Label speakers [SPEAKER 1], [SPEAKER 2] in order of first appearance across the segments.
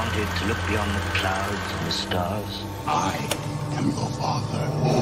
[SPEAKER 1] wanted to look beyond the clouds and the stars.
[SPEAKER 2] I am your father.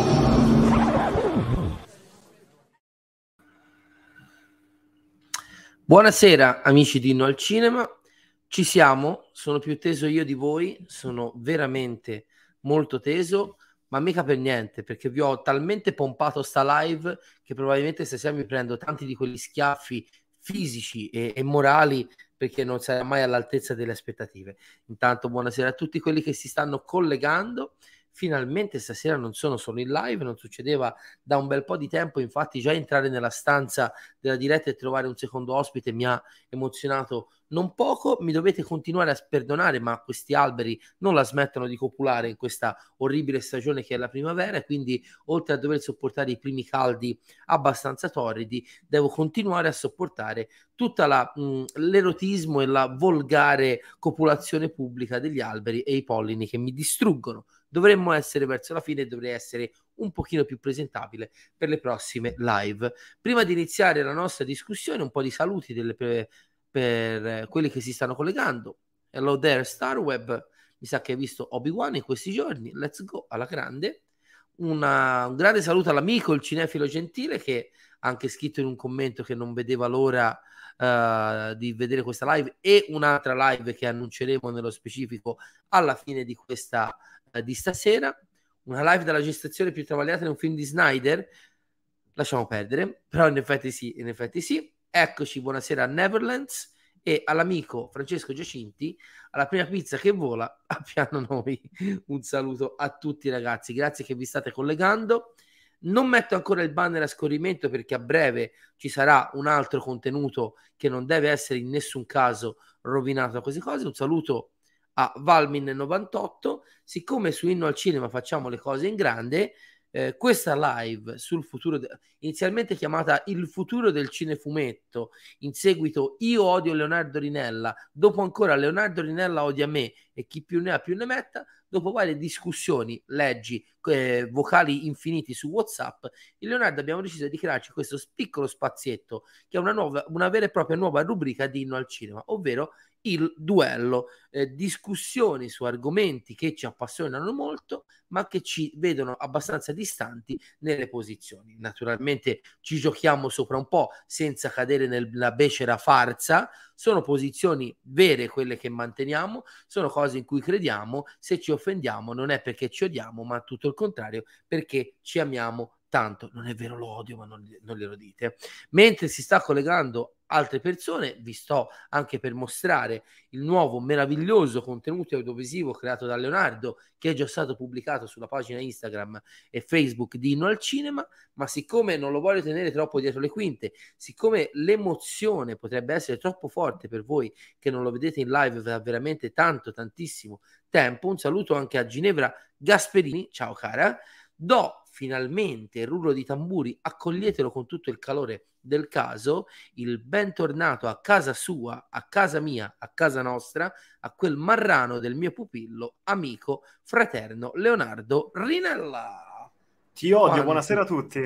[SPEAKER 3] Buonasera amici di Inno al Cinema, ci siamo, sono più teso io di voi, sono veramente molto teso, ma mica per niente, perché vi ho talmente pompato sta live che probabilmente stasera mi prendo tanti di quegli schiaffi fisici e morali, perché non sarà mai all'altezza delle aspettative. Intanto buonasera a tutti quelli che si stanno collegando. Finalmente stasera non sono solo in live, non succedeva da un bel po' di tempo, infatti già entrare nella stanza della diretta e trovare un secondo ospite mi ha emozionato non poco. Mi dovete continuare a perdonare, ma questi alberi non la smettono di copulare in questa orribile stagione che è la primavera, e quindi oltre a dover sopportare i primi caldi abbastanza torridi, devo continuare a sopportare tutta l'erotismo e la volgare copulazione pubblica degli alberi e i pollini che mi distruggono. Dovremmo essere verso la fine e dovrei essere un pochino più presentabile per le prossime live. Prima di iniziare la nostra discussione, un po' di saluti per quelli che si stanno collegando. Hello there Starweb, mi sa che hai visto Obi-Wan in questi giorni, let's go, alla grande. Un grande saluto all'amico, il cinefilo gentile, che ha anche scritto in un commento che non vedeva l'ora di vedere questa live e un'altra live che annunceremo nello specifico alla fine di questa di stasera. Una live della gestazione più travagliata in un film di Snyder, lasciamo perdere, però in effetti sì. Eccoci, buonasera a Neverlands e all'amico Francesco Giacinti, alla prima pizza che vola a piano noi. Un saluto a tutti ragazzi, grazie che vi state collegando. Non metto ancora il banner a scorrimento perché a breve ci sarà un altro contenuto che non deve essere in nessun caso rovinato da queste cose. Un saluto a Valmin98. Siccome su Inno al Cinema facciamo le cose in grande, questa live sul futuro inizialmente chiamata Il futuro del cinefumetto, in seguito Io odio Leonardo Rinella, dopo ancora Leonardo Rinella odia me e chi più ne ha più ne metta, dopo varie discussioni, leggi, vocali infiniti su WhatsApp, in Leonardo abbiamo deciso di crearci questo piccolo spazietto che è una vera e propria nuova rubrica di Inno al Cinema, ovvero il duello, discussioni su argomenti che ci appassionano molto ma che ci vedono abbastanza distanti nelle posizioni. Naturalmente ci giochiamo sopra un po' senza cadere nella becera farsa, sono posizioni vere quelle che manteniamo, sono cose in cui crediamo, se ci offendiamo non è perché ci odiamo ma tutto il contrario, perché ci amiamo tanto. Non è vero, lo odio, ma non glielo dite. Mentre si sta collegando altre persone, vi sto anche per mostrare il nuovo meraviglioso contenuto audiovisivo creato da Leonardo, che è già stato pubblicato sulla pagina Instagram e Facebook di Inno al Cinema, ma siccome non lo voglio tenere troppo dietro le quinte, siccome l'emozione potrebbe essere troppo forte per voi che non lo vedete in live da veramente tantissimo tempo, un saluto anche a Ginevra Gasperini, ciao cara, do finalmente il rullo di tamburi, accoglietelo con tutto il calore del caso, il bentornato a casa sua, a casa mia, a casa nostra, a quel marrano del mio pupillo, amico, fraterno Leonardo Rinella.
[SPEAKER 4] Ti odio, buonasera a tutti.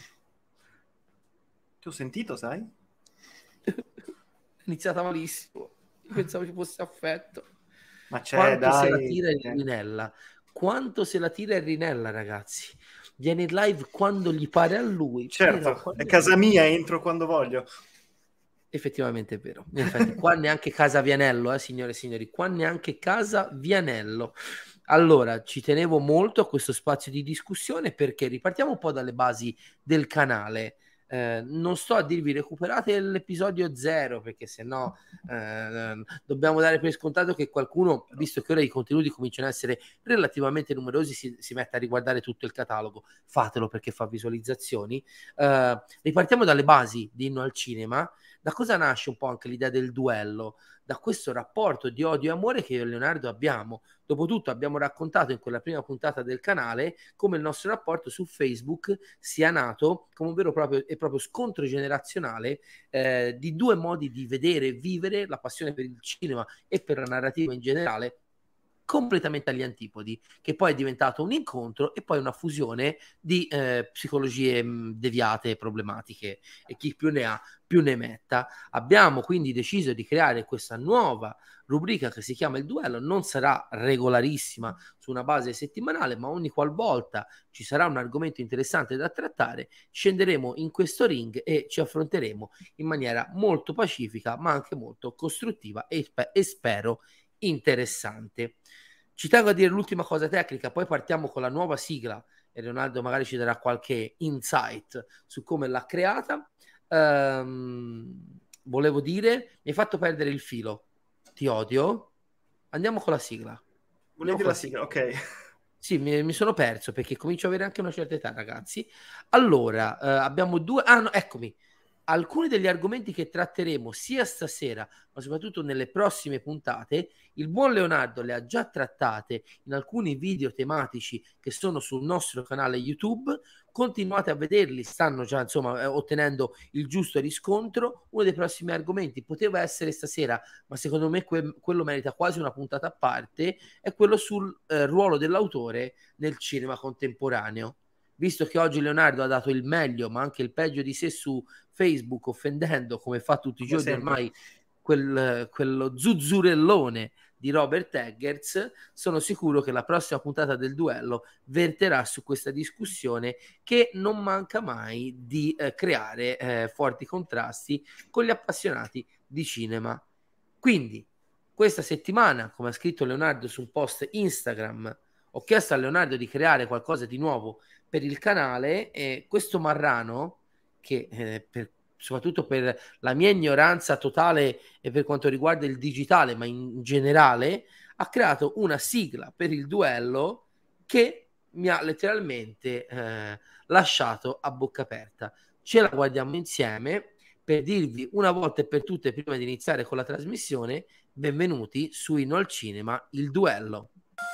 [SPEAKER 4] Ti ho sentito, sai?
[SPEAKER 3] È iniziata malissimo, io pensavo ci fosse affetto.
[SPEAKER 4] Ma c'è,
[SPEAKER 3] quanto
[SPEAKER 4] dai.
[SPEAKER 3] Se la tira il Rinella, quanto se la tira il Rinella, ragazzi. Viene in live quando gli pare a lui.
[SPEAKER 4] Certo, è casa mia, entro quando voglio.
[SPEAKER 3] Effettivamente è vero. Infatti, qua neanche casa Vianello, signore e signori, qua neanche casa Vianello. Allora, ci tenevo molto a questo spazio di discussione perché ripartiamo un po' dalle basi del canale. Non sto a dirvi recuperate l'episodio 0 perché sennò dobbiamo dare per scontato che qualcuno, visto che ora i contenuti cominciano a essere relativamente numerosi, si metta a riguardare tutto il catalogo. Fatelo perché fa visualizzazioni. Ripartiamo dalle basi di Inno al Cinema. Da cosa nasce un po' anche l'idea del duello? Da questo rapporto di odio e amore che io e Leonardo abbiamo. Dopotutto abbiamo raccontato in quella prima puntata del canale come il nostro rapporto su Facebook sia nato come un vero e proprio scontro generazionale di due modi di vedere e vivere la passione per il cinema e per la narrativa in generale completamente agli antipodi, che poi è diventato un incontro e poi una fusione di psicologie deviate e problematiche, e chi più ne ha più ne metta. Abbiamo quindi deciso di creare questa nuova rubrica che si chiama Il Duello. Non sarà regolarissima su una base settimanale, ma ogni qualvolta ci sarà un argomento interessante da trattare, scenderemo in questo ring e ci affronteremo in maniera molto pacifica, ma anche molto costruttiva e spero interessante. Ci tengo a dire l'ultima cosa tecnica, poi partiamo con la nuova sigla e Leonardo magari ci darà qualche insight su come l'ha creata. Volevo dire, mi hai fatto perdere il filo, ti odio. Andiamo con la sigla.
[SPEAKER 4] Volevi la sigla, ok.
[SPEAKER 3] Sì, mi sono perso perché comincio ad avere anche una certa età, ragazzi. Allora, abbiamo due... Ah, no, eccomi. Alcuni degli argomenti che tratteremo sia stasera, ma soprattutto nelle prossime puntate, il buon Leonardo le ha già trattate in alcuni video tematici che sono sul nostro canale YouTube. Continuate a vederli, stanno già insomma ottenendo il giusto riscontro. Uno dei prossimi argomenti poteva essere stasera, ma secondo me quello merita quasi una puntata a parte, è quello sul ruolo dell'autore nel cinema contemporaneo. Visto che oggi Leonardo ha dato il meglio ma anche il peggio di sé su Facebook, offendendo come fa tutti i giorni ormai quello zuzzurellone di Robert Eggers, sono sicuro che la prossima puntata del Duello verterà su questa discussione che non manca mai di creare forti contrasti con gli appassionati di cinema. Quindi questa settimana, come ha scritto Leonardo su un post Instagram, ho chiesto a Leonardo di creare qualcosa di nuovo per il canale, e questo marrano che soprattutto per la mia ignoranza totale e per quanto riguarda il digitale, ma in generale, ha creato una sigla per il Duello che mi ha letteralmente lasciato a bocca aperta. Ce la guardiamo insieme per dirvi una volta e per tutte, prima di iniziare con la trasmissione, benvenuti su Inno al Cinema, Il Duello.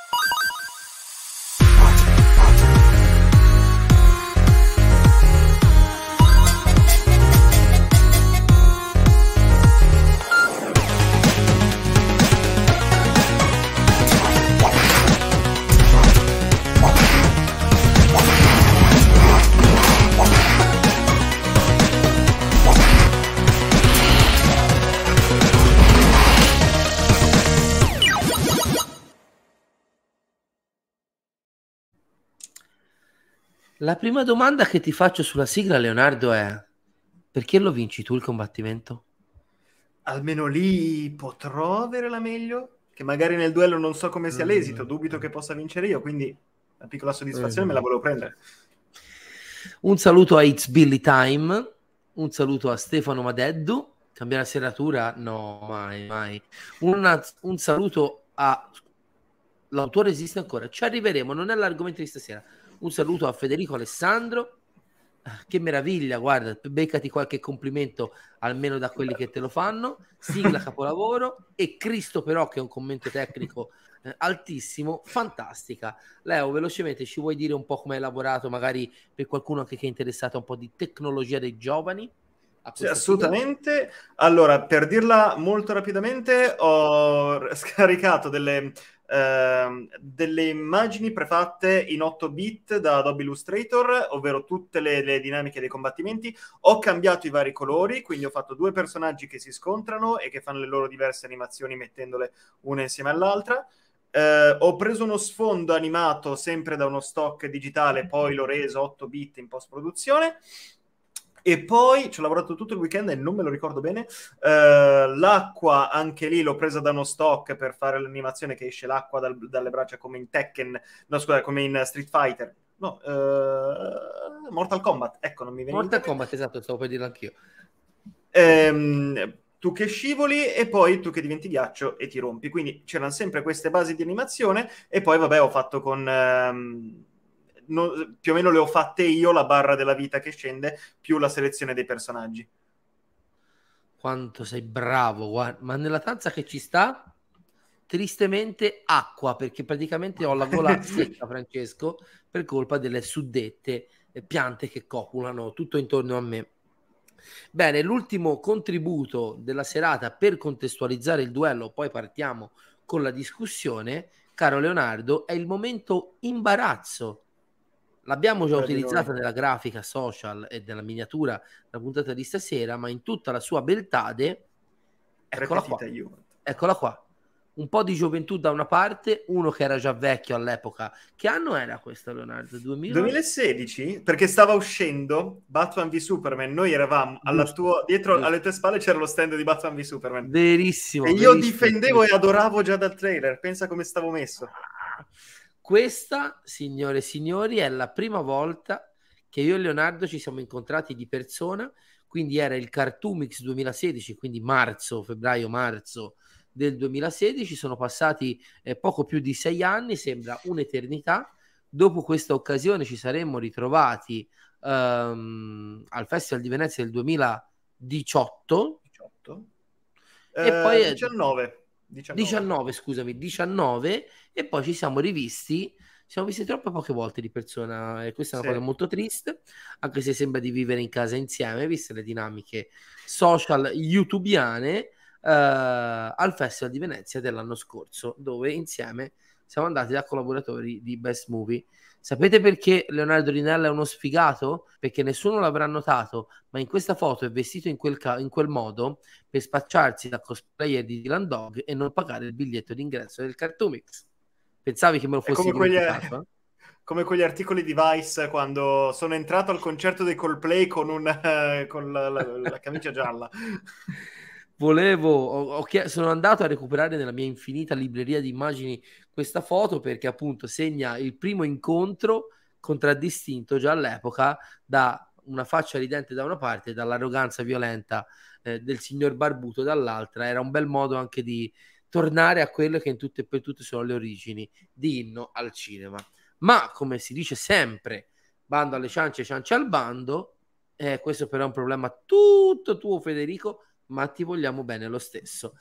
[SPEAKER 3] La prima domanda che ti faccio sulla sigla, Leonardo, è: perché lo vinci tu il combattimento?
[SPEAKER 4] Almeno lì potrò avere la meglio, che magari nel duello non so come sia l'esito, dubito che possa vincere io, quindi una piccola soddisfazione me la volevo prendere.
[SPEAKER 3] Un saluto a It's Billy Time, un saluto a Stefano Madeddu. Cambia la serratura? No, mai. Un saluto a... L'autore esiste ancora? Ci arriveremo, non è l'argomento di stasera. Un saluto a Federico Alessandro. Che meraviglia, guarda, beccati qualche complimento almeno da quelli che te lo fanno. Sigla capolavoro. E Cristo però, che è un commento tecnico altissimo, fantastica. Leo, velocemente ci vuoi dire un po' come hai lavorato, magari per qualcuno anche che è interessato a un po' di tecnologia dei giovani?
[SPEAKER 4] Sì, assolutamente. Allora, per dirla molto rapidamente, ho scaricato delle immagini prefatte in 8 bit da Adobe Illustrator, ovvero tutte le dinamiche dei combattimenti. Ho cambiato i vari colori, quindi ho fatto 2 personaggi che si scontrano e che fanno le loro diverse animazioni mettendole una insieme all'altra. Ho preso uno sfondo animato sempre da uno stock digitale, poi l'ho reso 8 bit in post-produzione. E poi ci ho lavorato tutto il weekend e non me lo ricordo bene. L'acqua, anche lì l'ho presa da uno stock per fare l'animazione che esce l'acqua dalle braccia, come in Tekken, no scusa, come in Street Fighter. No, Mortal Kombat, ecco, non mi veniva.
[SPEAKER 3] Mortal Kombat, esatto, stavo per dirlo anch'io.
[SPEAKER 4] Tu che scivoli e poi tu che diventi ghiaccio e ti rompi. Quindi c'erano sempre queste basi di animazione e poi vabbè ho fatto con... più o meno le ho fatte io, la barra della vita che scende più la selezione dei personaggi.
[SPEAKER 3] Quanto sei bravo, guarda. Ma nella tazza che ci sta tristemente acqua, perché praticamente ho la gola secca, Francesco, per colpa delle suddette piante che copulano tutto intorno a me. Bene, l'ultimo contributo della serata per contestualizzare il duello, poi partiamo con la discussione. caro Leonardo, è il momento imbarazzo. L'abbiamo già
[SPEAKER 4] Quella di
[SPEAKER 3] utilizzata
[SPEAKER 4] noi.
[SPEAKER 3] nella grafica social e nella miniatura della puntata di stasera, ma in tutta la sua beltade, eccola qua.
[SPEAKER 4] Repetita Juventus.
[SPEAKER 3] Eccola qua. Un po' di gioventù da una parte, uno che era già vecchio all'epoca. Che anno era questo, Leonardo? 2000?
[SPEAKER 4] 2016, perché stava uscendo Batman v Superman, noi eravamo
[SPEAKER 3] Giusto,
[SPEAKER 4] dietro
[SPEAKER 3] giusto.
[SPEAKER 4] alle tue spalle c'era lo stand di Batman v Superman.
[SPEAKER 3] Verissimo.
[SPEAKER 4] E io
[SPEAKER 3] verissimo,
[SPEAKER 4] difendevo
[SPEAKER 3] verissimo.
[SPEAKER 4] e adoravo già dal trailer, pensa come stavo messo.
[SPEAKER 3] Questa, signore e signori, è la prima volta che io e Leonardo ci siamo incontrati di persona, quindi era il Cartoomix 2016, quindi febbraio-marzo del 2016, sono passati poco più di 6 anni, sembra un'eternità. Dopo questa occasione ci saremmo ritrovati al Festival di Venezia del 2018
[SPEAKER 4] 18.
[SPEAKER 3] e poi 19, e poi ci siamo rivisti troppe poche volte di persona, e questa è una
[SPEAKER 4] Sì.
[SPEAKER 3] cosa molto triste, anche se sembra di vivere in casa insieme, viste le dinamiche social youtubiane, al Festival di Venezia dell'anno scorso, dove insieme siamo andati da collaboratori di Best Movie. Sapete perché Leonardo Rinella è uno sfigato? Perché nessuno l'avrà notato, ma in questa foto è vestito in quel modo per spacciarsi da cosplayer di Dylan Dog e non pagare il biglietto d'ingresso del Cartoomix. Pensavi che me lo
[SPEAKER 4] È
[SPEAKER 3] fossi dimenticato?
[SPEAKER 4] come quegli articoli di Vice quando sono entrato al concerto dei Coldplay con la camicia gialla.
[SPEAKER 3] Sono andato a recuperare nella mia infinita libreria di immagini questa foto, perché appunto segna il primo incontro contraddistinto già all'epoca da una faccia ridente da una parte e dall'arroganza violenta del signor Barbuto dall'altra. Era un bel modo anche di tornare a quello che in tutto e per tutto sono le origini di Inno al Cinema. Ma come si dice sempre, bando alle ciance, ciance al bando, questo però è un problema tutto tuo, Federico, ma ti vogliamo bene lo stesso.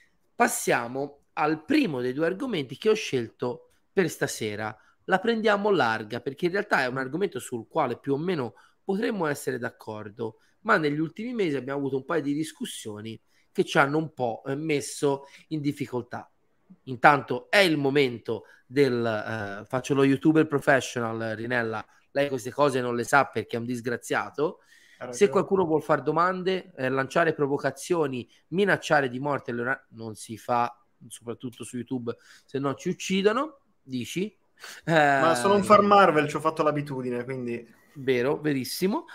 [SPEAKER 3] Passiamo al primo dei due argomenti che ho scelto per stasera. La prendiamo larga, perché in realtà è un argomento sul quale più o meno potremmo essere d'accordo, ma negli ultimi mesi abbiamo avuto un paio di discussioni che ci hanno un po' messo in difficoltà. Intanto è il momento faccio lo youtuber professional, Rinella, lei queste cose non le sa perché è un disgraziato. Se qualcuno vuol fare domande, lanciare provocazioni, minacciare di morte, non si fa, soprattutto su YouTube, se no ci uccidono, dici?
[SPEAKER 4] Ma sono un fan Marvel, ci ho fatto l'abitudine, quindi...
[SPEAKER 3] Vero, verissimo.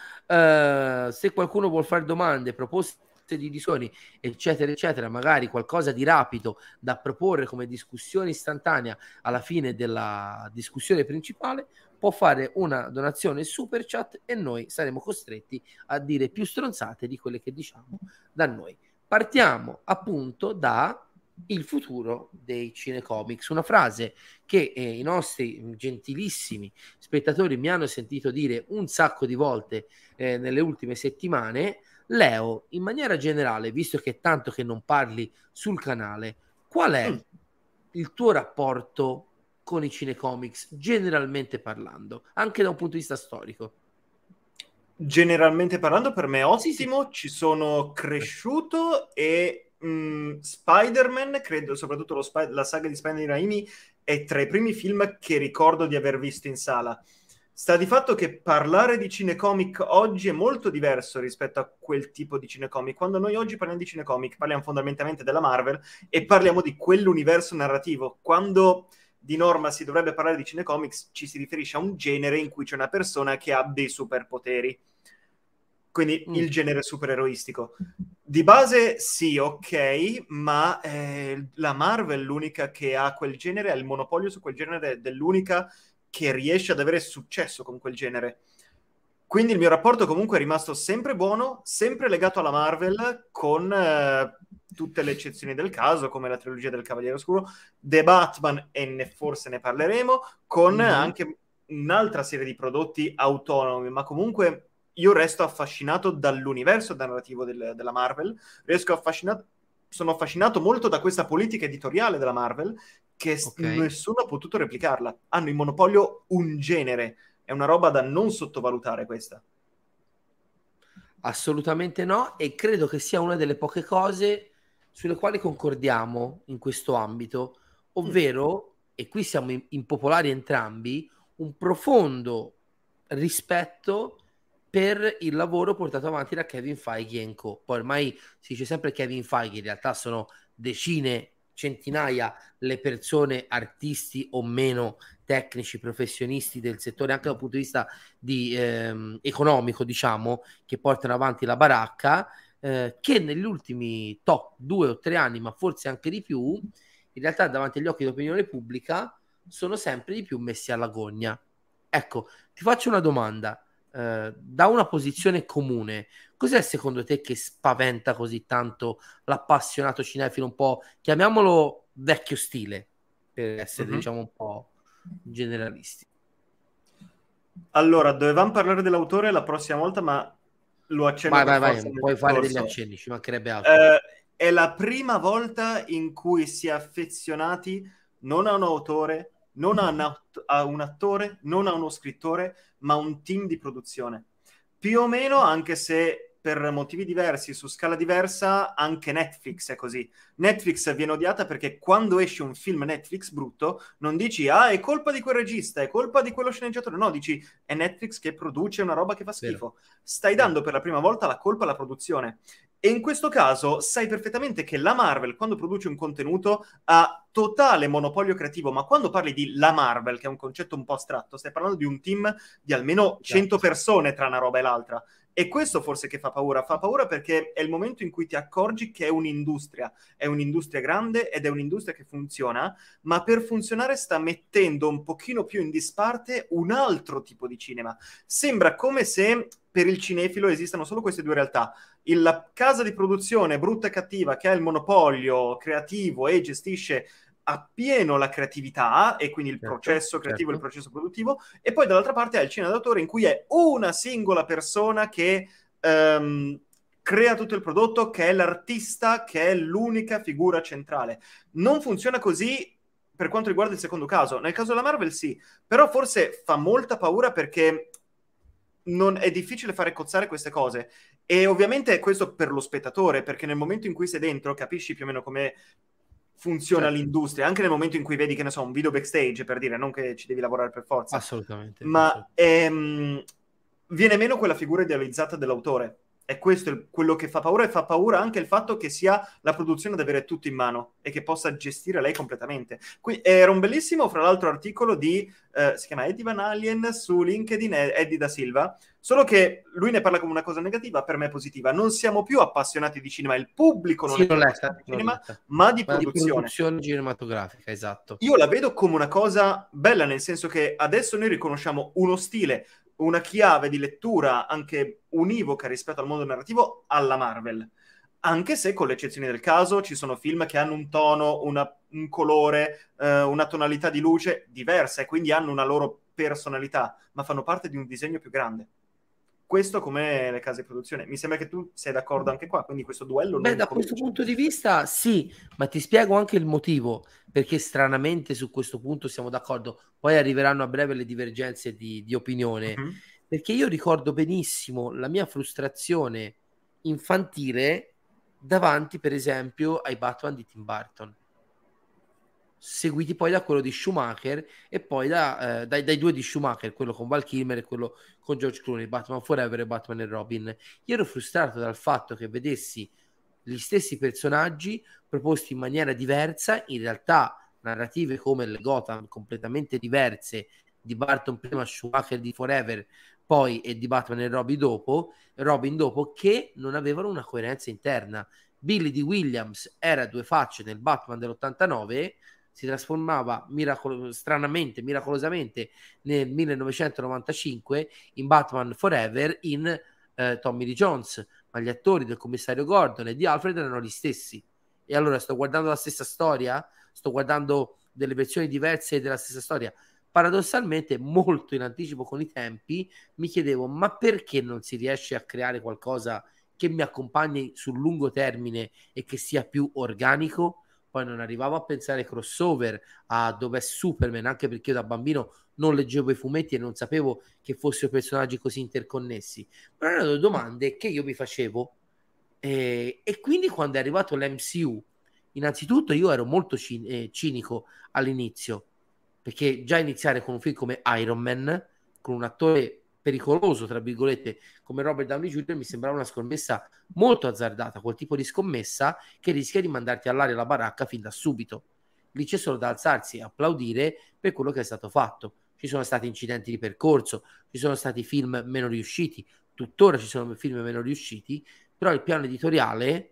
[SPEAKER 3] Se qualcuno vuol fare domande, proposte di discussioni, eccetera, eccetera, magari qualcosa di rapido da proporre come discussione istantanea alla fine della discussione principale, può fare una donazione super chat e noi saremo costretti a dire più stronzate di quelle che diciamo da noi. Partiamo appunto da il futuro dei cinecomics, una frase che i nostri gentilissimi spettatori mi hanno sentito dire un sacco di volte nelle ultime settimane. Leo, in maniera generale, visto che è tanto che non parli sul canale, qual è il tuo rapporto con i cinecomics, generalmente parlando, anche da un punto di vista storico?
[SPEAKER 4] Generalmente parlando, per me è ottimo,
[SPEAKER 3] Sì.
[SPEAKER 4] Ci sono cresciuto e Spider-Man, credo, soprattutto la saga di Spider-Man Raimi, è tra i primi film che ricordo di aver visto in sala. Sta di fatto che parlare di cinecomic oggi è molto diverso rispetto a quel tipo di cinecomic. Quando noi oggi parliamo di cinecomic, parliamo fondamentalmente della Marvel e parliamo di quell'universo narrativo. Quando di norma si dovrebbe parlare di cinecomics, ci si riferisce a un genere in cui c'è una persona che ha dei superpoteri. Quindi il genere supereroistico. Di base sì, ok, ma la Marvel, l'unica che ha quel genere, ha il monopolio su quel genere, dell'unica che riesce ad avere successo con quel genere. Quindi il mio rapporto comunque è rimasto sempre buono, sempre legato alla Marvel, con tutte le eccezioni del caso, come la trilogia del Cavaliere Oscuro, The Batman, e forse ne parleremo, con anche un'altra serie di prodotti autonomi, ma comunque io resto affascinato dall'universo narrativo della Marvel, sono affascinato molto da questa politica editoriale della Marvel, che nessuno ha potuto replicarla. Hanno in monopolio un genere. È una roba da non sottovalutare questa.
[SPEAKER 3] Assolutamente no, e credo che sia una delle poche cose sulle quali concordiamo in questo ambito, ovvero e qui siamo impopolari entrambi, un profondo rispetto per il lavoro portato avanti da Kevin Feige e co. Poi ormai si dice sempre Kevin Feige, in realtà sono decine, centinaia le persone, artisti o meno, tecnici, professionisti del settore, anche dal punto di vista economico, diciamo, che portano avanti la baracca, che negli ultimi 2 o 3 anni, ma forse anche di più, in realtà davanti agli occhi dell'opinione pubblica sono sempre di più messi alla gogna. Ecco, ti faccio una domanda. Da una posizione comune, cos'è secondo te che spaventa così tanto l'appassionato cinefilo, un po', chiamiamolo vecchio stile, per essere diciamo un po' generalisti?
[SPEAKER 4] Allora, dovevamo parlare dell'autore la prossima volta, ma lo accenno per forza nel
[SPEAKER 3] puoi fare degli
[SPEAKER 4] discorso.
[SPEAKER 3] accenni, ci mancherebbe altro.
[SPEAKER 4] È la prima volta in cui si è affezionati non a un autore, non a un attore, non a uno scrittore, ma a un team di produzione. Più o meno, anche se per motivi diversi, su scala diversa, anche Netflix è così. Netflix viene odiata perché quando esce un film Netflix brutto, non dici, è colpa di quel regista, è colpa di quello sceneggiatore. No, dici, è Netflix che produce una roba che fa schifo. Stai dando per la prima volta la colpa alla produzione. E in questo caso sai perfettamente che la Marvel, quando produce un contenuto, ha totale monopolio creativo, ma quando parli di la Marvel, che è un concetto un po' astratto, stai parlando di un team di almeno 100 persone tra una roba e l'altra. E questo forse che fa paura perché è il momento in cui ti accorgi che è un'industria grande ed è un'industria che funziona, ma per funzionare sta mettendo un pochino più in disparte un altro tipo di cinema. Sembra come se per il cinefilo esistano solo queste due realtà. La casa di produzione brutta e cattiva che ha il monopolio creativo e gestisce appieno la creatività e quindi il processo creativo e il processo produttivo, e poi dall'altra parte ha il cinema d'autore in cui è una singola persona che crea tutto il prodotto, che è l'artista, che è l'unica figura centrale. Non funziona così per quanto riguarda il secondo caso. Nel caso della Marvel sì, però forse fa molta paura perché non è difficile fare cozzare queste cose. E ovviamente questo per lo spettatore, perché nel momento in cui sei dentro capisci più o meno come funziona l'industria, anche nel momento in cui vedi, che ne so, un video backstage, per dire, non che ci devi lavorare per forza.
[SPEAKER 3] Assolutamente.
[SPEAKER 4] Ma viene meno quella figura idealizzata dell'autore. E questo è quello che fa paura, e fa paura anche il fatto che sia la produzione ad avere tutto in mano e che possa gestire lei completamente. Era un bellissimo, fra l'altro, articolo di, si chiama Eddie Van Alien, su LinkedIn, Eddie da Silva, solo che lui ne parla come una cosa negativa, per me è positiva. Non siamo più appassionati di cinema, il pubblico non è più appassionato di cinema, ma di produzione.
[SPEAKER 3] Di produzione cinematografica, esatto.
[SPEAKER 4] Io la vedo come una cosa bella, nel senso che adesso noi riconosciamo uno stile, una chiave di lettura anche univoca rispetto al mondo narrativo alla Marvel, anche se con le eccezioni del caso ci sono film che hanno un tono, un colore, una tonalità di luce diversa e quindi hanno una loro personalità, ma fanno parte di un disegno più grande. Questo come le case di produzione. Mi sembra che tu sei d'accordo anche qua, quindi questo duello
[SPEAKER 3] da questo punto di vista sì, ma ti spiego anche il motivo, perché stranamente su questo punto siamo d'accordo. Poi arriveranno a breve le divergenze di opinione, perché io ricordo benissimo la mia frustrazione infantile davanti, per esempio, ai Batman di Tim Burton, seguiti poi da quello di Schumacher e poi dai due di Schumacher, quello con Val Kilmer e quello con George Clooney, Batman Forever e Batman e Robin. Io ero frustrato dal fatto che vedessi gli stessi personaggi proposti in maniera diversa, in realtà narrative come le Gotham completamente diverse, di Burton prima, Schumacher di Forever poi e di Batman e Robin dopo, che non avevano una coerenza interna. Billy D. Williams era due facce nel Batman dell'89, si trasformava stranamente, miracolosamente nel 1995 in Batman Forever in Tommy Lee Jones, ma gli attori del commissario Gordon e di Alfred erano gli stessi. E allora sto guardando la stessa storia? Sto guardando delle versioni diverse della stessa storia? Paradossalmente, molto in anticipo con i tempi, mi chiedevo, ma perché non si riesce a creare qualcosa che mi accompagni sul lungo termine e che sia più organico? Poi non arrivavo a pensare crossover, a dov'è Superman, anche perché io da bambino non leggevo i fumetti e non sapevo che fossero personaggi così interconnessi. Però erano domande che io mi facevo, e quindi quando è arrivato l'MCU, innanzitutto io ero molto cinico all'inizio, perché già iniziare con un film come Iron Man, con un attore pericoloso, tra virgolette, come Robert Downey Jr., mi sembrava una scommessa molto azzardata, quel tipo di scommessa che rischia di mandarti all'aria la baracca fin da subito. Lì c'è solo da alzarsi e applaudire per quello che è stato fatto. Ci sono stati incidenti di percorso, ci sono stati film meno riusciti, tuttora ci sono film meno riusciti, però il piano editoriale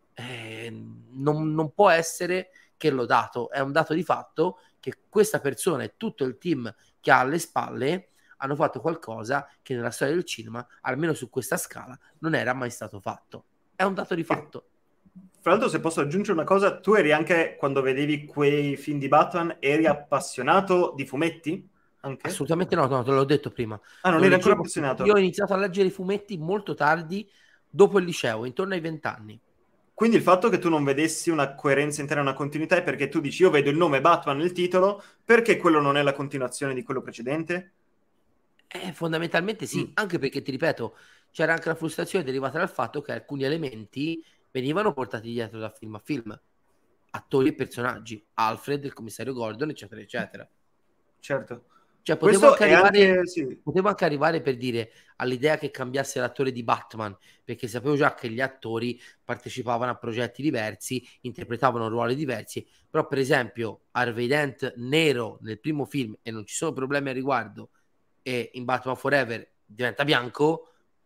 [SPEAKER 3] non può essere che lodato. È un dato di fatto che questa persona e tutto il team che ha alle spalle hanno fatto qualcosa che nella storia del cinema, almeno su questa scala, non era mai stato fatto. È un dato di fatto.
[SPEAKER 4] Fra l'altro, se posso aggiungere una cosa, tu eri anche, quando vedevi quei film di Batman, eri appassionato di fumetti? Anche?
[SPEAKER 3] Assolutamente no, te l'ho detto prima.
[SPEAKER 4] Ah, non eri ancora appassionato?
[SPEAKER 3] Io ho iniziato a leggere i fumetti molto tardi, dopo il liceo, intorno ai 20 anni.
[SPEAKER 4] Quindi il fatto che tu non vedessi una coerenza interna, una continuità, è perché tu dici, io vedo il nome Batman nel titolo, perché quello non è la continuazione di quello precedente?
[SPEAKER 3] Fondamentalmente sì, anche perché, ti ripeto, c'era anche la frustrazione derivata dal fatto che alcuni elementi venivano portati dietro da film a film. Attori e personaggi, Alfred, il commissario Gordon, eccetera, eccetera.
[SPEAKER 4] Certo.
[SPEAKER 3] Cioè,
[SPEAKER 4] Questo è anche, sì.
[SPEAKER 3] potevo anche arrivare per dire all'idea che cambiasse l'attore di Batman, perché sapevo già che gli attori partecipavano a progetti diversi, interpretavano ruoli diversi, però per esempio Harvey Dent nero nel primo film e non ci sono problemi a riguardo, e in Batman Forever diventa bianco,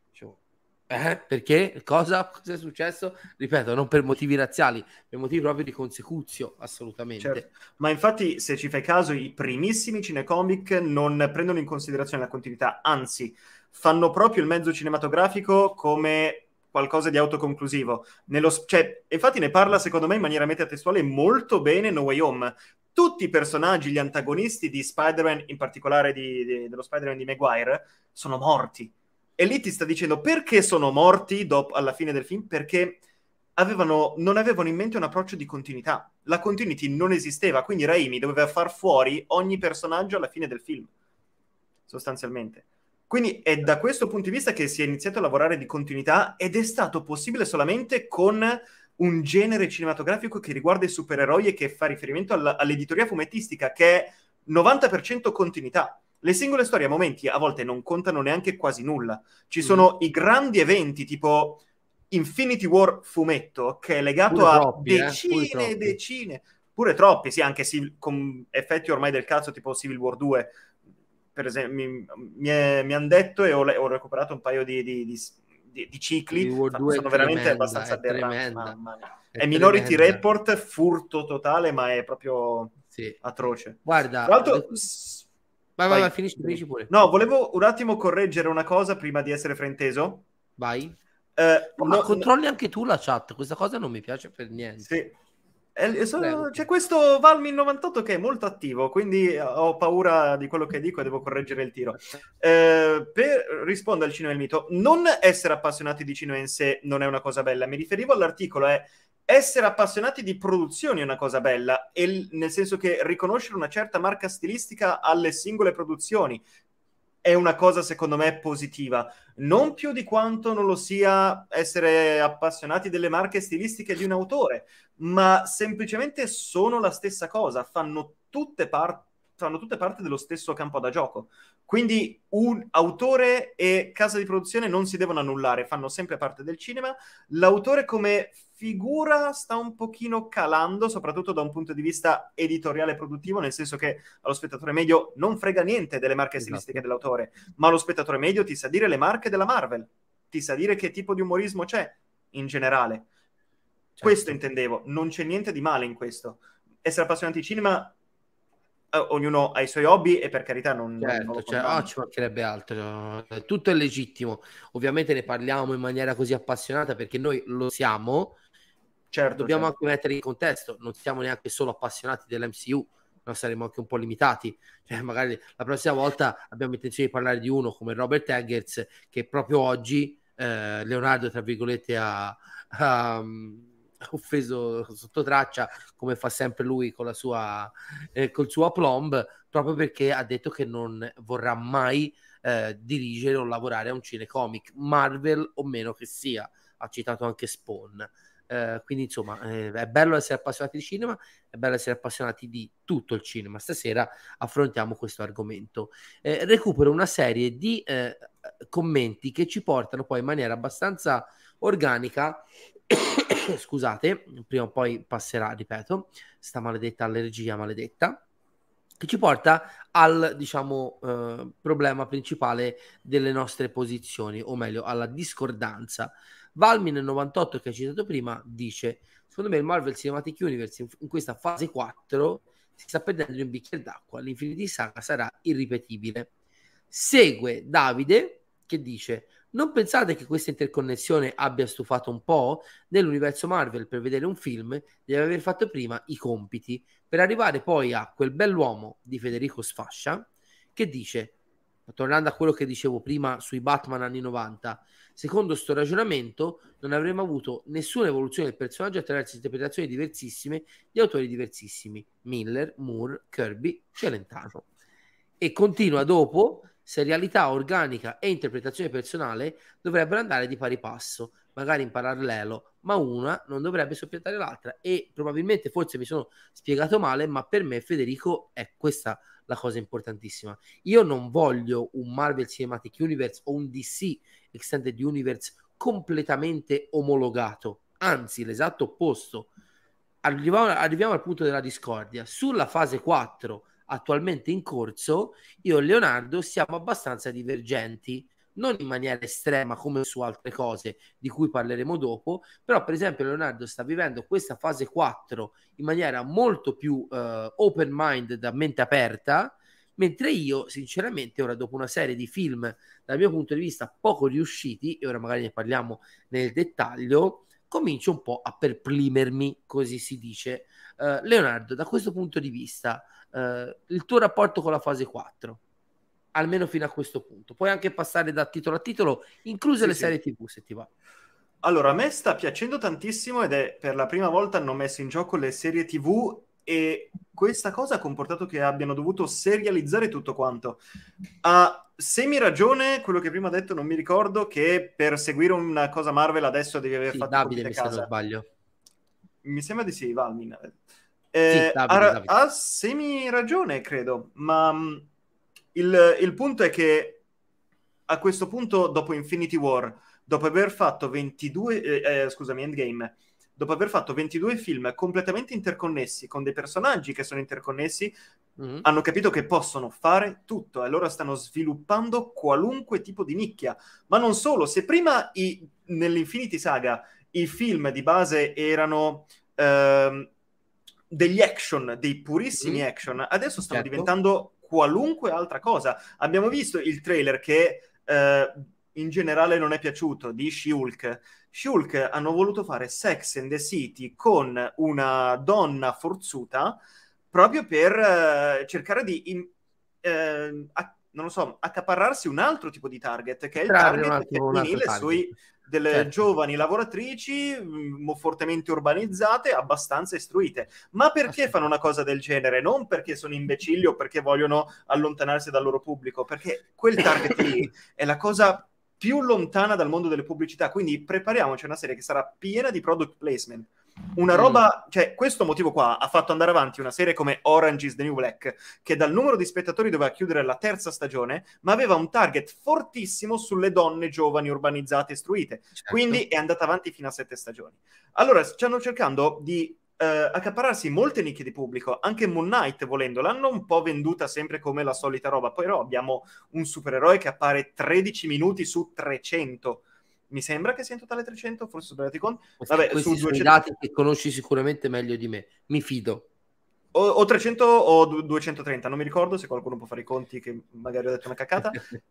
[SPEAKER 3] perché? Cosa è successo? Ripeto, non per motivi razziali, per motivi proprio di consecuzio, assolutamente.
[SPEAKER 4] Certo. Ma infatti, se ci fai caso, i primissimi cinecomic non prendono in considerazione la continuità, anzi, fanno proprio il mezzo cinematografico come qualcosa di autoconclusivo. Infatti ne parla, secondo me, in maniera metatestuale molto bene No Way Home. Tutti i personaggi, gli antagonisti di Spider-Man, in particolare dello Spider-Man di Maguire, sono morti. E lì ti sta dicendo perché sono morti alla fine del film, perché non avevano in mente un approccio di continuità. La continuity non esisteva, quindi Raimi doveva far fuori ogni personaggio alla fine del film, sostanzialmente. Quindi è da questo punto di vista che si è iniziato a lavorare di continuità, ed è stato possibile solamente con un genere cinematografico che riguarda i supereroi e che fa riferimento all'editoria fumettistica, che è 90% continuità. Le singole storie a momenti a volte non contano neanche quasi nulla. Ci sono i grandi eventi tipo Infinity War fumetto, che è legato
[SPEAKER 3] Pure
[SPEAKER 4] a
[SPEAKER 3] troppi,
[SPEAKER 4] decine e decine, pure troppi, sì, anche con effetti ormai del cazzo tipo Civil War 2, per esempio. Mi hanno detto, e ho recuperato un paio di cicli, sono veramente abbastanza aberranti, mamma mia. È Minority Report, furto totale, ma è proprio atroce.
[SPEAKER 3] Guarda,
[SPEAKER 4] tra l'altro,
[SPEAKER 3] vai, finisci pure.
[SPEAKER 4] No, volevo un attimo correggere una cosa prima di essere frainteso.
[SPEAKER 3] Vai. Ma controlli anche tu la chat, questa cosa non mi piace per niente.
[SPEAKER 4] Sì. C'è questo Valmin98 che è molto attivo, quindi ho paura di quello che dico e devo correggere il tiro. Rispondo al cinema e il mito. Non essere appassionati di cinema in sé non è una cosa bella. Mi riferivo all'articolo, essere appassionati di produzioni è una cosa bella, nel senso che riconoscere una certa marca stilistica alle singole produzioni è una cosa, secondo me, positiva. Non più di quanto non lo sia essere appassionati delle marche stilistiche di un autore, ma semplicemente sono la stessa cosa, fanno tutte parte dello stesso campo da gioco. Quindi un autore e casa di produzione non si devono annullare, fanno sempre parte del cinema. L'autore come figura sta un pochino calando, soprattutto da un punto di vista editoriale e produttivo, nel senso che allo spettatore medio non frega niente delle marche stilistiche dell'autore, ma lo spettatore medio ti sa dire le marche della Marvel, ti sa dire che tipo di umorismo c'è in generale. Questo intendevo, non c'è niente di male in questo. Essere appassionati di cinema, ognuno ha i suoi hobby, e per carità non lo
[SPEAKER 3] ci mancherebbe altro, tutto è legittimo. Ovviamente ne parliamo in maniera così appassionata perché noi lo siamo. Dobbiamo anche mettere in contesto, non siamo neanche solo appassionati dell'MCU, no, saremo anche un po' limitati. Magari la prossima volta abbiamo intenzione di parlare di uno come Robert Eggers, che proprio oggi Leonardo, tra virgolette, ha offeso sotto traccia, come fa sempre lui con la sua col suo aplomb, proprio perché ha detto che non vorrà mai dirigere o lavorare a un cinecomic, Marvel o meno che sia. Ha citato anche Spawn. Quindi insomma è bello essere appassionati di cinema, è bello essere appassionati di tutto il cinema. Stasera affrontiamo questo argomento. Recupero una serie di commenti che ci portano poi in maniera abbastanza organica scusate, prima o poi passerà, ripeto, sta maledetta allergia maledetta, che ci porta al, diciamo, problema principale delle nostre posizioni, o meglio, alla discordanza. Valmin 98, che hai citato prima, dice: secondo me il Marvel Cinematic Universe in questa fase 4 si sta perdendo in un bicchiere d'acqua, l'Infinity Saga sarà irripetibile. Segue Davide che dice: non pensate che questa interconnessione abbia stufato un po'? Nell'universo Marvel, per vedere un film devi aver fatto prima i compiti, per arrivare poi a quel bell'uomo di Federico Sfascia che dice, tornando a quello che dicevo prima sui Batman anni 90, secondo sto ragionamento non avremmo avuto nessuna evoluzione del personaggio attraverso interpretazioni diversissime di autori diversissimi, Miller, Moore, Kirby, Celentano. E continua dopo: serialità organica e interpretazione personale dovrebbero andare di pari passo, magari in parallelo, ma una non dovrebbe soppiantare l'altra. E probabilmente forse mi sono spiegato male, ma per me, Federico, è questa la cosa importantissima. Io non voglio un Marvel Cinematic Universe o un DC Extended Universe completamente omologato, anzi l'esatto opposto. Arriviamo al punto della discordia. Sulla fase 4 attualmente in corso, io e Leonardo siamo abbastanza divergenti, non in maniera estrema come su altre cose di cui parleremo dopo, però per esempio Leonardo sta vivendo questa fase 4 in maniera molto più open mind, da mente aperta, mentre io sinceramente ora, dopo una serie di film dal mio punto di vista poco riusciti, e ora magari ne parliamo nel dettaglio, comincio un po' a perplimermi, così si dice. Leonardo, da questo punto di vista, il tuo rapporto con la fase 4, almeno fino a questo punto, puoi anche passare da titolo a titolo, incluse le serie TV, se ti va.
[SPEAKER 4] Allora, a me sta piacendo tantissimo ed è per la prima volta hanno messo in gioco le serie TV e questa cosa ha comportato che abbiano dovuto serializzare tutto quanto. Ha semi ragione quello che prima ha detto, non mi ricordo, che per seguire una cosa Marvel adesso devi aver fatto
[SPEAKER 3] Davide,
[SPEAKER 4] compiti a
[SPEAKER 3] se
[SPEAKER 4] casa.
[SPEAKER 3] non sbaglio.
[SPEAKER 4] Mi sembra di sì, Valmin.
[SPEAKER 3] Davide.
[SPEAKER 4] Ha semi ragione, credo, ma il punto è che a questo punto, dopo Infinity War, dopo aver fatto 22 Endgame, dopo aver fatto 22 film completamente interconnessi, con dei personaggi che sono interconnessi, hanno capito che possono fare tutto e allora stanno sviluppando qualunque tipo di nicchia. Ma non solo, se prima nell'Infinity Saga i film di base erano degli action, dei purissimi action, adesso stanno diventando qualunque altra cosa. Abbiamo visto il trailer che in generale non è piaciuto, di She-Hulk. She-Hulk hanno voluto fare Sex and the City con una donna forzuta proprio per cercare di non lo so, accaparrarsi un altro tipo di target, che è il target femminile sui delle giovani lavoratrici fortemente urbanizzate, abbastanza istruite. Ma perché fanno una cosa del genere? Non perché sono imbecilli o perché vogliono allontanarsi dal loro pubblico, perché quel target lì è la cosa più lontana dal mondo delle pubblicità, quindi prepariamoci a una serie che sarà piena di product placement. Una roba, cioè questo motivo qua ha fatto andare avanti una serie come Orange is the New Black, che dal numero di spettatori doveva chiudere la terza stagione, ma aveva un target fortissimo sulle donne giovani, urbanizzate, istruite. Quindi è andata avanti fino a 7 stagioni. Allora, stanno cercando di accaparrarsi molte nicchie di pubblico. Anche Moon Knight, volendo, l'hanno un po' venduta sempre come la solita roba. Poi però abbiamo un supereroe che appare 13 minuti su 300. Mi sembra che sia in totale 300, forse sbagliati con.
[SPEAKER 3] Vabbè, questi sono i dati che conosci sicuramente meglio di me, mi fido.
[SPEAKER 4] O 300 o 230, non mi ricordo, se qualcuno può fare i conti, che magari ho detto una caccata.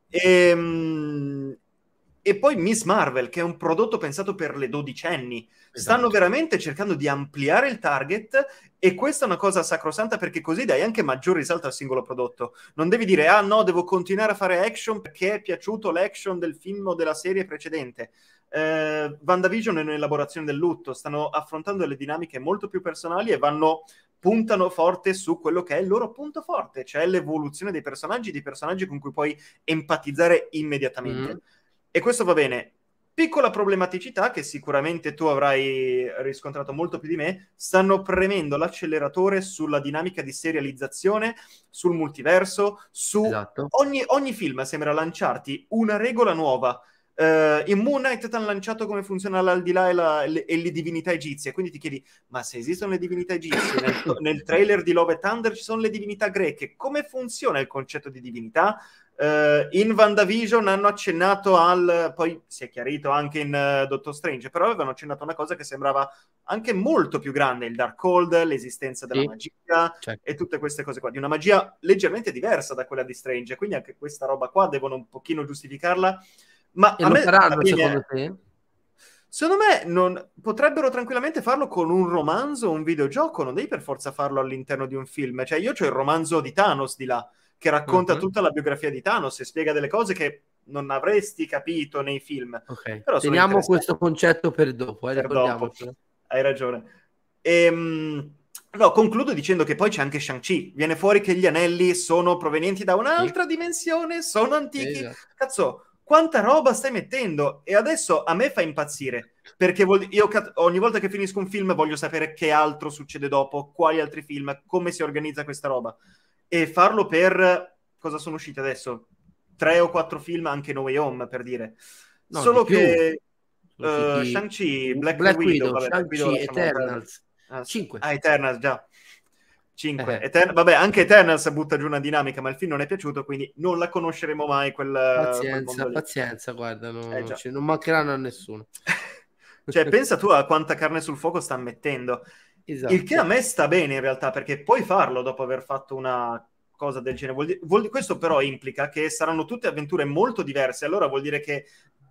[SPEAKER 4] E poi Miss Marvel, che è un prodotto pensato per le dodicenni. Stanno veramente cercando di ampliare il target, e questa è una cosa sacrosanta, perché così dai anche maggior risalto al singolo prodotto. Non devi dire, ah no, devo continuare a fare action perché è piaciuto l'action del film o della serie precedente. WandaVision è un'elaborazione del lutto, stanno affrontando delle dinamiche molto più personali e puntano forte su quello che è il loro punto forte, cioè l'evoluzione dei personaggi con cui puoi empatizzare immediatamente. E questo va bene. Piccola problematicità che sicuramente tu avrai riscontrato molto più di me, stanno premendo l'acceleratore sulla dinamica di serializzazione, sul multiverso, su
[SPEAKER 3] Esatto.
[SPEAKER 4] ogni film sembra lanciarti una regola nuova. In Moon Knight ti hanno lanciato come funziona l'aldilà e le divinità egizie, quindi ti chiedi, ma se esistono le divinità egizie, nel trailer di Love and Thunder ci sono le divinità greche, come funziona il concetto di divinità? In WandaVision hanno accennato poi si è chiarito anche in Doctor Strange, però avevano accennato a una cosa che sembrava anche molto più grande, il Darkhold, l'esistenza della magia e tutte queste cose qua, di una magia leggermente diversa da quella di Strange, quindi anche questa roba qua devono un pochino giustificarla. Ma
[SPEAKER 3] e lo faranno secondo te?
[SPEAKER 4] Secondo me potrebbero tranquillamente farlo con un romanzo o un videogioco, non devi per forza farlo all'interno di un film. Cioè io c'ho il romanzo di Thanos di là, che racconta tutta la biografia di Thanos e spiega delle cose che non avresti capito nei film.
[SPEAKER 3] Ok,
[SPEAKER 4] però
[SPEAKER 3] teniamo questo concetto per dopo, ricordiamoci.
[SPEAKER 4] Hai ragione. No, concludo dicendo che poi c'è anche Shang-Chi. Viene fuori che gli anelli sono provenienti da un'altra dimensione, sono antichi. Esatto. Cazzo, quanta roba stai mettendo? E adesso a me fa impazzire, perché io ogni volta che finisco un film voglio sapere che altro succede dopo, quali altri film, come si organizza questa roba. E farlo per... cosa sono usciti adesso? 3 o 4 film, anche No Way Home, per dire. No, solo che Shang-Chi, Black Widow, vabbè,
[SPEAKER 3] Shang-Chi, Eternals.
[SPEAKER 4] 5. Eternals, già. 5. Vabbè, anche Eternals butta giù una dinamica, ma il film non è piaciuto, quindi non la conosceremo mai
[SPEAKER 3] pazienza, guarda, non mancheranno a nessuno.
[SPEAKER 4] Cioè, pensa tu a quanta carne sul fuoco sta mettendo. Esatto. Il che a me sta bene in realtà, perché puoi farlo dopo aver fatto una cosa del genere. Questo però implica che saranno tutte avventure molto diverse, allora vuol dire che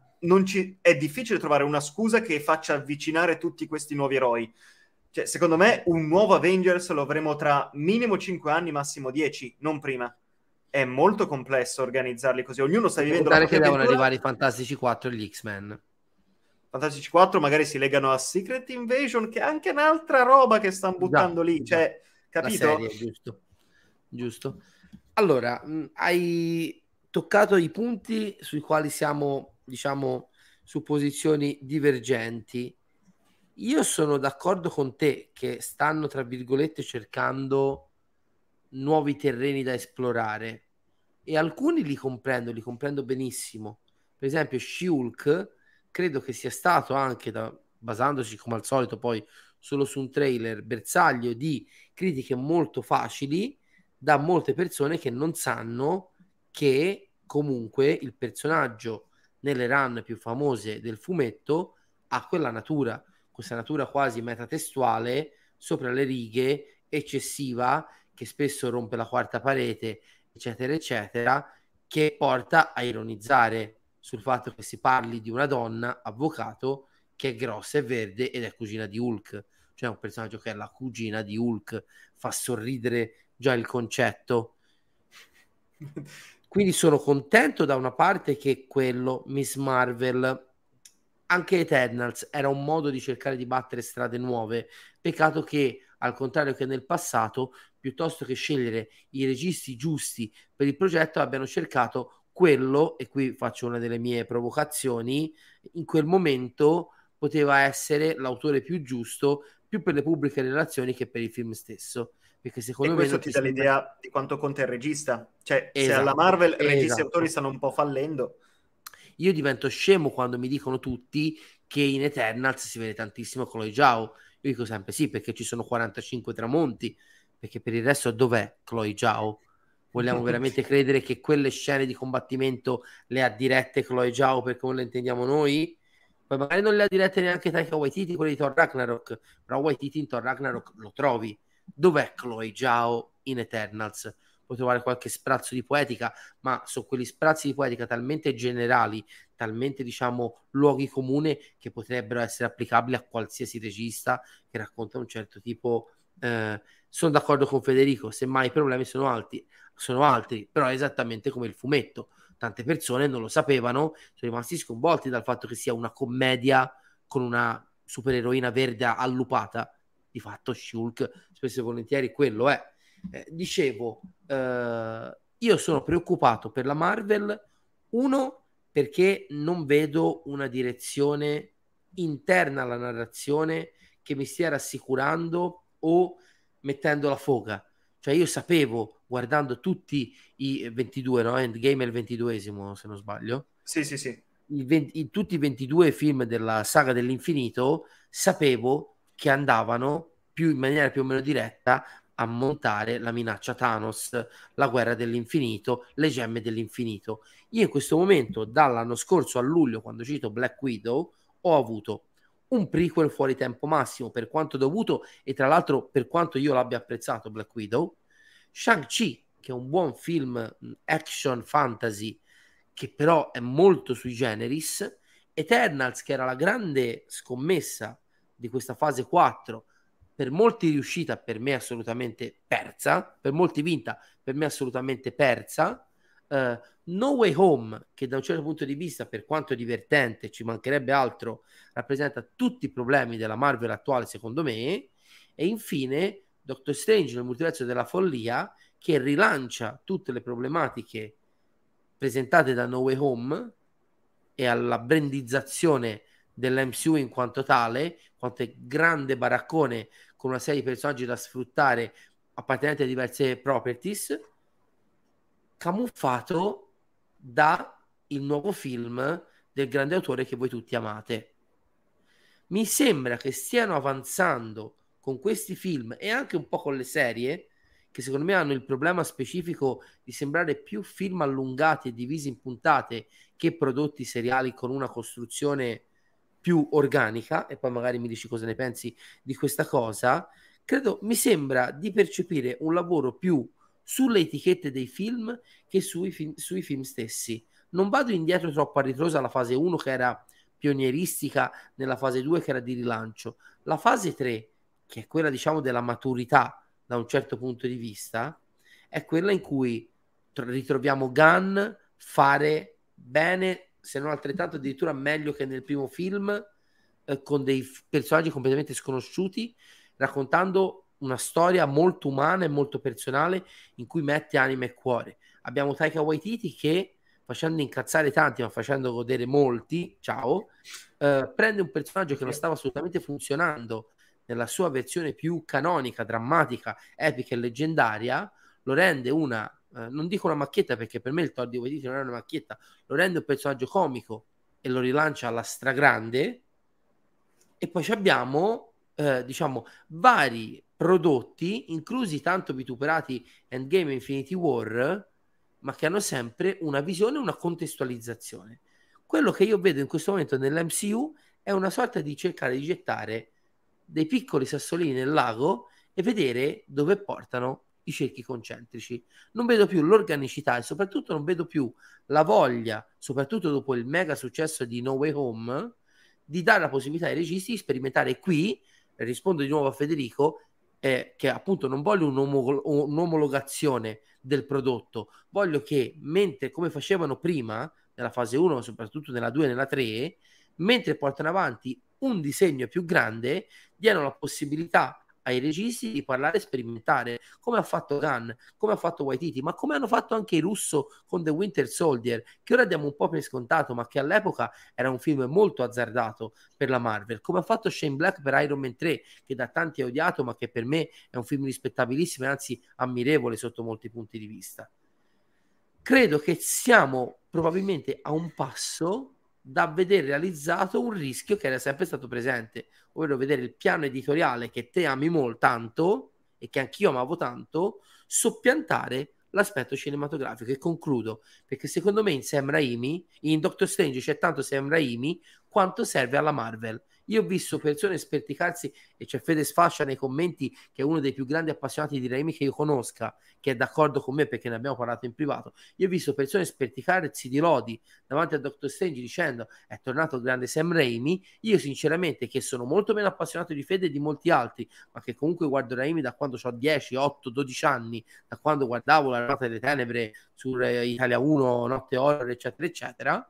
[SPEAKER 4] è difficile trovare una scusa che faccia avvicinare tutti questi nuovi eroi. Cioè, secondo me un nuovo Avengers lo avremo tra minimo 5 anni, massimo 10, non prima. È molto complesso organizzarli così. Ognuno sta vivendo la propria
[SPEAKER 3] avventura. Devono arrivare i Fantastici 4 e gli X-Men.
[SPEAKER 4] Fantastici 4 magari si legano a Secret Invasion, che è anche un'altra roba che stanno buttando lì. Cioè, capito?
[SPEAKER 3] La serie, giusto. Allora, hai toccato i punti sui quali siamo, diciamo, su posizioni divergenti. Io sono d'accordo con te che stanno, tra virgolette, cercando nuovi terreni da esplorare e alcuni li comprendo benissimo. Per esempio She-Hulk credo che sia stato anche, basandosi come al solito poi solo su un trailer, bersaglio di critiche molto facili da molte persone che non sanno che comunque il personaggio nelle run più famose del fumetto ha quella natura, questa natura quasi metatestuale, sopra le righe, eccessiva, che spesso rompe la quarta parete, eccetera, eccetera, che porta a ironizzare sul fatto che si parli di una donna, avvocato, che è grossa e verde ed è cugina di Hulk. Cioè un personaggio che è la cugina di Hulk, fa sorridere già il concetto. Quindi sono contento da una parte che quello, Miss Marvel, anche Eternals era un modo di cercare di battere strade nuove. Peccato che, al contrario che nel passato, piuttosto che scegliere i registi giusti per il progetto, abbiano cercato quello, e qui faccio una delle mie provocazioni, in quel momento poteva essere l'autore più giusto, più per le pubbliche relazioni che per il film stesso. Perché secondo me
[SPEAKER 4] questo ti dà l'idea di quanto conta il regista. Cioè, se alla Marvel registi e autori stanno un po' fallendo.
[SPEAKER 3] Io divento scemo quando mi dicono tutti che in Eternals si vede tantissimo Chloe Zhao. Io dico sempre sì, perché ci sono 45 tramonti, perché per il resto dov'è Chloe Zhao? Vogliamo veramente credere che quelle scene di combattimento le ha dirette Chloe Zhao per come le intendiamo noi? Poi magari non le ha dirette neanche Taika Waititi, quelli di Thor Ragnarok, però Waititi in Thor Ragnarok lo trovi. Dov'è Chloe Zhao in Eternals? Puoi trovare qualche sprazzo di poetica, ma sono quegli sprazzi di poetica talmente generali, talmente, diciamo, luoghi comuni che potrebbero essere applicabili a qualsiasi regista che racconta un certo tipo. Sono d'accordo con Federico, semmai i problemi sono altri, però è esattamente come il fumetto. Tante persone non lo sapevano, sono rimasti sconvolti dal fatto che sia una commedia con una supereroina verde allupata. Di fatto Shulk spesso e volentieri quello è. Dicevo, io sono preoccupato per la Marvel, uno, perché non vedo una direzione interna alla narrazione che mi stia rassicurando o mettendo la foga. Cioè io sapevo, guardando tutti i 22, no? Endgame è il 22esimo, se non sbaglio.
[SPEAKER 4] Sì, sì, sì.
[SPEAKER 3] Tutti i 22 film della saga dell'infinito, sapevo che andavano in maniera più o meno diretta a montare la minaccia Thanos, la guerra dell'infinito, le gemme dell'infinito. Io in questo momento, dall'anno scorso a luglio, quando cito Black Widow, ho avuto un prequel fuori tempo massimo, per quanto dovuto, e tra l'altro per quanto io l'abbia apprezzato Black Widow, Shang-Chi, che è un buon film action fantasy, che però è molto sui generis, Eternals, che era la grande scommessa di questa fase 4, per molti riuscita, per me assolutamente persa, per molti vinta, per me assolutamente persa. No Way Home, che da un certo punto di vista, per quanto divertente, ci mancherebbe altro, rappresenta tutti i problemi della Marvel attuale, secondo me. E infine Doctor Strange nel multiverso della follia, che rilancia tutte le problematiche presentate da No Way Home e alla brandizzazione dell'MCU in quanto tale, quanto è grande baraccone con una serie di personaggi da sfruttare appartenenti a diverse properties, camuffato da il nuovo film del grande autore che voi tutti amate. Mi sembra che stiano avanzando con questi film e anche un po' con le serie, che secondo me hanno il problema specifico di sembrare più film allungati e divisi in puntate che prodotti seriali con una costruzione più organica, e poi magari mi dici cosa ne pensi di questa cosa. Mi sembra di percepire un lavoro più sulle etichette dei film che sui film stessi. Non vado indietro troppo a ritroso alla fase 1 che era pionieristica, nella fase 2 che era di rilancio. La fase 3, che è quella diciamo della maturità da un certo punto di vista, è quella in cui ritroviamo Gunn fare bene, se non altrettanto addirittura meglio che nel primo film, con dei personaggi completamente sconosciuti, raccontando una storia molto umana e molto personale in cui mette anima e cuore. Abbiamo Taika Waititi che, facendo incazzare tanti ma facendo godere molti, prende un personaggio che non stava assolutamente funzionando nella sua versione più canonica, drammatica, epica e leggendaria, lo rende non dico una macchietta perché per me il Thor di Waititi non è una macchietta, lo rende un personaggio comico e lo rilancia alla stragrande. E poi abbiamo diciamo vari prodotti, inclusi tanto vituperati Endgame e Infinity War, ma che hanno sempre una visione e una contestualizzazione. Quello che io vedo in questo momento nell'MCU è una sorta di cercare di gettare dei piccoli sassolini nel lago e vedere dove portano i cerchi concentrici. Non vedo più l'organicità e soprattutto non vedo più la voglia, soprattutto dopo il mega successo di No Way Home, di dare la possibilità ai registi di sperimentare qui. Rispondo di nuovo a Federico, che appunto non voglio un'omologazione del prodotto, voglio che mentre come facevano prima nella fase 1, soprattutto nella 2 e nella 3, mentre portano avanti un disegno più grande, diano la possibilità ai registi di parlare e sperimentare, come ha fatto Gunn, come ha fatto Waititi, ma come hanno fatto anche i Russo con The Winter Soldier, che ora diamo un po' per scontato, ma che all'epoca era un film molto azzardato per la Marvel, come ha fatto Shane Black per Iron Man 3, che da tanti è odiato, ma che per me è un film rispettabilissimo e anzi ammirevole sotto molti punti di vista. Credo che siamo probabilmente a un passo da vedere realizzato un rischio che era sempre stato presente, ovvero vedere il piano editoriale che te ami molto tanto e che anch'io amavo tanto soppiantare l'aspetto cinematografico. E concludo, perché secondo me in Doctor Strange c'è tanto Sam Raimi quanto serve alla Marvel. Io ho visto persone sperticarsi, e c'è Fede Sfascia nei commenti che è uno dei più grandi appassionati di Raimi che io conosca, che è d'accordo con me perché ne abbiamo parlato in privato. Io ho visto persone sperticarsi di lodi davanti a Doctor Strange dicendo è tornato il grande Sam Raimi. Io sinceramente, che sono molto meno appassionato di Fede e di molti altri, ma che comunque guardo Raimi da quando ho 10, 8, 12 anni, da quando guardavo La Notte delle Tenebre su Italia 1, Notte Horror, eccetera eccetera,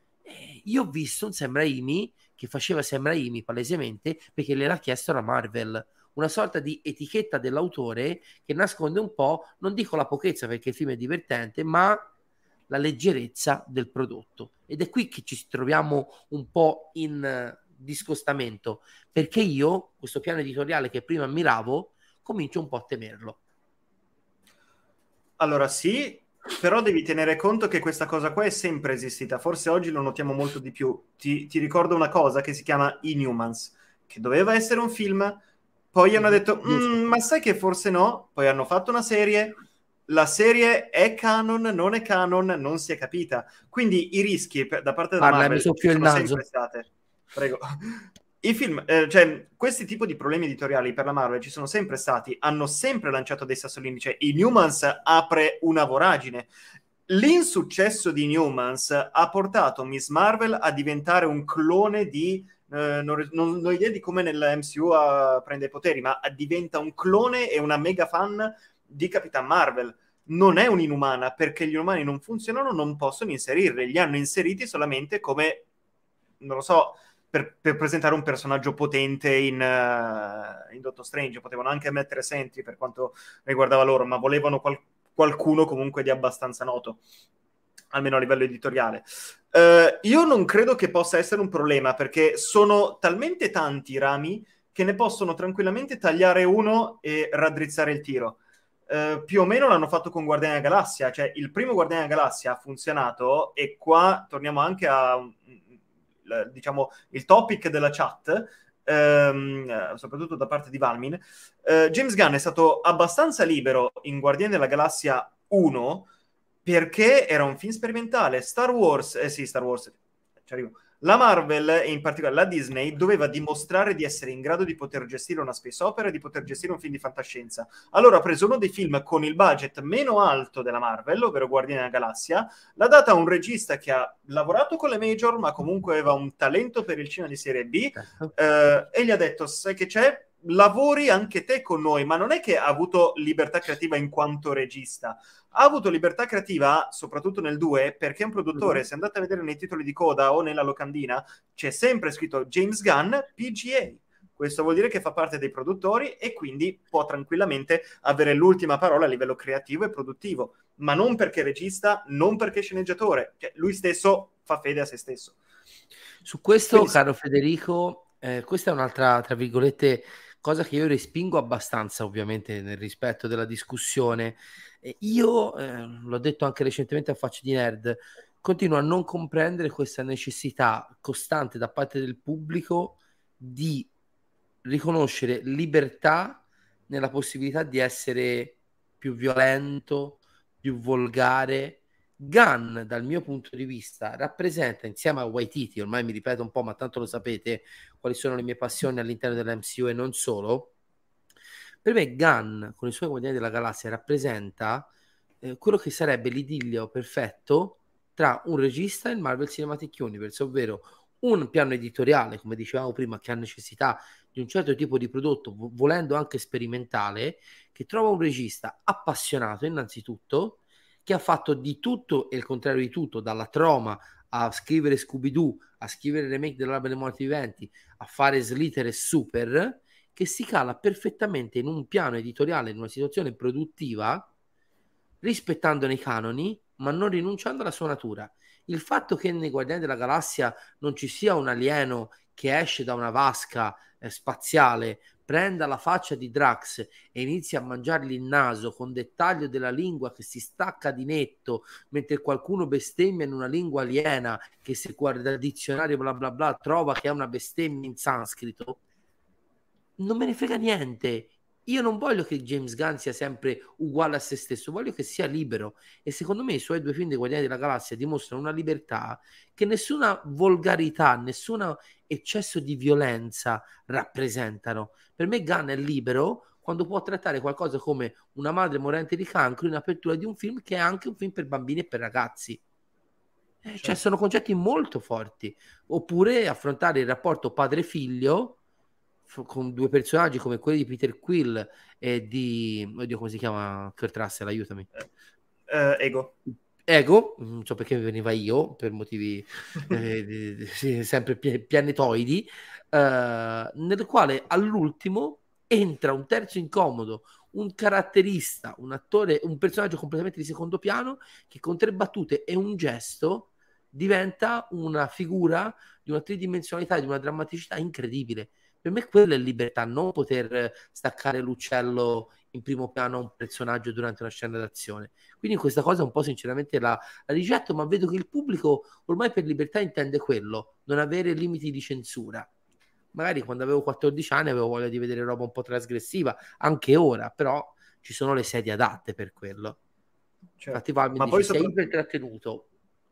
[SPEAKER 3] io ho visto un Sam Raimi che faceva Sam Raimi palesemente perché gliel'ha chiesto la Marvel, una sorta di etichetta dell'autore che nasconde un po', non dico la pochezza perché il film è divertente, ma la leggerezza del prodotto. Ed è qui che ci troviamo un po' in discostamento, perché io questo piano editoriale che prima ammiravo comincio un po' a temerlo.
[SPEAKER 4] Allora sì, però devi tenere conto che questa cosa qua è sempre esistita, forse oggi lo notiamo molto di più. Ti ricordo una cosa che si chiama Inhumans, che doveva essere un film, poi hanno detto ma sai che forse no, poi hanno fatto una serie, la serie è canon, non è canon, non si è capita. Quindi i rischi da parte della
[SPEAKER 3] Parla, mi
[SPEAKER 4] Marvel ci
[SPEAKER 3] soffio il
[SPEAKER 4] sono
[SPEAKER 3] naso.
[SPEAKER 4] sempre state. Prego. I film, cioè, questi tipi di problemi editoriali per la Marvel ci sono sempre stati, hanno sempre lanciato dei sassolini, cioè Inhumans apre una voragine. L'insuccesso di Inhumans ha portato Miss Marvel a diventare un clone di non ho idea di come nella MCU prende i poteri, ma diventa un clone e una mega fan di Capitan Marvel. Non è un'inumana, perché gli umani non funzionano, non possono inserirli. Li hanno inseriti solamente come, non lo so, per presentare un personaggio potente in Doctor Strange. Potevano anche mettere Sentry per quanto riguardava loro, ma volevano qualcuno comunque di abbastanza noto, almeno a livello editoriale. Io non credo che possa essere un problema, perché sono talmente tanti i rami che ne possono tranquillamente tagliare uno e raddrizzare il tiro. Più o meno l'hanno fatto con Guardiani della Galassia, cioè il primo Guardiani della Galassia ha funzionato, e qua torniamo anche a diciamo il topic della chat, soprattutto da parte di Valmin. James Gunn è stato abbastanza libero in Guardiani della Galassia 1 perché era un film sperimentale. Star Wars, ci arrivo. La Marvel, e in particolare la Disney, doveva dimostrare di essere in grado di poter gestire una space opera e di poter gestire un film di fantascienza. Allora ha preso uno dei film con il budget meno alto della Marvel, ovvero Guardiani della Galassia, l'ha data a un regista che ha lavorato con le major, ma comunque aveva un talento per il cinema di serie B, e gli ha detto, sai che c'è? Lavori anche te con noi, ma non è che ha avuto libertà creativa in quanto regista, ha avuto libertà creativa soprattutto nel 2 perché è un produttore. Se andate a vedere nei titoli di coda o nella locandina c'è sempre scritto James Gunn PGA. Questo vuol dire che fa parte dei produttori e quindi può tranquillamente avere l'ultima parola a livello creativo e produttivo, ma non perché regista, non perché sceneggiatore, cioè, lui stesso fa fede a se stesso.
[SPEAKER 3] Su questo,
[SPEAKER 4] quindi,
[SPEAKER 3] caro Federico, questa è un'altra, tra virgolette, cosa che io respingo abbastanza, ovviamente, nel rispetto della discussione. Io, l'ho detto anche recentemente a Facce di Nerd, continuo a non comprendere questa necessità costante da parte del pubblico di riconoscere libertà nella possibilità di essere più violento, più volgare. Gunn, dal mio punto di vista, rappresenta, insieme a Waititi, ormai mi ripeto un po', ma tanto lo sapete quali sono le mie passioni all'interno dell'MCU e non solo. Per me Gunn, con i suoi Guardiani della Galassia, rappresenta quello che sarebbe l'idillio perfetto tra un regista e il Marvel Cinematic Universe, ovvero un piano editoriale, come dicevamo prima, che ha necessità di un certo tipo di prodotto, volendo anche sperimentale, che trova un regista appassionato innanzitutto, che ha fatto di tutto e il contrario di tutto, dalla troma a scrivere Scooby-Doo, a scrivere il remake dell'Alba dei Morti Viventi, a fare Slither e Super, che si cala perfettamente in un piano editoriale, in una situazione produttiva, rispettandone i canoni, ma non rinunciando alla sua natura. Il fatto che nei Guardiani della Galassia non ci sia un alieno che esce da una vasca spaziale, prenda la faccia di Drax e inizia a mangiargli il naso con dettaglio della lingua che si stacca di netto, mentre qualcuno bestemmia in una lingua aliena che, se guarda il dizionario bla bla bla trova che è una bestemmia in sanscrito, non me ne frega niente. Io non voglio che James Gunn sia sempre uguale a se stesso, voglio che sia libero, e secondo me i suoi due film dei Guardiani della Galassia dimostrano una libertà che nessuna volgarità, nessun eccesso di violenza rappresentano. Per me Gunn è libero quando può trattare qualcosa come una madre morente di cancro in apertura di un film che è anche un film per bambini e per ragazzi. Cioè sono concetti molto forti. Oppure affrontare il rapporto padre-figlio con due personaggi come quelli di Peter Quill e di, oddio, come si chiama Kurt Russell, aiutami. Ego, non so perché mi veniva io per motivi sempre pianetoidi, nel quale all'ultimo entra un terzo incomodo, un caratterista, un attore, un personaggio completamente di secondo piano che con 3 battute e un gesto diventa una figura di una tridimensionalità, di una drammaticità incredibile. Per me quella è libertà, non poter staccare l'uccello in primo piano a un personaggio durante una scena d'azione. Quindi questa cosa un po' sinceramente la rigetto, ma vedo che il pubblico ormai per libertà intende quello, non avere limiti di censura. Magari quando avevo 14 anni avevo voglia di vedere roba un po' trasgressiva, anche ora, però ci sono le sedie adatte per quello.
[SPEAKER 4] Certo.
[SPEAKER 3] Infatti Val mi
[SPEAKER 4] Ma
[SPEAKER 3] dice,
[SPEAKER 4] poi
[SPEAKER 3] sei iper trattenuto.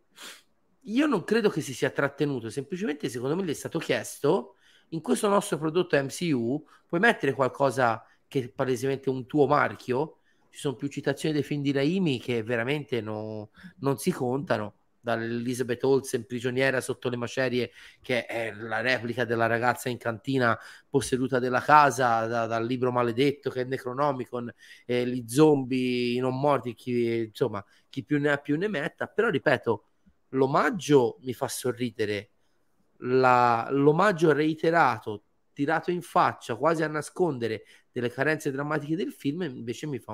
[SPEAKER 3] Io non credo che si sia trattenuto, semplicemente secondo me gli è stato chiesto, in questo nostro prodotto MCU puoi mettere qualcosa che è palesemente un tuo marchio? Ci sono più citazioni dei film di Raimi che veramente non si contano, dall'Elizabeth Olsen prigioniera sotto le macerie, che è la replica della ragazza in cantina posseduta della casa, dal libro maledetto che è Necronomicon, gli zombie non morti, insomma, chi più ne ha più ne metta. Però ripeto, l'omaggio mi fa sorridere, l'omaggio reiterato, tirato in faccia, quasi a nascondere delle carenze drammatiche del film, invece mi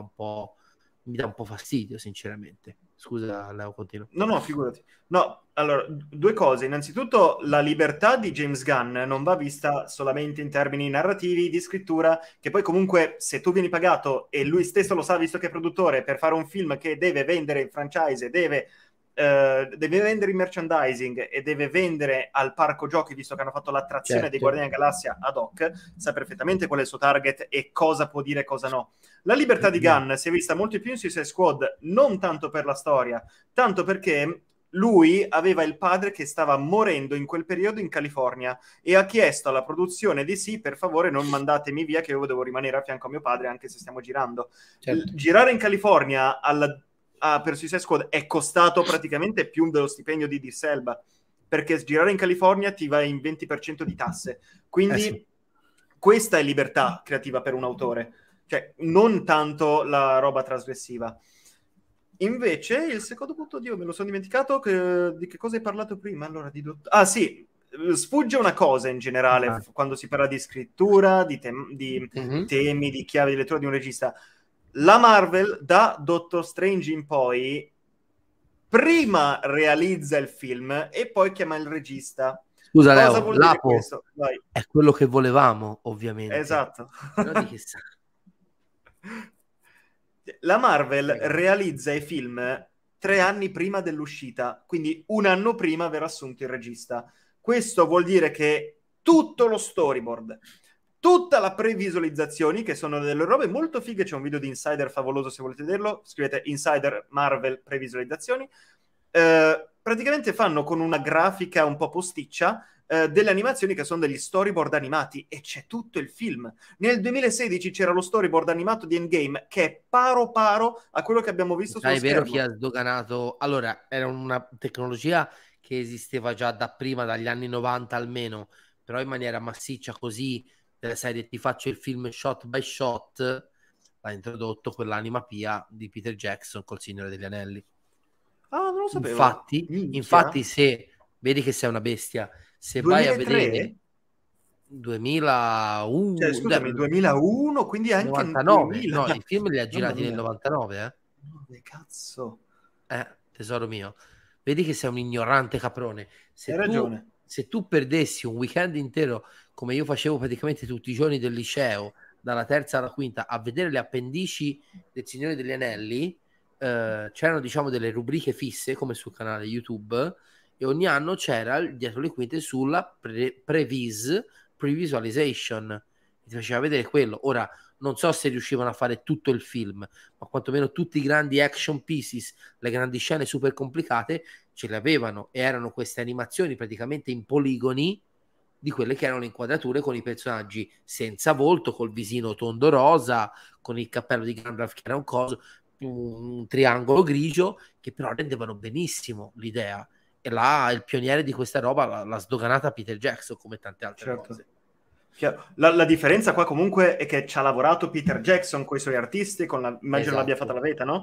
[SPEAKER 3] dà un po' fastidio, sinceramente. Scusa, Leo, continua.
[SPEAKER 4] No, figurati. No, allora, 2 cose. Innanzitutto, la libertà di James Gunn non va vista solamente in termini narrativi, di scrittura, che poi comunque se tu vieni pagato, e lui stesso lo sa, visto che è produttore, per fare un film che deve vendere il franchise, deve vendere il merchandising e deve vendere al parco giochi, visto che hanno fatto l'attrazione dei Guardiani della Galassia ad hoc, sa perfettamente qual è il suo target e cosa può dire e cosa no. La libertà di Gunn si è vista molto più in Suicide Squad, non tanto per la storia, tanto perché lui aveva il padre che stava morendo in quel periodo in California e ha chiesto alla produzione di sì, per favore non mandatemi via, che io devo rimanere a fianco a mio padre anche se stiamo girando. Certo. Girare in California per Suicide Squad è costato praticamente più dello stipendio di Idris Elba, perché girare in California ti va in 20% di tasse, quindi sì. Questa è libertà creativa per un autore, cioè non tanto la roba trasgressiva. Invece il secondo punto, Dio, me lo sono dimenticato, di che cosa hai parlato prima? Allora, sì, sfugge una cosa in generale quando si parla di scrittura, di temi, di chiave di lettura di un regista. La Marvel, da Doctor Strange in poi, prima realizza il film e poi chiama il regista.
[SPEAKER 3] Scusa, Leo, l'Apo è quello che volevamo, ovviamente.
[SPEAKER 4] Esatto.
[SPEAKER 3] Però di che sa?
[SPEAKER 4] La Marvel realizza i film 3 anni prima dell'uscita, quindi 1 anno prima aver assunto il regista. Questo vuol dire che tutto lo storyboard, tutta la previsualizzazione, che sono delle robe molto fighe, c'è un video di Insider favoloso se volete vederlo, scrivete Insider Marvel previsualizzazioni, praticamente fanno con una grafica un po' posticcia delle animazioni che sono degli storyboard animati, e c'è tutto il film. Nel 2016 c'era lo storyboard animato di Endgame che è paro a quello che abbiamo visto sullo schermo.
[SPEAKER 3] È vero chi ha sdoganato, allora era una tecnologia che esisteva già da prima, dagli anni 90 almeno, però in maniera massiccia così, della serie ti faccio il film shot by shot, l'ha introdotto quell'anima pia di Peter Jackson col Signore degli Anelli.
[SPEAKER 4] Ah, non lo sapevo.
[SPEAKER 3] Infatti se vedi che sei una bestia, se 2003? Vai a vedere 2001,
[SPEAKER 4] cioè, scusami, 2001, quindi anche
[SPEAKER 3] 99. 2000. No, i film li ha girati nel 99,
[SPEAKER 4] Che cazzo?
[SPEAKER 3] Tesoro mio, vedi che sei un ignorante caprone.
[SPEAKER 4] Hai ragione.
[SPEAKER 3] Se tu perdessi un weekend intero, come io facevo praticamente tutti i giorni del liceo, dalla terza alla quinta, a vedere le appendici del Signore degli Anelli, c'erano diciamo delle rubriche fisse come sul canale YouTube, e ogni anno c'era dietro le quinte sulla previsualization, ti faceva vedere quello. Ora non so se riuscivano a fare tutto il film, ma quantomeno tutti i grandi action pieces, le grandi scene super complicate ce le avevano, e erano queste animazioni praticamente in poligoni di quelle che erano le inquadrature con i personaggi senza volto, col visino tondo rosa, con il cappello di Gandalf che era un triangolo grigio, che però rendevano benissimo l'idea. E là il pioniere di questa roba l'ha sdoganata Peter Jackson, come tante altre cose.
[SPEAKER 4] La differenza qua comunque è che ci ha lavorato Peter Jackson con i suoi artisti, immagino l'abbia fatta la Veta, no?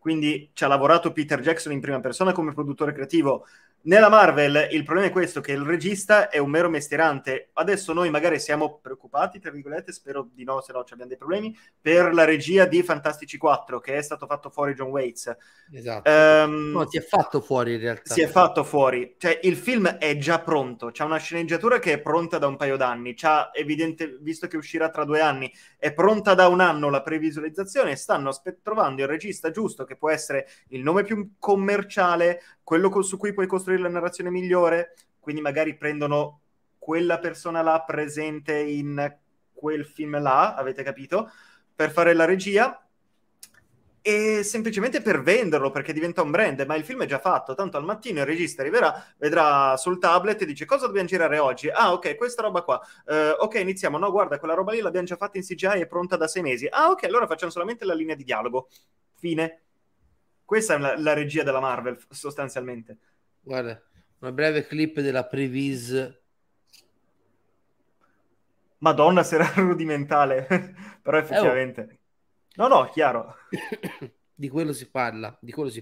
[SPEAKER 4] quindi ci ha lavorato Peter Jackson in prima persona come produttore creativo. Nella Marvel il problema è questo, che il regista è un mero mestierante. Adesso noi magari siamo preoccupati, tra virgolette, spero di no, se no abbiamo dei problemi, per la regia di Fantastici 4, che è stato fatto fuori John Waits.
[SPEAKER 3] Esatto. No, si è fatto fuori in realtà.
[SPEAKER 4] Si è fatto fuori. Cioè, il film è già pronto, c'è una sceneggiatura che è pronta da un paio d'anni, c'ha evidente, visto che uscirà tra 2 anni, è pronta da un anno la previsualizzazione, stanno trovando il regista giusto, che può essere il nome più commerciale, quello su cui puoi costruire la narrazione migliore, quindi magari prendono quella persona là presente in quel film là, avete capito, per fare la regia, e semplicemente per venderlo, perché diventa un brand, ma il film è già fatto, tanto al mattino il regista arriverà, vedrà sul tablet e dice cosa dobbiamo girare oggi? Ah, ok, questa roba qua. Ok, iniziamo. No, guarda, quella roba lì l'abbiamo già fatta in CGI, è pronta da 6 mesi. Ah, ok, allora facciamo solamente la linea di dialogo. Fine. Questa è la regia della Marvel, sostanzialmente.
[SPEAKER 3] Guarda, una breve clip della Previs.
[SPEAKER 4] Madonna, se era rudimentale. Però effettivamente... No, chiaro.
[SPEAKER 3] Di quello si parla.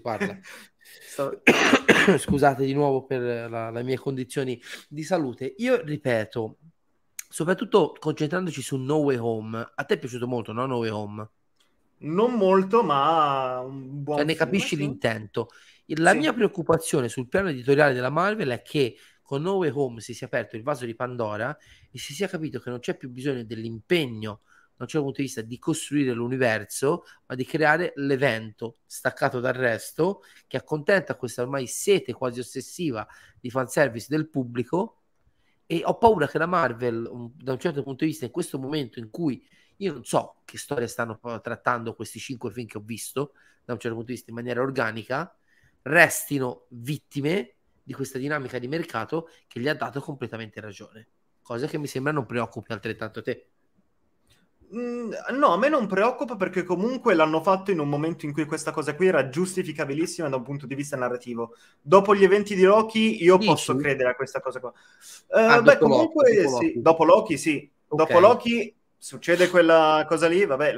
[SPEAKER 3] Scusate di nuovo per le mie condizioni di salute. Io ripeto, soprattutto concentrandoci su No Way Home. A te è piaciuto molto, no? No Way Home?
[SPEAKER 4] Non molto, ma un buon
[SPEAKER 3] Cioè, ne
[SPEAKER 4] film,
[SPEAKER 3] capisci
[SPEAKER 4] sì.
[SPEAKER 3] l'intento. La
[SPEAKER 4] Sì.
[SPEAKER 3] mia preoccupazione sul piano editoriale della Marvel è che con No Way Home si sia aperto il vaso di Pandora e si sia capito che non c'è più bisogno dell'impegno da un certo punto di vista di costruire l'universo, ma di creare l'evento staccato dal resto, che accontenta questa ormai sete quasi ossessiva di fanservice del pubblico. E ho paura che la Marvel, da un certo punto di vista, in questo momento in cui io non so che storia stanno trattando questi 5 film che ho visto, da un certo punto di vista in maniera organica, restino vittime di questa dinamica di mercato che gli ha dato completamente ragione, cosa che mi sembra non preoccupi altrettanto te.
[SPEAKER 4] No, a me non preoccupa, perché comunque l'hanno fatto in un momento in cui questa cosa qui era giustificabilissima da un punto di vista narrativo. Dopo gli eventi di Loki io posso credere a questa cosa qua. Beh, comunque
[SPEAKER 3] dopo
[SPEAKER 4] sì,
[SPEAKER 3] Loki.
[SPEAKER 4] dopo Loki sì.
[SPEAKER 3] Okay.
[SPEAKER 4] Dopo Loki succede quella cosa lì, vabbè,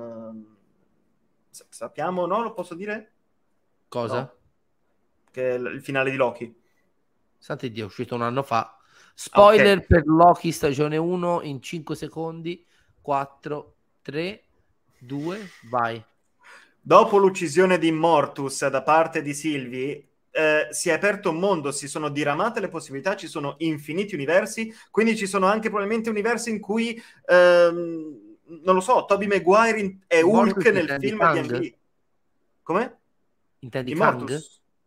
[SPEAKER 4] sappiamo, no? Lo posso dire?
[SPEAKER 3] Cosa?
[SPEAKER 4] No. Che è il finale di Loki.
[SPEAKER 3] Sant'Iddio, è uscito un anno fa. Spoiler
[SPEAKER 4] Okay.
[SPEAKER 3] per Loki stagione 1 in 5 secondi. 4, 3, 2, vai.
[SPEAKER 4] Dopo l'uccisione di Immortus da parte di Sylvie, si è aperto un mondo, si sono diramate le possibilità, ci sono infiniti universi, quindi ci sono anche probabilmente universi in cui, non lo so, Tobey Maguire è Hulk nel film di Ang Lee. Come?
[SPEAKER 3] Intendi
[SPEAKER 4] Immortus?
[SPEAKER 3] Kang?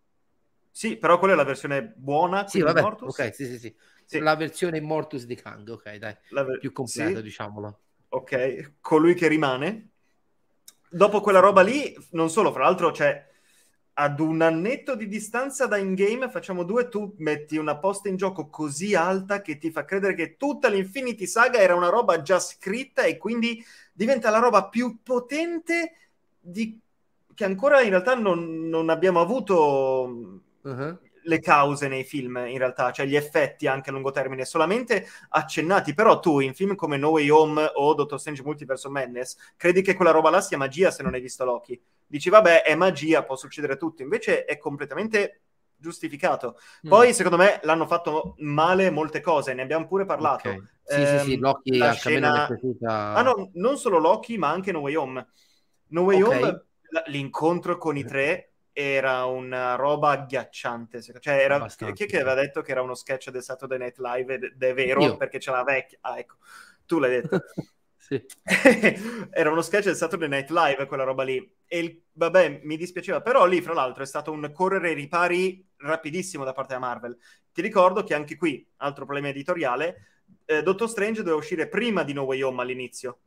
[SPEAKER 4] Sì, però quella è la versione buona,
[SPEAKER 3] sì,
[SPEAKER 4] quindi
[SPEAKER 3] vabbè,
[SPEAKER 4] Immortus.
[SPEAKER 3] ok, sì.
[SPEAKER 4] Sì.
[SPEAKER 3] La versione Immortus di Kang, ok, dai, più completa,
[SPEAKER 4] sì.
[SPEAKER 3] diciamolo.
[SPEAKER 4] Ok, colui che rimane. Dopo quella roba lì, non solo, fra l'altro, cioè, ad un annetto di distanza da in-game facciamo 2, tu metti una posta in gioco così alta che ti fa credere che tutta l'Infinity Saga era una roba già scritta e quindi diventa la roba più potente che ancora in realtà non abbiamo avuto le cause nei film, in realtà, cioè gli effetti anche a lungo termine, solamente accennati. Però tu in film come No Way Home o Doctor Strange Multiverse of Madness credi che quella roba là sia magia se non hai visto Loki. Dici vabbè, è magia, può succedere tutto, invece è completamente giustificato. Poi secondo me l'hanno fatto male molte cose, ne abbiamo pure parlato.
[SPEAKER 3] Okay. Sì, Loki
[SPEAKER 4] la
[SPEAKER 3] anche
[SPEAKER 4] scena...
[SPEAKER 3] a me non è piaciuta.
[SPEAKER 4] Ah no, non solo Loki, ma anche No Way Home. No Way Home, l'incontro con i tre era una roba agghiacciante. Cioè, era... Chi è che aveva detto che era uno sketch del Saturday Night Live ed è vero?
[SPEAKER 3] Io.
[SPEAKER 4] Perché c'è la vecchia. Ah, ecco, tu l'hai detto.
[SPEAKER 3] Sì.
[SPEAKER 4] Era uno sketch del Saturday Night Live quella roba lì. E vabbè, mi dispiaceva, però lì fra l'altro è stato un correre ai ripari rapidissimo da parte della Marvel. Ti ricordo che anche qui, altro problema editoriale, Doctor Strange doveva uscire prima di No Way Home all'inizio.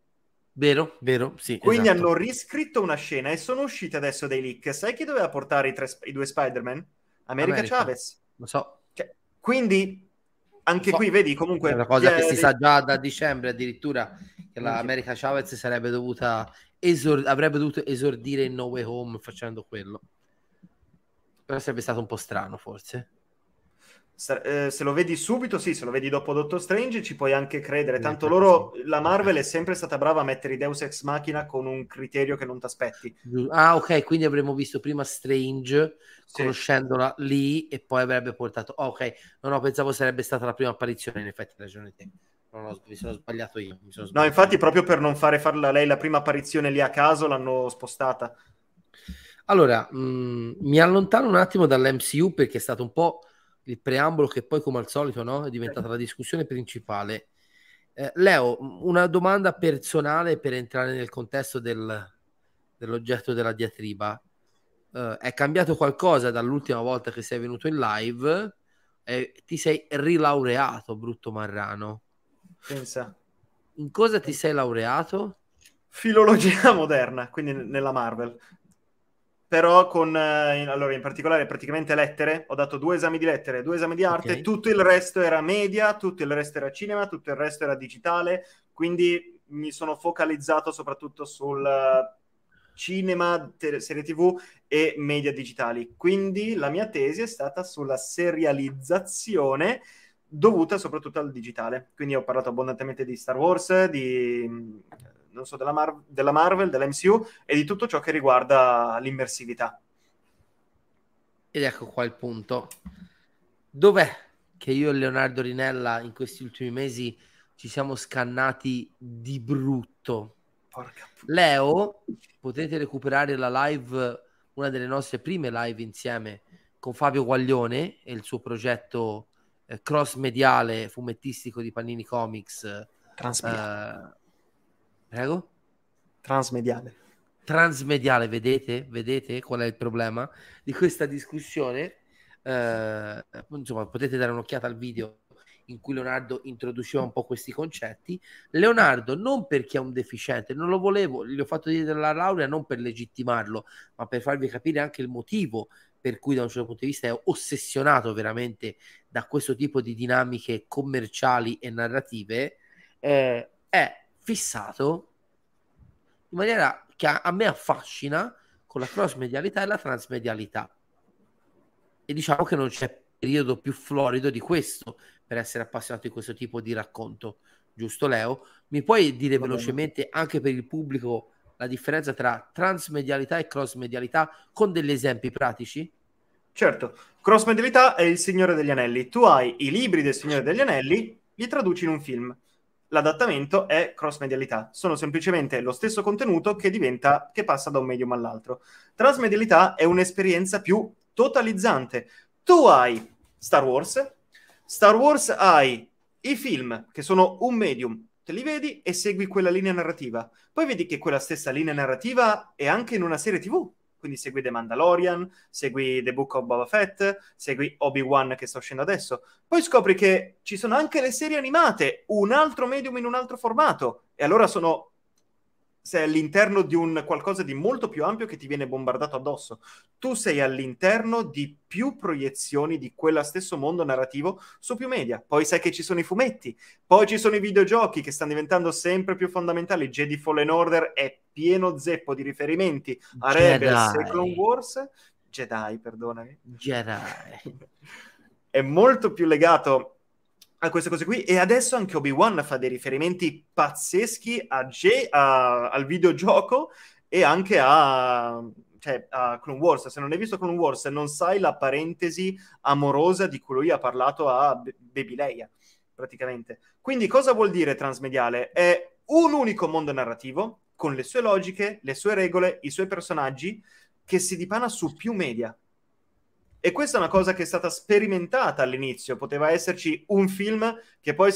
[SPEAKER 3] Vero, sì.
[SPEAKER 4] Quindi
[SPEAKER 3] esatto.
[SPEAKER 4] hanno riscritto una scena e sono uscite adesso dei leak. Sai chi doveva portare i 2 Spider-Man? America Chavez.
[SPEAKER 3] Lo so.
[SPEAKER 4] Cioè, quindi anche qui vedi comunque
[SPEAKER 3] è una cosa che si sa già da dicembre addirittura, che la America Chavez sarebbe dovuta avrebbe dovuto esordire in No Way Home facendo quello. Però sarebbe stato un po' strano forse.
[SPEAKER 4] Se lo vedi subito, sì, se lo vedi dopo Doctor Strange ci puoi anche credere, tanto
[SPEAKER 3] Infatti
[SPEAKER 4] loro,
[SPEAKER 3] sì.
[SPEAKER 4] la Marvel è sempre stata brava a mettere i Deus Ex Machina con un criterio che non ti aspetti.
[SPEAKER 3] Ah, ok, quindi avremmo visto prima Strange,
[SPEAKER 4] Sì.
[SPEAKER 3] conoscendola lì, e poi avrebbe portato... Oh, ok, no, pensavo sarebbe stata la prima apparizione, in effetti hai ragione te. Mi sono sbagliato io.
[SPEAKER 4] No, infatti proprio per non farla lei la prima apparizione lì a caso l'hanno spostata.
[SPEAKER 3] Allora, mi allontano un attimo dall'MCU perché è stato un po' il preambolo che poi, come al solito, no, è diventata la discussione principale. Leo, una domanda personale per entrare nel contesto dell'oggetto della diatriba. È cambiato qualcosa dall'ultima volta che sei venuto in live? Ti sei rilaureato, brutto marrano.
[SPEAKER 4] Pensa.
[SPEAKER 3] In cosa ti sei laureato?
[SPEAKER 4] Filologia moderna, quindi nella Marvel. Però allora, in particolare praticamente lettere, ho dato 2 esami di lettere, 2 esami di arte,
[SPEAKER 3] Ok.
[SPEAKER 4] tutto il resto era media, tutto il resto era cinema, tutto il resto era digitale, quindi mi sono focalizzato soprattutto sul cinema, serie TV e media digitali. Quindi la mia tesi è stata sulla serializzazione dovuta soprattutto al digitale. Quindi ho parlato abbondantemente di Star Wars, non so, della Marvel, dell'MCU e di tutto ciò che riguarda l'immersività.
[SPEAKER 3] Ed ecco qua il punto. Dov'è che io e Leonardo Rinella in questi ultimi mesi ci siamo scannati di brutto?
[SPEAKER 4] Porca
[SPEAKER 3] Leo, potete recuperare la live, una delle nostre prime live insieme con Fabio Guaglione e il suo progetto cross mediale fumettistico di Panini Comics.
[SPEAKER 4] Transmediale.
[SPEAKER 3] Prego?
[SPEAKER 4] Transmediale.
[SPEAKER 3] Transmediale, vedete qual è il problema di questa discussione? Insomma, potete dare un'occhiata al video in cui Leonardo introduceva un po' questi concetti. Leonardo, non perché è un deficiente, non lo volevo, gli ho fatto dire della laurea non per legittimarlo, ma per farvi capire anche il motivo per cui da un certo punto di vista è ossessionato veramente da questo tipo di dinamiche commerciali e narrative. È fissato in maniera che a me affascina con la cross medialità e la transmedialità. E diciamo che non c'è periodo più florido di questo per essere appassionato di questo tipo di racconto. Giusto, Leo? Mi puoi dire velocemente, anche per il pubblico, la differenza tra transmedialità e cross medialità con degli esempi pratici?
[SPEAKER 4] Certo, cross medialità è il Signore degli Anelli. Tu hai i libri del Signore degli Anelli, li traduci in un film. L'adattamento è cross medialità. Sono semplicemente lo stesso contenuto che passa da un medium all'altro. Transmedialità è un'esperienza più totalizzante. Tu hai Star Wars hai i film che sono un medium, te li vedi e segui quella linea narrativa. Poi vedi che quella stessa linea narrativa è anche in una serie TV. Quindi segui The Mandalorian, segui The Book of Boba Fett, segui Obi-Wan che sta uscendo adesso. Poi scopri che ci sono anche le serie animate, un altro medium in un altro formato. E allora sei all'interno di un qualcosa di molto più ampio che ti viene bombardato addosso. Tu sei all'interno di più proiezioni di quello stesso mondo narrativo su più media. Poi sai che ci sono i fumetti, poi ci sono i videogiochi che stanno diventando sempre più fondamentali. Jedi Fallen Order è pieno zeppo di riferimenti a Rebels e Clone Wars. Jedi, perdonami.
[SPEAKER 3] Jedi.
[SPEAKER 4] È molto più legato a queste cose qui, e adesso anche Obi-Wan fa dei riferimenti pazzeschi al videogioco e anche a Clone Wars. Se non hai visto Clone Wars non sai la parentesi amorosa di cui lui ha parlato a Baby Leia, praticamente. Quindi cosa vuol dire transmediale? È un unico mondo narrativo con le sue logiche, le sue regole, i suoi personaggi, che si dipana su più media. E questa è una cosa che è stata sperimentata all'inizio. Poteva esserci un film che poi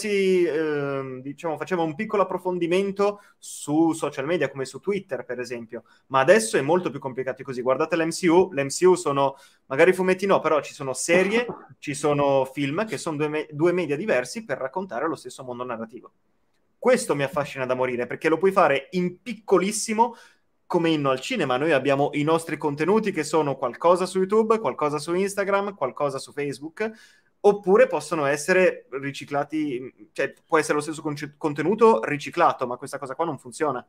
[SPEAKER 4] faceva un piccolo approfondimento su social media, come su Twitter, per esempio. Ma adesso è molto più complicato di così. Guardate l'MCU. L'MCU sono, magari fumetti no, però ci sono serie, ci sono film, che sono due media diversi per raccontare lo stesso mondo narrativo. Questo mi affascina da morire, perché lo puoi fare in piccolissimo, come inno al cinema. Noi abbiamo i nostri contenuti che sono qualcosa su YouTube, qualcosa su Instagram, qualcosa su Facebook, oppure possono essere riciclati, cioè può essere lo stesso contenuto riciclato, ma questa cosa qua non funziona.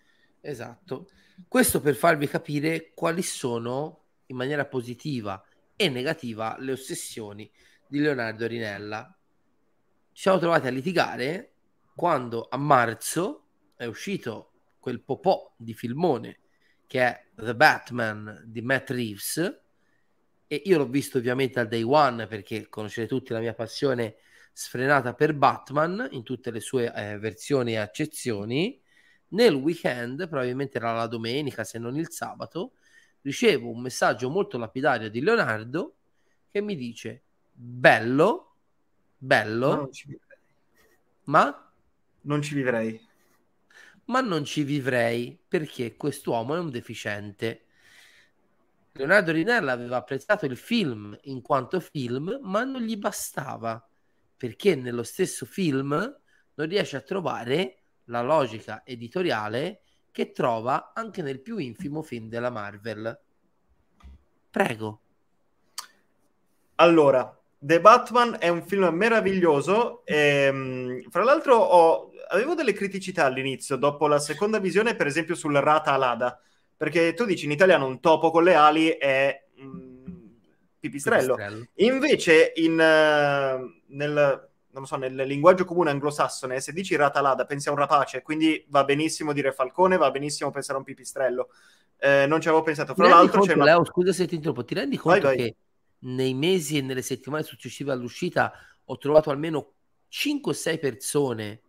[SPEAKER 3] Esatto. Questo per farvi capire quali sono, in maniera positiva e negativa le ossessioni di Leonardo Rinella. Ci siamo trovati a litigare quando a marzo è uscito quel popò di filmone che è The Batman di Matt Reeves, e io l'ho visto ovviamente al day one perché conoscete tutti la mia passione sfrenata per Batman in tutte le sue versioni e accezioni. Nel weekend, probabilmente era la domenica se non il sabato, ricevo un messaggio molto lapidario di Leonardo che mi dice: bello, bello,
[SPEAKER 4] ma non ci vivrei.
[SPEAKER 3] Ma non ci vivrei perché quest'uomo è un deficiente. Leonardo Rinella aveva apprezzato il film in quanto film, ma non gli bastava, perché nello stesso film non riesce a trovare la logica editoriale che trova anche nel più infimo film della Marvel. Prego.
[SPEAKER 4] Allora, The Batman è un film meraviglioso. Fra l'altro avevo delle criticità all'inizio, dopo la seconda visione, per esempio sul Rata Alada, perché tu dici in italiano un topo con le ali è pipistrello. Invece non so, nel linguaggio comune anglosassone, se dici Rata Alada pensi a un rapace, quindi va benissimo dire falcone, va benissimo pensare a un pipistrello. Non ci avevo pensato. Fra l'altro c'è
[SPEAKER 3] Leo, scusa se ti interrompo, ti rendi conto
[SPEAKER 4] vai.
[SPEAKER 3] che nei mesi e nelle settimane successive all'uscita ho trovato almeno 5 o 6 persone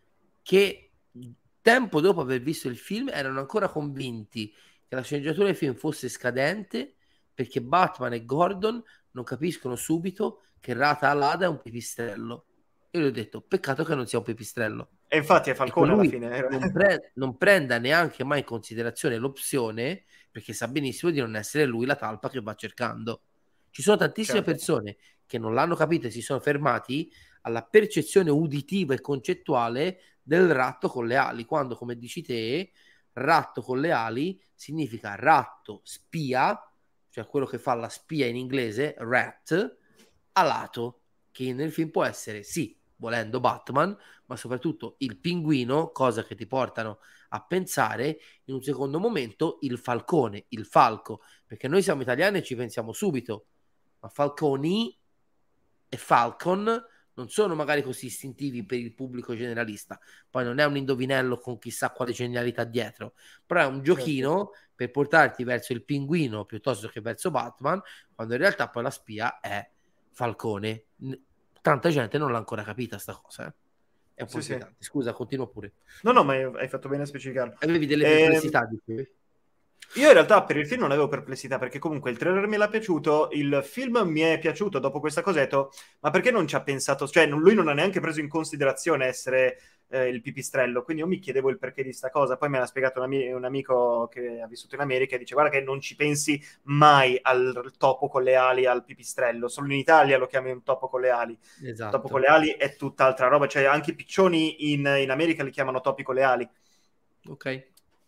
[SPEAKER 3] che tempo dopo aver visto il film erano ancora convinti che la sceneggiatura del film fosse scadente perché Batman e Gordon non capiscono subito che Rata Alada è un pipistrello. Io gli ho detto, peccato che non sia un pipistrello.
[SPEAKER 4] E infatti è falcone alla fine.
[SPEAKER 3] Non prenda neanche mai in considerazione l'opzione, perché sa benissimo di non essere lui la talpa che va cercando. Ci sono tantissime persone che non l'hanno capito e si sono fermati alla percezione uditiva e concettuale del ratto con le ali, quando, come dici te, ratto con le ali significa ratto spia, cioè quello che fa la spia in inglese, rat, alato, che nel film può essere, sì, volendo Batman, ma soprattutto il pinguino, cosa che ti portano a pensare in un secondo momento il falcone, il falco, perché noi siamo italiani e ci pensiamo subito, ma falconi e falcon non sono magari così istintivi per il pubblico generalista. Poi non è un indovinello con chissà quale genialità dietro, però è un giochino per portarti verso il pinguino piuttosto che verso Batman, quando in realtà poi la spia è Falcone. Tanta gente non l'ha ancora capita sta cosa, È un po' inquietante. Scusa, continua pure.
[SPEAKER 4] No, ma hai fatto bene a specificarlo.
[SPEAKER 3] Avevi delle perplessità di più?
[SPEAKER 4] Io in realtà per il film non avevo perplessità, perché comunque il trailer mi l'ha piaciuto, il film mi è piaciuto dopo questa cosetto, ma perché non ci ha pensato, cioè lui non ha neanche preso in considerazione essere il pipistrello, quindi io mi chiedevo il perché di sta cosa, poi me l'ha spiegato un amico che ha vissuto in America e dice guarda che non ci pensi mai al topo con le ali, al pipistrello, solo in Italia lo chiami un topo con le ali.
[SPEAKER 3] Esatto.
[SPEAKER 4] Il topo con le ali è tutt'altra roba, cioè anche i piccioni in America li chiamano topi con le ali.
[SPEAKER 3] Ok.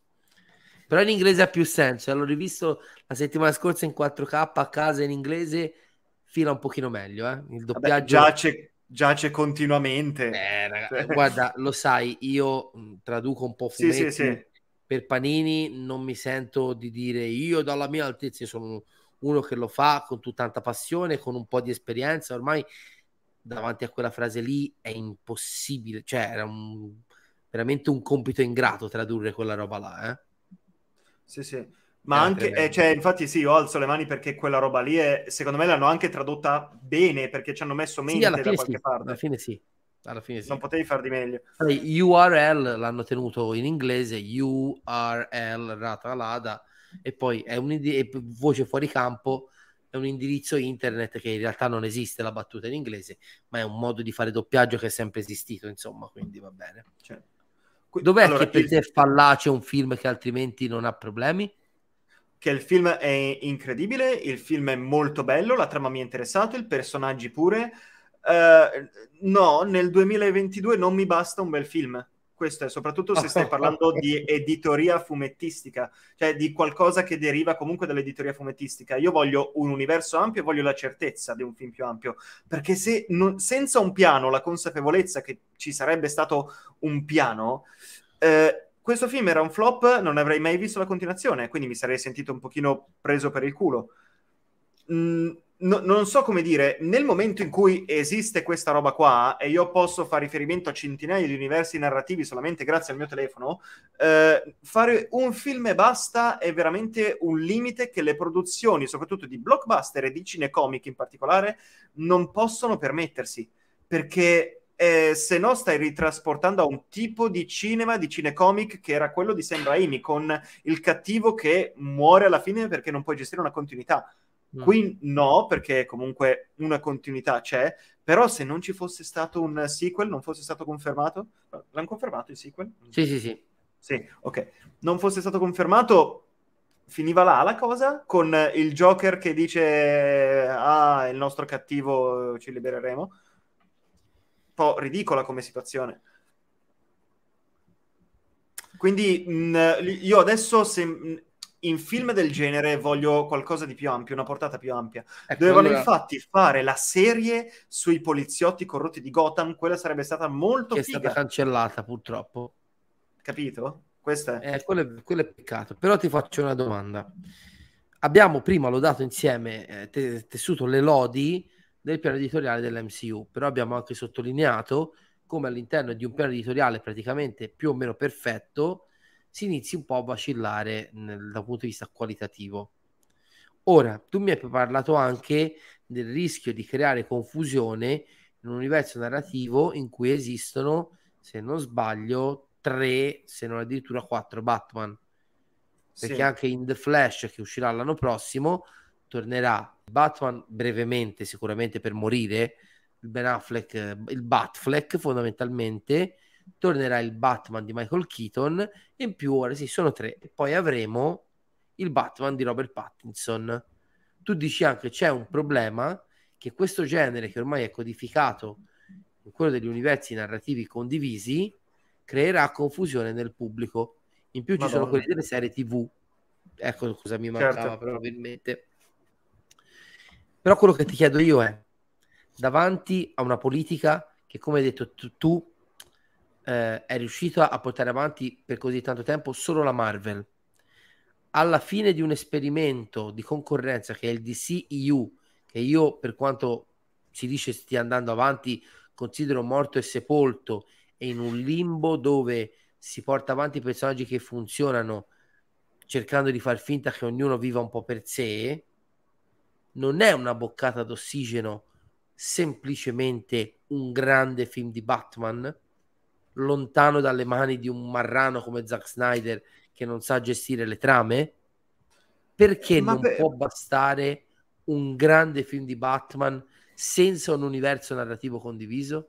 [SPEAKER 3] Però in inglese ha più senso. L'ho rivisto la settimana scorsa in 4K a casa in inglese, fila un pochino meglio. Il doppiaggio
[SPEAKER 4] giace continuamente.
[SPEAKER 3] Guarda, lo sai, io traduco un po' fumetti.
[SPEAKER 4] Sì.
[SPEAKER 3] Per Panini non mi sento di dire io dalla mia altezza, sono uno che lo fa con tanta passione, con un po' di esperienza. Ormai davanti a quella frase lì è impossibile, cioè era veramente un compito ingrato tradurre quella roba là,
[SPEAKER 4] Sì. Ma anche, cioè, infatti sì, io alzo le mani perché quella roba lì secondo me l'hanno anche tradotta bene, perché ci hanno messo mente da qualche parte.
[SPEAKER 3] Alla fine sì.
[SPEAKER 4] Non potevi far di meglio.
[SPEAKER 3] URL l'hanno tenuto in inglese, URL Rata Alada, e poi è voce fuori campo, è un indirizzo internet che in realtà non esiste la battuta in inglese, ma è un modo di fare doppiaggio che è sempre esistito, insomma, quindi va bene. Dov'è che per te è fallace un film che altrimenti non ha problemi?
[SPEAKER 4] Che il film è incredibile, il film è molto bello, la trama mi ha interessato, i personaggi pure. No, nel 2022 non mi basta un bel film. Questo è soprattutto se stai parlando di editoria fumettistica, cioè di qualcosa che deriva comunque dall'editoria fumettistica. Io voglio un universo ampio e voglio la certezza di un film più ampio, perché senza un piano, la consapevolezza che ci sarebbe stato un piano, questo film era un flop, non avrei mai visto la continuazione, quindi mi sarei sentito un pochino preso per il culo. non so come dire, nel momento in cui esiste questa roba qua e io posso fare riferimento a centinaia di universi narrativi solamente grazie al mio telefono, fare un film e basta è veramente un limite che le produzioni, soprattutto di blockbuster e di cinecomic in particolare, non possono permettersi, perché se no stai ritrasportando a un tipo di cinema, di cinecomic che era quello di Sam Raimi, con il cattivo che muore alla fine perché non puoi gestire una continuità. Qui no, perché comunque una continuità c'è, però se non ci fosse stato un sequel, non fosse stato confermato, l'hanno confermato il sequel?
[SPEAKER 3] Sì.
[SPEAKER 4] Sì, ok. Non fosse stato confermato, finiva là la cosa, con il Joker che dice il nostro cattivo ci libereremo. Un po' ridicola come situazione. Quindi io adesso in film del genere voglio qualcosa di più ampio, una portata più ampia.
[SPEAKER 3] Ecco,
[SPEAKER 4] Dovevano
[SPEAKER 3] allora,
[SPEAKER 4] infatti fare la serie sui poliziotti corrotti di Gotham, quella sarebbe stata molto
[SPEAKER 3] che è
[SPEAKER 4] figa,
[SPEAKER 3] stata cancellata purtroppo.
[SPEAKER 4] capito? Questa è.
[SPEAKER 3] Quello è peccato. Però ti faccio una domanda. Abbiamo prima lodato insieme, tessuto le lodi del piano editoriale dell'MCU, però abbiamo anche sottolineato come all'interno di un piano editoriale praticamente più o meno perfetto si inizi un po' a vacillare dal punto di vista qualitativo. Ora, tu mi hai parlato anche del rischio di creare confusione in un universo narrativo in cui esistono, se non sbaglio, 3, se non addirittura 4 Batman. Perché
[SPEAKER 4] Sì.
[SPEAKER 3] anche in The Flash, che uscirà l'anno prossimo, tornerà Batman brevemente, sicuramente per morire, il Ben Affleck, il Batfleck fondamentalmente, tornerà il Batman di Michael Keaton, e in più ora sì, sono 3, e poi avremo il Batman di Robert Pattinson. Tu dici anche c'è un problema che questo genere, che ormai è codificato in quello degli universi narrativi condivisi, creerà confusione nel pubblico. In più ci sono
[SPEAKER 4] Madonna.
[SPEAKER 3] quelli delle serie TV. Ecco cosa mi mancava
[SPEAKER 4] Certo.
[SPEAKER 3] probabilmente. Però quello che ti chiedo io è, davanti a una politica che, come hai detto tu è riuscita a portare avanti per così tanto tempo solo la Marvel, alla fine di un esperimento di concorrenza che è il DCEU, che io, per quanto si dice stia andando avanti, considero morto e sepolto, e in un limbo dove si porta avanti personaggi che funzionano cercando di far finta che ognuno viva un po' per sé, non è una boccata d'ossigeno semplicemente un grande film di Batman lontano dalle mani di un marrano come Zack Snyder che non sa gestire le trame? Perché non può bastare un grande film di Batman senza un universo narrativo condiviso?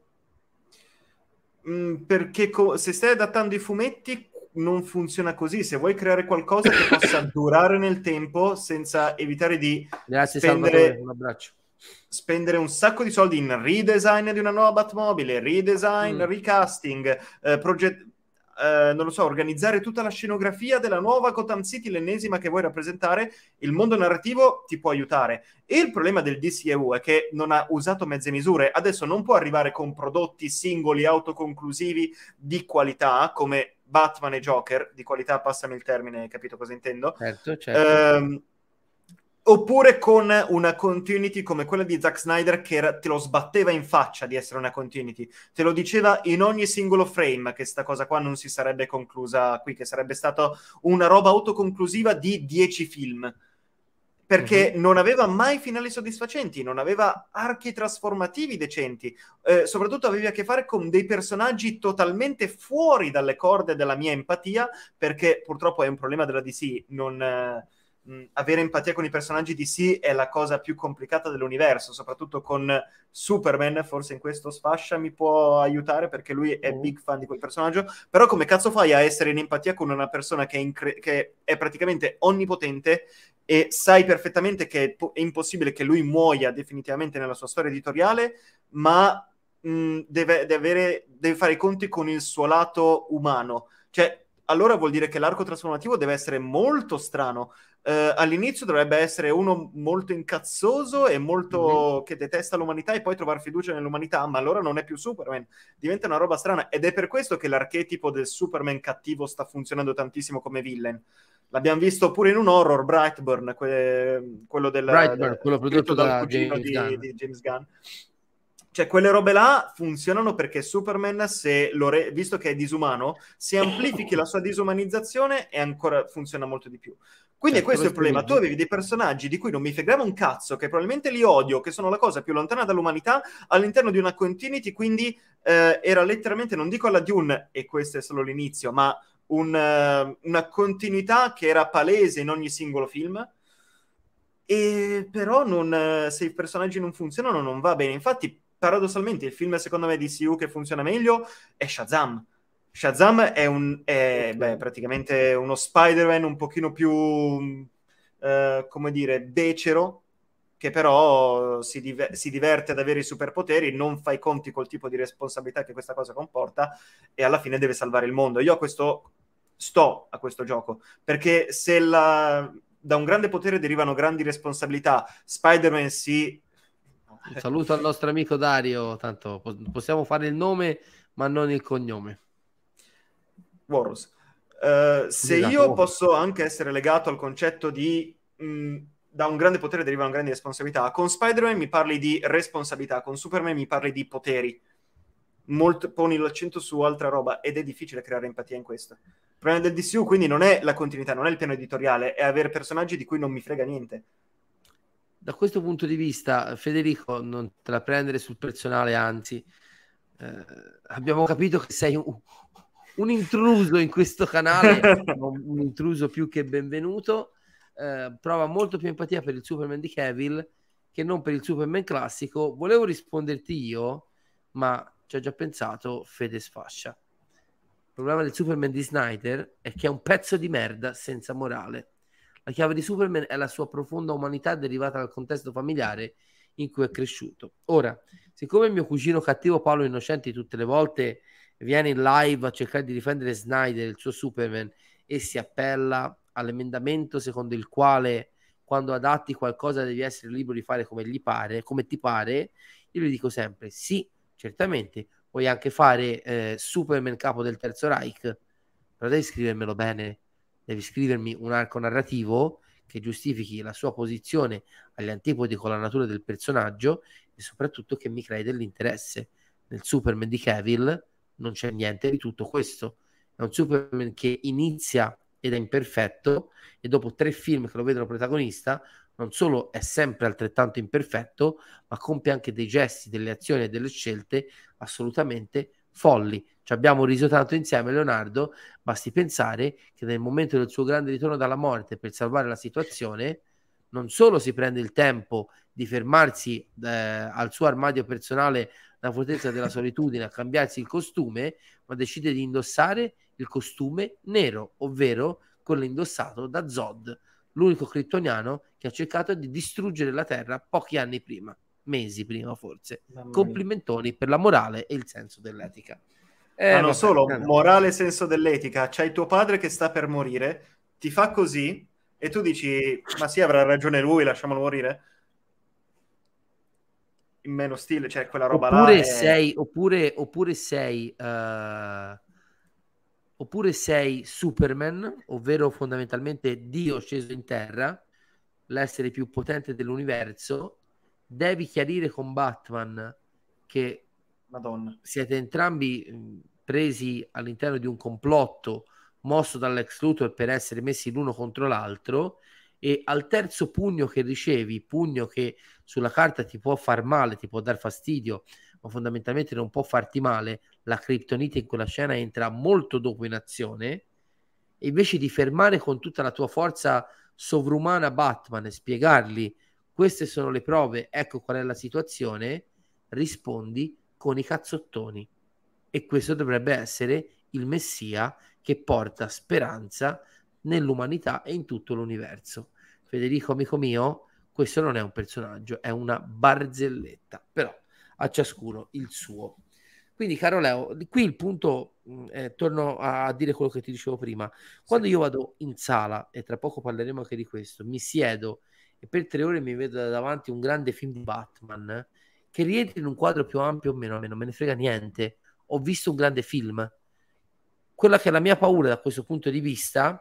[SPEAKER 4] Perché se stai adattando i fumetti non funziona così. Se vuoi creare qualcosa che possa durare nel tempo senza evitare di
[SPEAKER 3] Grazie Salvatore, un abbraccio.
[SPEAKER 4] spendere un sacco di soldi in redesign di una nuova Batmobile, redesign, recasting, non lo so, organizzare tutta la scenografia della nuova Gotham City, l'ennesima che vuoi rappresentare, il mondo narrativo ti può aiutare. E il problema del DCEU è che non ha usato mezze misure. Adesso non può arrivare con prodotti singoli, autoconclusivi, di qualità, come Batman e Joker, di qualità, passami il termine, hai capito cosa intendo?
[SPEAKER 3] Certo.
[SPEAKER 4] Oppure con una continuity come quella di Zack Snyder che te lo sbatteva in faccia di essere una continuity, te lo diceva in ogni singolo frame che sta cosa qua non si sarebbe conclusa qui, che sarebbe stata una roba autoconclusiva di 10 film, perché non aveva mai finali soddisfacenti, non aveva archi trasformativi decenti, soprattutto avevi a che fare con dei personaggi totalmente fuori dalle corde della mia empatia, perché purtroppo è un problema della DC, avere empatia con i personaggi DC è la cosa più complicata dell'universo, soprattutto con Superman. Forse in questo Sfascia mi può aiutare perché lui è big fan di quel personaggio, però come cazzo fai a essere in empatia con una persona che è praticamente onnipotente e sai perfettamente che è impossibile che lui muoia definitivamente nella sua storia editoriale, ma deve fare i conti con il suo lato umano. Cioè, allora vuol dire che l'arco trasformativo deve essere molto strano. All'inizio dovrebbe essere uno molto incazzoso e molto che detesta l'umanità e poi trovare fiducia nell'umanità, ma allora non è più Superman, diventa una roba strana, ed è per questo che l'archetipo del Superman cattivo sta funzionando tantissimo come villain, L'abbiamo visto pure in un horror, Brightburn, quello
[SPEAKER 3] Brightburn, quello
[SPEAKER 4] scritto
[SPEAKER 3] prodotto
[SPEAKER 4] dal
[SPEAKER 3] da
[SPEAKER 4] cugino
[SPEAKER 3] James Gunn.
[SPEAKER 4] di James Gunn. Cioè, quelle robe là funzionano perché Superman, visto che è disumano, se amplifichi la sua disumanizzazione e ancora funziona molto di più. Quindi
[SPEAKER 3] Certo,
[SPEAKER 4] questo è
[SPEAKER 3] lo
[SPEAKER 4] il problema. Tu
[SPEAKER 3] squiligi.
[SPEAKER 4] avevi dei personaggi di cui non mi fregava un cazzo, che probabilmente li odio, che sono la cosa più lontana dall'umanità, all'interno di una continuity, quindi era letteralmente, non dico alla Dune, e questo è solo l'inizio, ma una continuità che era palese in ogni singolo film. E però se i personaggi non funzionano non va bene. Infatti, paradossalmente, il film secondo me di DCU che funziona meglio è Shazam. Shazam è praticamente uno Spider-Man un pochino più, come dire, becero, che però si diverte ad avere i superpoteri, non fa i conti col tipo di responsabilità che questa cosa comporta e alla fine deve salvare il mondo. Io sto a questo gioco, perché se da un grande potere derivano grandi responsabilità, Spider-Man
[SPEAKER 3] Un saluto al nostro amico Dario, tanto possiamo fare il nome ma non il cognome.
[SPEAKER 4] Warros. Se
[SPEAKER 3] Esatto.
[SPEAKER 4] io posso anche essere legato al concetto di da un grande potere derivano grandi responsabilità, con Spider-Man mi parli di responsabilità, con Superman mi parli di poteri. Poni l'accento su altra roba ed è difficile creare empatia in questo. Il problema del DCU quindi non è la continuità, non è il piano editoriale, è avere personaggi di cui non mi frega niente.
[SPEAKER 3] Da questo punto di vista, Federico, non te la prendere sul personale, anzi, abbiamo capito che sei un intruso in questo canale, un intruso più che benvenuto. Prova molto più empatia per il Superman di Cavill che non per il Superman classico. Volevo risponderti io, ma ci ho già pensato, Fede sfascia. Il problema del Superman di Snyder è che è un pezzo di merda senza morale. La chiave di Superman è la sua profonda umanità derivata dal contesto familiare in cui è cresciuto. Ora, siccome il mio cugino cattivo Paolo Innocenti tutte le volte viene in live a cercare di difendere Snyder, il suo Superman, e si appella all'emendamento secondo il quale quando adatti qualcosa devi essere libero di fare come gli pare, come ti pare, io gli dico sempre sì, certamente, puoi anche fare Superman capo del Terzo Reich, però devi scrivermelo bene, devi scrivermi un arco narrativo che giustifichi la sua posizione agli antipodi con la natura del personaggio e soprattutto che mi crei dell'interesse. Nel Superman di Cavill non c'è niente di tutto questo. È un Superman che inizia ed è imperfetto e dopo 3 film che lo vedono protagonista non solo è sempre altrettanto imperfetto, ma compie anche dei gesti, delle azioni e delle scelte assolutamente folli. Ci abbiamo riso tanto insieme, Leonardo, basti pensare che nel momento del suo grande ritorno dalla morte per salvare la situazione non solo si prende il tempo di fermarsi al suo armadio personale la fortezza della solitudine a cambiarsi il costume, ma decide di indossare il costume nero, ovvero quello indossato da Zod, l'unico kryptoniano che ha cercato di distruggere la Terra pochi anni prima, mesi prima forse. Complimentoni per la morale e il senso dell'etica.
[SPEAKER 4] Ma non
[SPEAKER 3] Vabbè,
[SPEAKER 4] solo, morale e senso dell'etica. C'hai tuo padre che sta per morire, ti fa così e tu dici, ma sì, avrà ragione lui, lasciamolo morire. In meno stile, cioè quella roba
[SPEAKER 3] oppure
[SPEAKER 4] là
[SPEAKER 3] sei, oppure sei Superman, ovvero fondamentalmente Dio sceso in terra, l'essere più potente dell'universo. Devi chiarire con Batman che
[SPEAKER 4] Madonna.
[SPEAKER 3] siete entrambi presi all'interno di un complotto mosso dall'ex Luthor per essere messi l'uno contro l'altro, e al terzo pugno che ricevi, pugno che sulla carta ti può far male, ti può dar fastidio, ma fondamentalmente non può farti male, la Kryptonite in quella scena entra molto dopo in azione, e invece di fermare con tutta la tua forza sovrumana Batman e spiegargli queste sono le prove, ecco qual è la situazione, rispondi con i cazzottoni. E questo dovrebbe essere il messia che porta speranza nell'umanità e in tutto l'universo. Federico, amico mio, questo non è un personaggio, è una barzelletta, però a ciascuno il suo. Quindi, caro Leo, qui il punto, torno a dire quello che ti dicevo prima, quando io vado in sala, e tra poco parleremo anche di questo, mi siedo e per 3 ore mi vedo davanti un grande film di Batman, che rientri in un quadro più ampio o meno, a me non me ne frega niente, ho visto un grande film. Quella che è la mia paura da questo punto di vista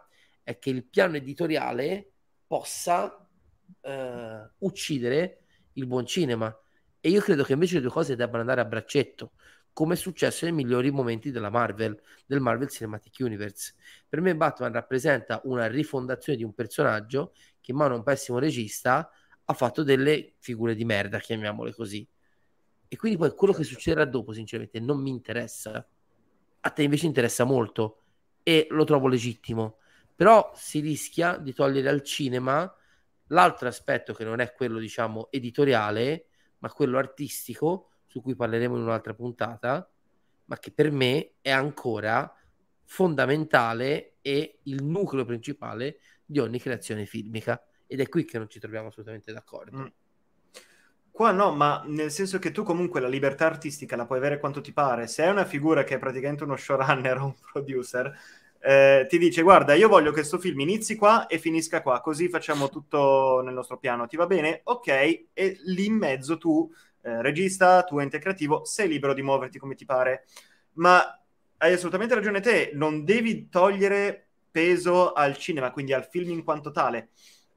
[SPEAKER 3] è che il piano editoriale possa uccidere il buon cinema, e io credo che invece le due cose debbano andare a braccetto, come è successo nei migliori momenti della Marvel, del Marvel Cinematic Universe. Per me Batman rappresenta una rifondazione di un personaggio che in mano a un pessimo regista ha fatto delle figure di merda, chiamiamole così. E quindi poi quello che succederà dopo, sinceramente, non mi interessa. A te invece interessa molto e lo trovo legittimo. Però si rischia di togliere al cinema l'altro aspetto che non è quello, diciamo, editoriale, ma quello artistico, su cui parleremo in un'altra puntata, ma che per me è ancora fondamentale e il nucleo principale di ogni creazione filmica. Ed è qui che non ci troviamo assolutamente d'accordo.
[SPEAKER 4] Qua no, ma nel senso che tu comunque la libertà artistica la puoi avere quanto ti pare. Se è una figura che è praticamente uno showrunner o un producer, ti dice guarda, io voglio che questo film inizi qua e finisca qua, così facciamo tutto nel nostro piano, ti va bene? Ok, e lì in mezzo tu, regista, tu ente creativo, sei libero di muoverti come ti pare. Ma hai assolutamente ragione te, non devi togliere peso al cinema, quindi al film in quanto tale.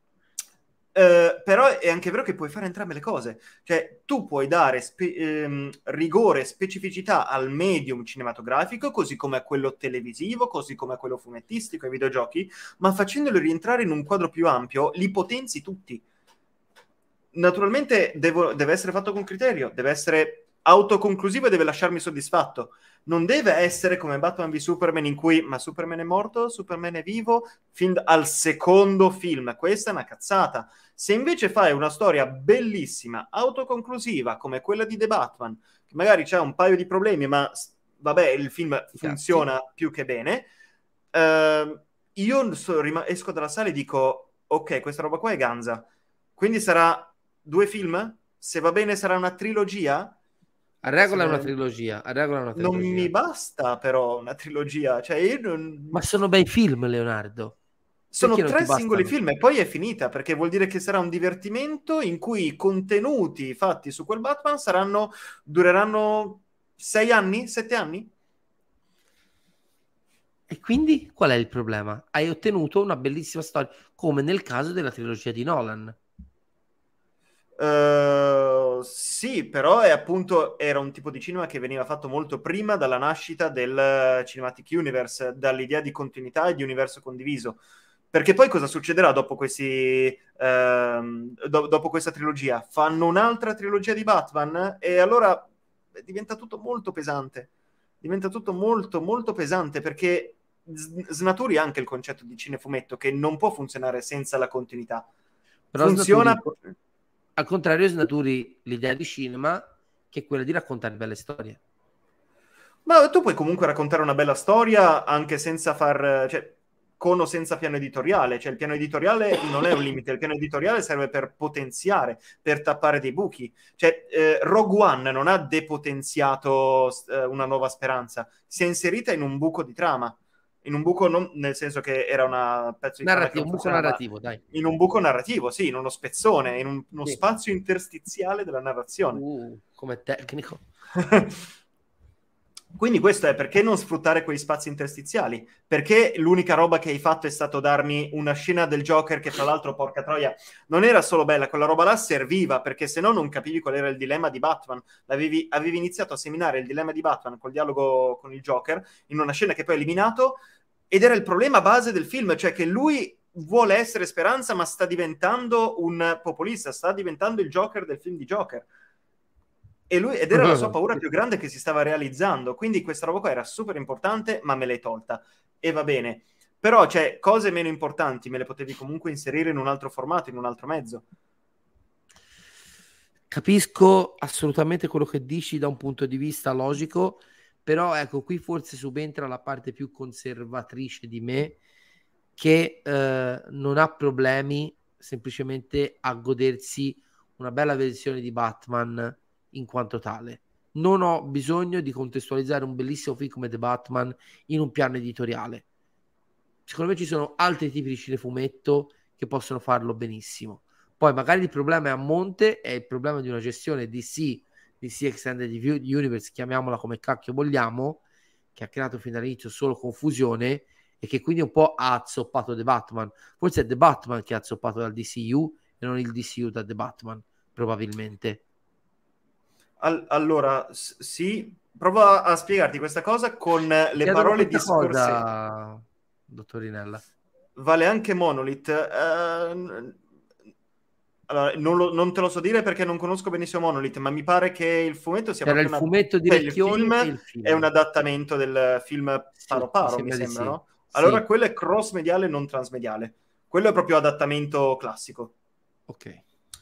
[SPEAKER 4] Però è anche vero che puoi fare entrambe le cose, cioè tu puoi dare rigore, specificità al medium cinematografico, così come a quello televisivo, così come a quello fumettistico, ai videogiochi, ma facendolo rientrare in un quadro più ampio, li potenzi tutti. Naturalmente deve essere fatto con criterio, deve essere autoconclusivo e deve lasciarmi soddisfatto. Non deve essere come Batman v Superman in cui ma Superman è morto, Superman è vivo, fin al secondo film. Questa è una cazzata. Se invece fai una storia bellissima, autoconclusiva, come quella di The Batman, che magari c'ha un paio di problemi, ma vabbè, il film funziona più che bene, io esco dalla sala e dico ok, questa roba qua è ganza. Quindi sarà 2 film? Se va bene sarà una trilogia?
[SPEAKER 3] A regola è una trilogia,
[SPEAKER 4] Non mi basta però una trilogia, cioè io non...
[SPEAKER 3] Ma sono bei film, Leonardo.
[SPEAKER 4] Sono 3 singoli film e poi è finita, perché vuol dire che sarà un divertimento in cui i contenuti fatti su quel Batman dureranno 6 anni, 7 anni?
[SPEAKER 3] E quindi qual è il problema? Hai ottenuto una bellissima storia, come nel caso della trilogia di Nolan.
[SPEAKER 4] Sì, però è appunto era un tipo di cinema che veniva fatto molto prima dalla nascita del Cinematic Universe, dall'idea di continuità e di universo condiviso. Perché poi cosa succederà dopo dopo questa trilogia? Fanno un'altra trilogia di Batman e allora diventa tutto molto pesante. Diventa tutto molto, molto pesante perché snaturi anche il concetto di cinefumetto che non può funzionare senza la continuità.
[SPEAKER 3] Però
[SPEAKER 4] funziona...
[SPEAKER 3] Al contrario, snaturi l'idea di cinema, che è quella di raccontare belle storie.
[SPEAKER 4] Ma tu puoi comunque raccontare una bella storia anche senza cioè, con o senza piano editoriale. Cioè, il piano editoriale non è un limite, il piano editoriale serve per potenziare, per tappare dei buchi. Cioè, Rogue One non ha depotenziato Una Nuova Speranza, si è inserita in un buco di trama. In un buco non nel senso che era un pezzo di trama che
[SPEAKER 3] un buco narrativo, dai.
[SPEAKER 4] In un buco narrativo, sì, in uno spezzone, in uno spazio interstiziale della narrazione.
[SPEAKER 3] Come tecnico.
[SPEAKER 4] Quindi questo è perché non sfruttare quegli spazi interstiziali? Perché l'unica roba che hai fatto è stato darmi una scena del Joker che tra l'altro, porca troia, non era solo bella, quella roba là serviva, perché se no non capivi qual era il dilemma di Batman. Avevi iniziato a seminare il dilemma di Batman col dialogo con il Joker in una scena che poi hai eliminato, ed era il problema base del film, cioè che lui vuole essere Speranza ma sta diventando un populista, sta diventando il Joker del film di Joker. Ed era la sua paura più grande che si stava realizzando, quindi questa roba qua era super importante, ma me l'hai tolta, e va bene. Però, cioè, cose meno importanti me le potevi comunque inserire in un altro formato, in un altro mezzo.
[SPEAKER 3] Capisco assolutamente quello che dici da un punto di vista logico, però ecco, qui forse subentra la parte più conservatrice di me, che non ha problemi semplicemente a godersi una bella versione di Batman in quanto tale. Non ho bisogno di contestualizzare un bellissimo film come The Batman in un piano editoriale. Secondo me ci sono altri tipi di cinefumetto che possono farlo benissimo. Poi magari il problema è a monte, è il problema di una gestione DC Extended Universe, chiamiamola come cacchio vogliamo, che ha creato fin dall'inizio solo confusione e che quindi un po' ha azzoppato The Batman. Forse è The Batman che ha azzoppato dal DCU e non il DCU da The Batman, probabilmente.
[SPEAKER 4] Allora, sì, provo a spiegarti questa cosa con le parole di Scorsese.
[SPEAKER 3] Dottorinella.
[SPEAKER 4] Vale anche Monolith. Allora, non te lo so dire perché non conosco benissimo Monolith, ma mi pare che il fumetto sia
[SPEAKER 3] C'era
[SPEAKER 4] proprio
[SPEAKER 3] il fumetto di Recchioni e il film.
[SPEAKER 4] È un adattamento del film Paro Paro, mi sembra, no? Allora, quello è cross-mediale, non transmediale. Quello è proprio adattamento classico.
[SPEAKER 3] Ok.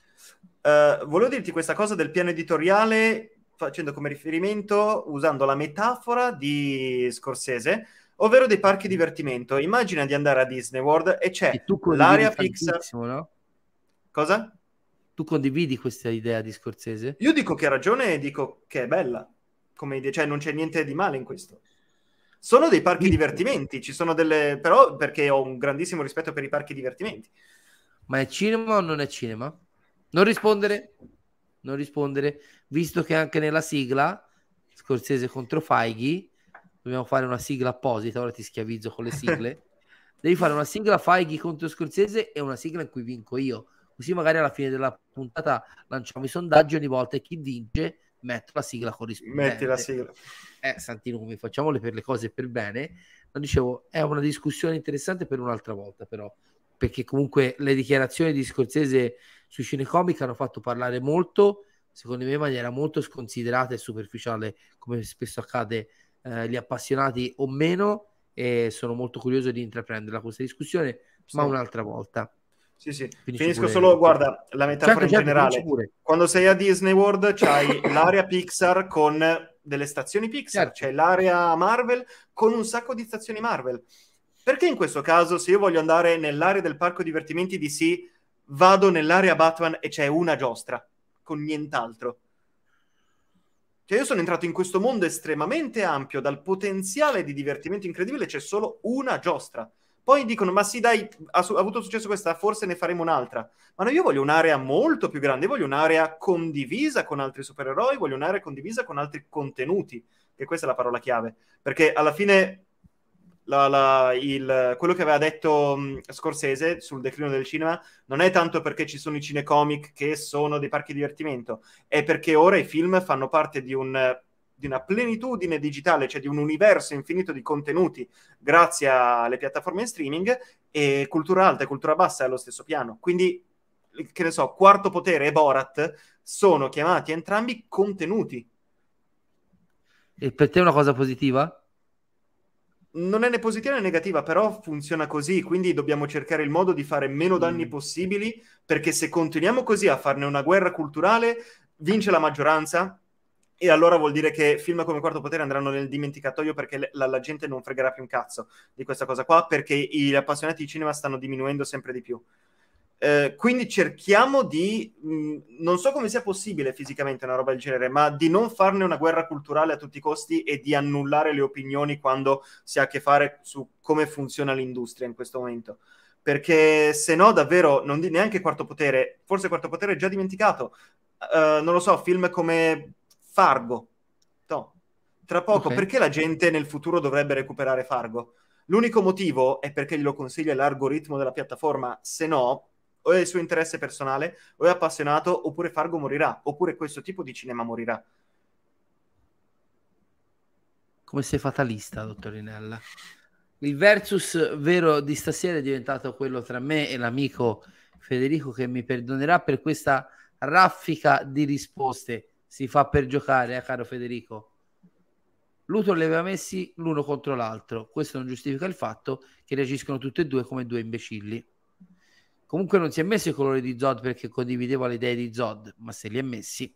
[SPEAKER 4] Volevo dirti questa cosa del piano editoriale facendo come riferimento, usando la metafora di Scorsese, ovvero dei parchi divertimento. Immagina di andare a Disney World e c'è l'area Pixar.
[SPEAKER 3] No?
[SPEAKER 4] Cosa?
[SPEAKER 3] Tu condividi questa idea di Scorsese?
[SPEAKER 4] Io dico che ha ragione e dico che è bella come idea, cioè non c'è niente di male in questo. Sono dei parchi divertimenti, ci sono delle... però perché ho un grandissimo rispetto per i parchi divertimenti.
[SPEAKER 3] Ma è cinema o non è cinema? Non rispondere, visto che anche nella sigla Scorsese contro Feige dobbiamo fare una sigla apposita, ora ti schiavizzo con le sigle. Devi fare una sigla Feige contro Scorsese e una sigla in cui vinco io, così magari alla fine della puntata lanciamo i sondaggi ogni volta e chi vince metto la sigla corrispondente.
[SPEAKER 4] Metti la sigla.
[SPEAKER 3] Santino, come facciamole per le cose per bene. Non dicevo, è una discussione interessante per un'altra volta, però, perché comunque le dichiarazioni di Scorsese sui cinecomic hanno fatto parlare molto, secondo me in maniera molto sconsiderata e superficiale, come spesso accade, gli appassionati o meno, e sono molto curioso di intraprendere questa discussione, ma un'altra volta.
[SPEAKER 4] Sì. Finisco solo, guarda, la metafora in generale. Quando sei a Disney World c'hai l'area Pixar con delle stazioni Pixar, c'è l'area Marvel con un sacco di stazioni Marvel. Perché in questo caso, se io voglio andare nell'area del parco divertimenti DC, vado nell'area Batman e c'è una giostra, con nient'altro? Cioè io sono entrato in questo mondo estremamente ampio, dal potenziale di divertimento incredibile c'è solo una giostra. Poi dicono, ma sì dai, ha avuto successo questa, forse ne faremo un'altra. Ma no, io voglio un'area molto più grande, voglio un'area condivisa con altri supereroi, voglio un'area condivisa con altri contenuti, che questa è la parola chiave. Perché alla fine quello che aveva detto Scorsese sul declino del cinema non è tanto perché ci sono i cinecomic che sono dei parchi di divertimento, è perché ora i film fanno parte di una plenitudine digitale, cioè di un universo infinito di contenuti grazie alle piattaforme in streaming, e cultura alta e cultura bassa è allo stesso piano. Quindi, che ne so, Quarto Potere e Borat sono chiamati entrambi contenuti.
[SPEAKER 3] E per te è una cosa positiva?
[SPEAKER 4] Non è né positiva né negativa, però funziona così, quindi dobbiamo cercare il modo di fare meno danni possibili, perché se continuiamo così a farne una guerra culturale, vince la maggioranza, e allora vuol dire che film come Quarto Potere andranno nel dimenticatoio, perché la gente non fregherà più un cazzo di questa cosa qua, perché gli appassionati di cinema stanno diminuendo sempre di più. Quindi cerchiamo di non so come sia possibile fisicamente una roba del genere, ma di non farne una guerra culturale a tutti i costi e di annullare le opinioni quando si ha a che fare su come funziona l'industria in questo momento, perché se no davvero neanche Quarto Potere, forse Quarto Potere è già dimenticato, non lo so, film come Fargo, no, tra poco, perché la gente nel futuro dovrebbe recuperare Fargo? L'unico motivo è perché glielo consiglia l'algoritmo della piattaforma, se no o è il suo interesse personale, o è appassionato, oppure Fargo morirà, oppure questo tipo di cinema morirà.
[SPEAKER 3] Come sei fatalista, dottorinella. Il versus vero di stasera è diventato quello tra me e l'amico Federico, che mi perdonerà per questa raffica di risposte. Si fa per giocare, caro Federico. Luthor li aveva messi l'uno contro l'altro. Questo non giustifica il fatto che reagiscono tutti e due come due imbecilli. Comunque non si è messo i colori di Zod perché condivideva le idee di Zod, ma se li è messi.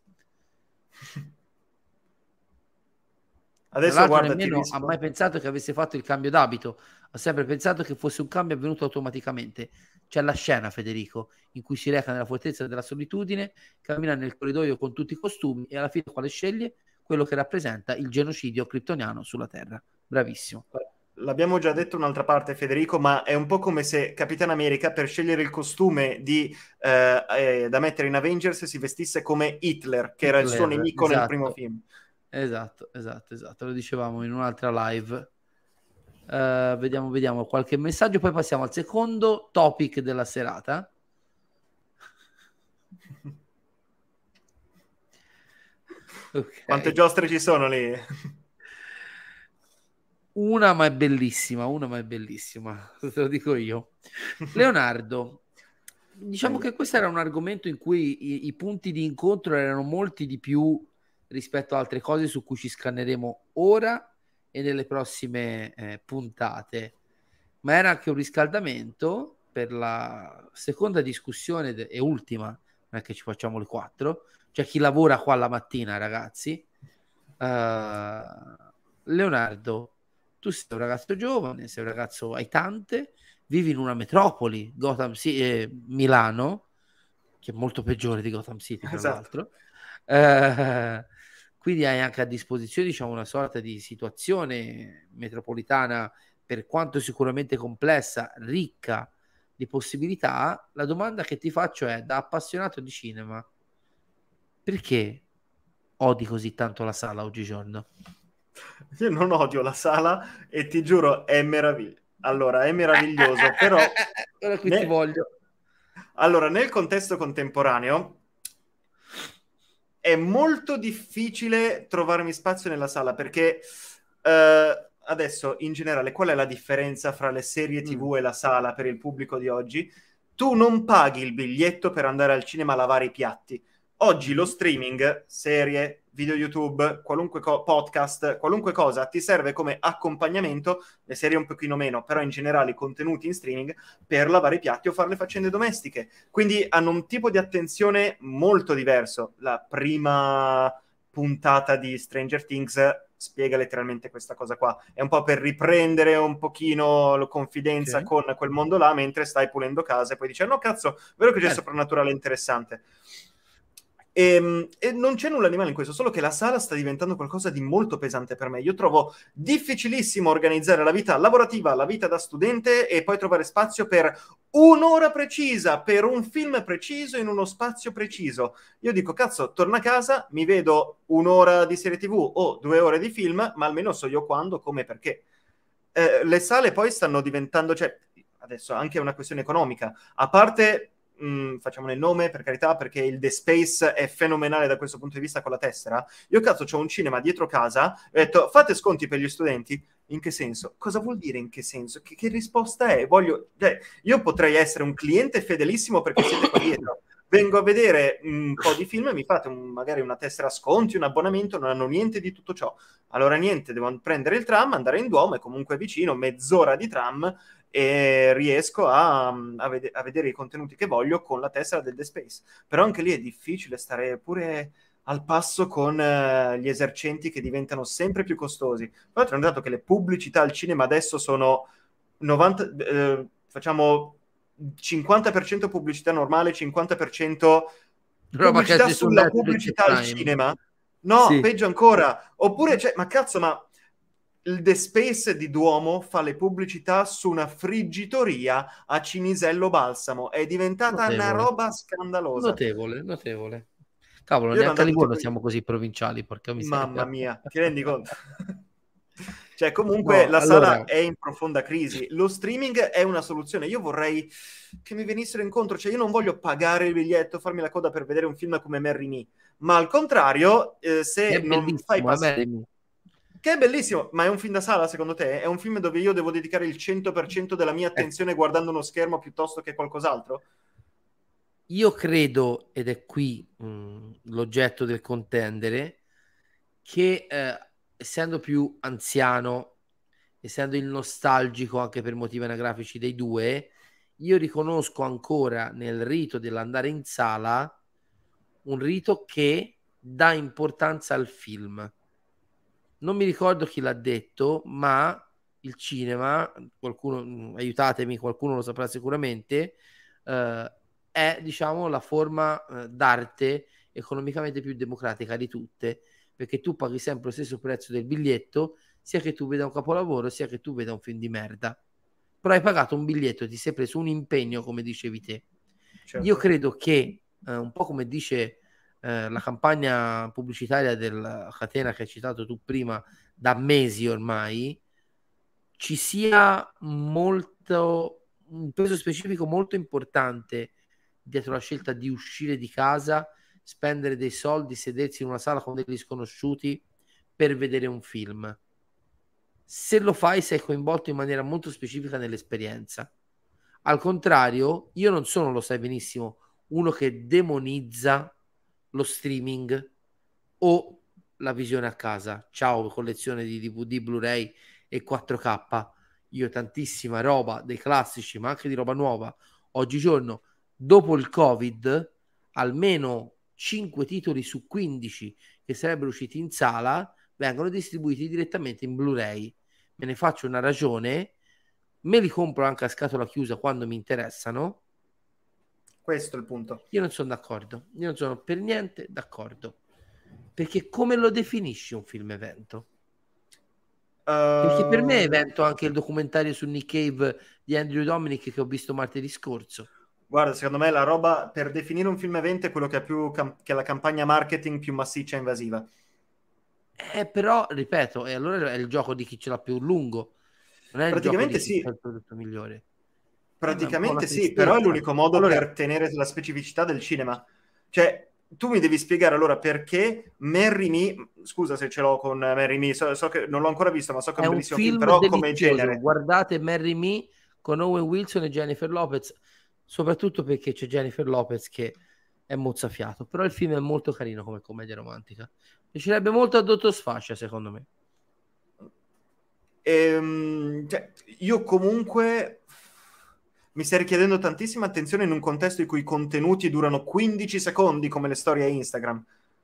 [SPEAKER 4] Adesso guarda,
[SPEAKER 3] nemmeno ha mai pensato che avesse fatto il cambio d'abito, ha sempre pensato che fosse un cambio avvenuto automaticamente. C'è la scena, Federico, in cui si reca nella fortezza della solitudine, cammina nel corridoio con tutti i costumi e alla fine quale sceglie? Quello che rappresenta il genocidio kryptoniano sulla Terra. Bravissimo.
[SPEAKER 4] L'abbiamo già detto un'altra parte, Federico, ma è un po' come se Capitan America, per scegliere il costume da mettere in Avengers, si vestisse come Hitler, che era il suo nemico nel primo film.
[SPEAKER 3] Esatto, lo dicevamo in un'altra live. Vediamo qualche messaggio, poi passiamo al secondo topic della serata. Okay.
[SPEAKER 4] Quante giostre ci sono lì?
[SPEAKER 3] Una ma è bellissima, te lo dico io. Leonardo, diciamo che questo era un argomento in cui i punti di incontro erano molti di più rispetto a altre cose su cui ci scanneremo ora e nelle prossime puntate, ma era anche un riscaldamento per la seconda discussione e ultima, non è che ci facciamo le 4, c'è chi lavora qua la mattina, ragazzi. Leonardo, tu sei un ragazzo giovane, sei un ragazzo hai tante, vivi in una metropoli, Milano, che è molto peggiore di Gotham City, tra
[SPEAKER 4] Esatto.
[SPEAKER 3] l'altro. Quindi hai anche a disposizione, diciamo, una sorta di situazione metropolitana, per quanto sicuramente complessa, ricca di possibilità. La domanda che ti faccio è, da appassionato di cinema, perché odi così tanto la sala oggigiorno?
[SPEAKER 4] Io non odio la sala e ti giuro, è meraviglioso. Allora, è meraviglioso, però...
[SPEAKER 3] Ora qui ti voglio.
[SPEAKER 4] Allora, nel contesto contemporaneo è molto difficile trovarmi spazio nella sala perché adesso, in generale, qual è la differenza fra le serie TV e la sala per il pubblico di oggi? Tu non paghi il biglietto per andare al cinema a lavare i piatti. Oggi lo streaming, serie, video YouTube, qualunque podcast, qualunque cosa ti serve come accompagnamento, le serie un pochino meno, però in generale i contenuti in streaming per lavare i piatti o fare le faccende domestiche. Quindi hanno un tipo di attenzione molto diverso. La prima puntata di Stranger Things spiega letteralmente questa cosa qua. È un po' per riprendere un pochino la confidenza con quel mondo là mentre stai pulendo casa e poi dici no cazzo, vero che c'è soprannaturale interessante. E non c'è nulla di male in questo, solo che la sala sta diventando qualcosa di molto pesante per me. Io trovo difficilissimo organizzare la vita lavorativa, la vita da studente e poi trovare spazio per un'ora precisa, per un film preciso in uno spazio preciso. Io dico, cazzo, torno a casa, mi vedo un'ora di serie TV o 2 ore di film, ma almeno so io quando, come e perché. Le sale poi stanno diventando, cioè, adesso anche è una questione economica, a parte... facciamone il nome per carità perché il The Space è fenomenale da questo punto di vista con la tessera. Io cazzo c'ho un cinema dietro casa, ho detto fate sconti per gli studenti. In che senso? Cosa vuol dire in che senso? Che risposta è? Io potrei essere un cliente fedelissimo perché siete qua dietro, vengo a vedere un po' di film e mi fate magari una tessera sconti, un abbonamento, non hanno niente di tutto ciò. Allora niente, devo prendere il tram, andare in Duomo, è comunque vicino, mezz'ora di tram e riesco a vedere i contenuti che voglio con la tessera del The Space. Però anche lì è difficile stare pure al passo con gli esercenti che diventano sempre più costosi. Poi ho notato che le pubblicità al cinema adesso sono 90, facciamo 50% pubblicità normale, 50% pubblicità sulla pubblicità al cinema. No, sì. Peggio ancora. Oppure, cioè, ma cazzo, ma il The Space di Duomo fa le pubblicità su una friggitoria a Cinisello Balsamo. È diventata una roba scandalosa.
[SPEAKER 3] Notevole. Cavolo, neanche a Livorno siamo così provinciali, porca miseria.
[SPEAKER 4] Mamma mia, ti rendi conto? Cioè, comunque la sala è in profonda crisi. Lo streaming è una soluzione. Io vorrei che mi venissero incontro. Cioè, io non voglio pagare il biglietto, farmi la coda per vedere un film come Marry Me. Ma al contrario, se non fai passare... Che è bellissimo, ma è un film da sala secondo te? È un film dove io devo dedicare il 100% della mia attenzione guardando uno schermo piuttosto che qualcos'altro?
[SPEAKER 3] Io credo, ed è qui l'oggetto del contendere, che essendo più anziano, essendo il nostalgico anche per motivi anagrafici dei due, io riconosco ancora nel rito dell'andare in sala un rito che dà importanza al film. Non mi ricordo chi l'ha detto, ma il cinema, qualcuno, aiutatemi, qualcuno lo saprà sicuramente, è, diciamo, la forma d'arte economicamente più democratica di tutte, perché tu paghi sempre lo stesso prezzo del biglietto, sia che tu veda un capolavoro, sia che tu veda un film di merda. Però hai pagato un biglietto, ti sei preso un impegno, come dicevi te. Certo. Io credo che, un po' come dice la campagna pubblicitaria della catena che hai citato tu prima, da mesi ormai, ci sia un peso specifico molto importante dietro la scelta di uscire di casa, spendere dei soldi, sedersi in una sala con degli sconosciuti per vedere un film. Se lo fai, sei coinvolto in maniera molto specifica nell'esperienza. Al contrario, io non sono, lo sai benissimo, uno che demonizza lo streaming o la visione a casa. Ciao, collezione di DVD, Blu-ray e 4K. Io tantissima roba dei classici, ma anche di roba nuova. Oggigiorno, dopo il Covid, almeno 5 titoli su 15 che sarebbero usciti in sala vengono distribuiti direttamente in Blu-ray. Me ne faccio una ragione, me li compro anche a scatola chiusa quando mi interessano.
[SPEAKER 4] Questo è il punto.
[SPEAKER 3] Io non sono d'accordo, io non sono per niente d'accordo. Perché come lo definisci un film evento? Perché per me è evento anche il documentario su Nick Cave di Andrew Dominic che ho visto martedì scorso.
[SPEAKER 4] Guarda, secondo me la roba per definire un film evento è quello che ha più che ha la campagna marketing più massiccia e invasiva.
[SPEAKER 3] Però, ripeto, e allora è il gioco di chi ce l'ha più lungo. Non è il gioco di chi c'ha il prodotto migliore.
[SPEAKER 4] Praticamente sì, però è l'unico modo per tenere la specificità del cinema. Cioè, tu mi devi spiegare allora perché Marry Me, scusa se ce l'ho con Marry Me, so che non l'ho ancora visto, ma so che è un bellissimo film, però come genere.
[SPEAKER 3] Guardate Marry Me con Owen Wilson e Jennifer Lopez, soprattutto perché c'è Jennifer Lopez che è mozzafiato, però il film è molto carino come commedia romantica. Piacerebbe molto a Dottor Sfascia, secondo me.
[SPEAKER 4] Cioè, io comunque mi stai richiedendo tantissima attenzione in un contesto in cui i contenuti durano 15 secondi come le storie Instagram.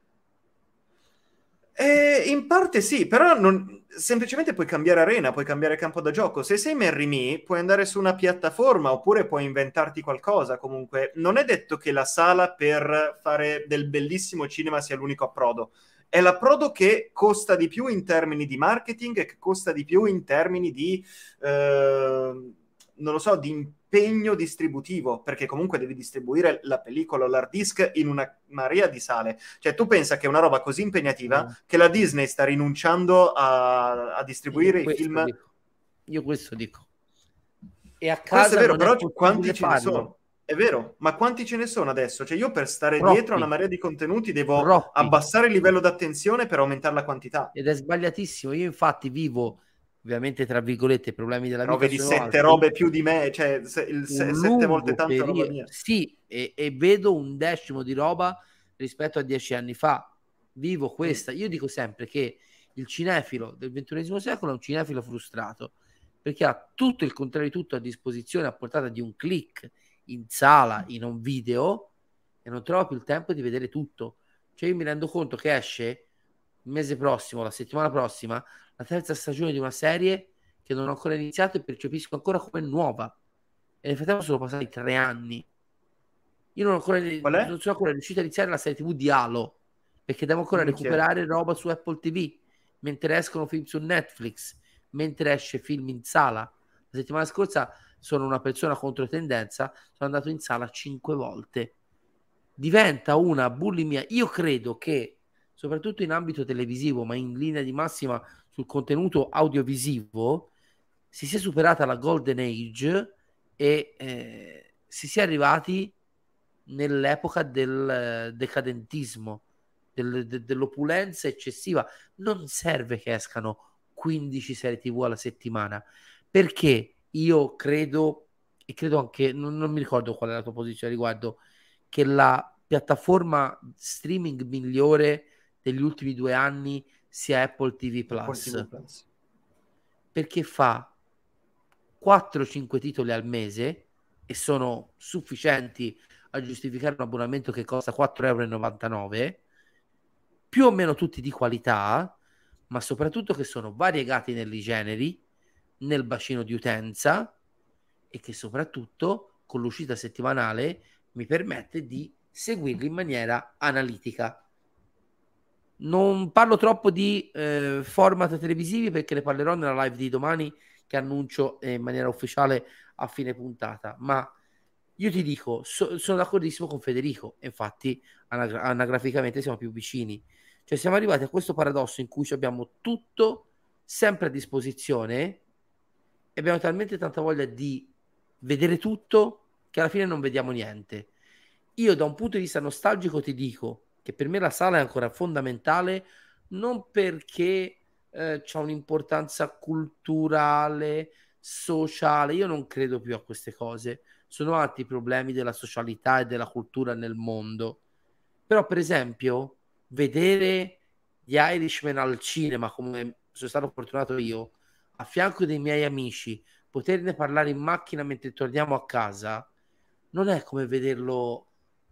[SPEAKER 4] In parte sì, però semplicemente puoi cambiare arena, puoi cambiare campo da gioco. Se sei Marry Me, puoi andare su una piattaforma oppure puoi inventarti qualcosa. Comunque, non è detto che la sala per fare del bellissimo cinema sia l'unico approdo. È l'approdo che costa di più in termini di marketing e che costa di più in termini di, non lo so, di impegno distributivo, perché comunque devi distribuire la pellicola o l'hard disk in una marea di sale. Cioè, tu pensa che è una roba così impegnativa che la Disney sta rinunciando a distribuire i film?
[SPEAKER 3] Io questo dico. E a
[SPEAKER 4] Questo
[SPEAKER 3] casa
[SPEAKER 4] è vero,
[SPEAKER 3] non
[SPEAKER 4] però quanti ce ne sono? È vero, ma quanti ce ne sono adesso? Cioè io per stare dietro a una marea di contenuti devo abbassare il livello d'attenzione per aumentare la quantità.
[SPEAKER 3] Ed è sbagliatissimo. Io infatti vivo, ovviamente tra virgolette, i problemi della
[SPEAKER 4] vita. Vedi 7 robe più di me, cioè 7 volte tanta roba mia.
[SPEAKER 3] Sì, e vedo un decimo di roba rispetto a 10 anni fa. Vivo questa. Io dico sempre che il cinefilo del XXI secolo è un cinefilo frustrato, perché ha tutto il contrario di tutto a disposizione, a portata di un click in sala, in un video, e non trova più il tempo di vedere tutto. Cioè io mi rendo conto che esce il mese prossimo, la settimana prossima, la terza stagione di una serie che non ho ancora iniziato e percepisco ancora come nuova. E nel frattempo sono passati 3 anni. Io non sono ancora riuscito a iniziare la serie TV di Halo, perché devo ancora recuperare roba su Apple TV, mentre escono film su Netflix, mentre esce film in sala. La settimana scorsa sono una persona contro tendenza, sono andato in sala 5 volte. Diventa una bulimia. Io credo che, soprattutto in ambito televisivo, ma in linea di massima sul contenuto audiovisivo, si sia superata la Golden Age e si sia arrivati nell'epoca del decadentismo, dell'opulenza eccessiva. Non serve che escano 15 serie TV alla settimana, perché io credo, e credo anche, non mi ricordo qual è la tua posizione a riguardo, che la piattaforma streaming migliore degli ultimi 2 anni sia Apple TV Plus, perché fa 4-5 titoli al mese e sono sufficienti a giustificare un abbonamento che costa 4,99 €, più o meno tutti di qualità, ma soprattutto che sono variegati negli generi, nel bacino di utenza, e che soprattutto con l'uscita settimanale mi permette di seguirli in maniera analitica. Non parlo troppo di format televisivi perché ne parlerò nella live di domani che annuncio in maniera ufficiale a fine puntata, ma io ti dico, sono d'accordissimo con Federico, infatti anagraficamente siamo più vicini. Cioè siamo arrivati a questo paradosso in cui abbiamo tutto sempre a disposizione e abbiamo talmente tanta voglia di vedere tutto che alla fine non vediamo niente. Io da un punto di vista nostalgico ti dico che per me la sala è ancora fondamentale, non perché c'ha un'importanza culturale, sociale, io non credo più a queste cose, sono altri i problemi della socialità e della cultura nel mondo. Però per esempio vedere gli Irishman al cinema, come sono stato fortunato io, a fianco dei miei amici, poterne parlare in macchina mentre torniamo a casa, non è come vederlo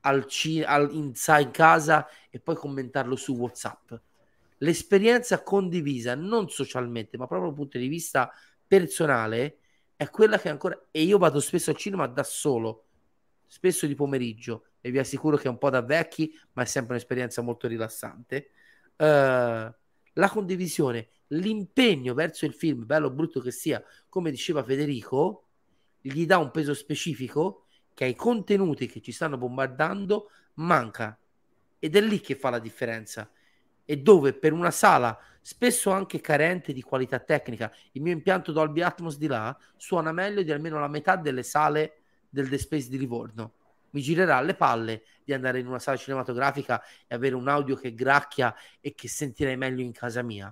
[SPEAKER 3] in casa e poi commentarlo su WhatsApp. L'esperienza condivisa, non socialmente, ma proprio dal punto di vista personale, è quella che ancora... E io vado spesso al cinema da solo, spesso di pomeriggio, e vi assicuro che è un po' da vecchi, ma è sempre un'esperienza molto rilassante. La condivisione, l'impegno verso il film, bello o brutto che sia, come diceva Federico, gli dà un peso specifico che ai contenuti che ci stanno bombardando manca, ed è lì che fa la differenza, e dove per una sala spesso anche carente di qualità tecnica, il mio impianto Dolby Atmos di là suona meglio di almeno la metà delle sale del The Space di Livorno. Mi girerà le palle di andare in una sala cinematografica e avere un audio che gracchia e che sentirei meglio in casa mia.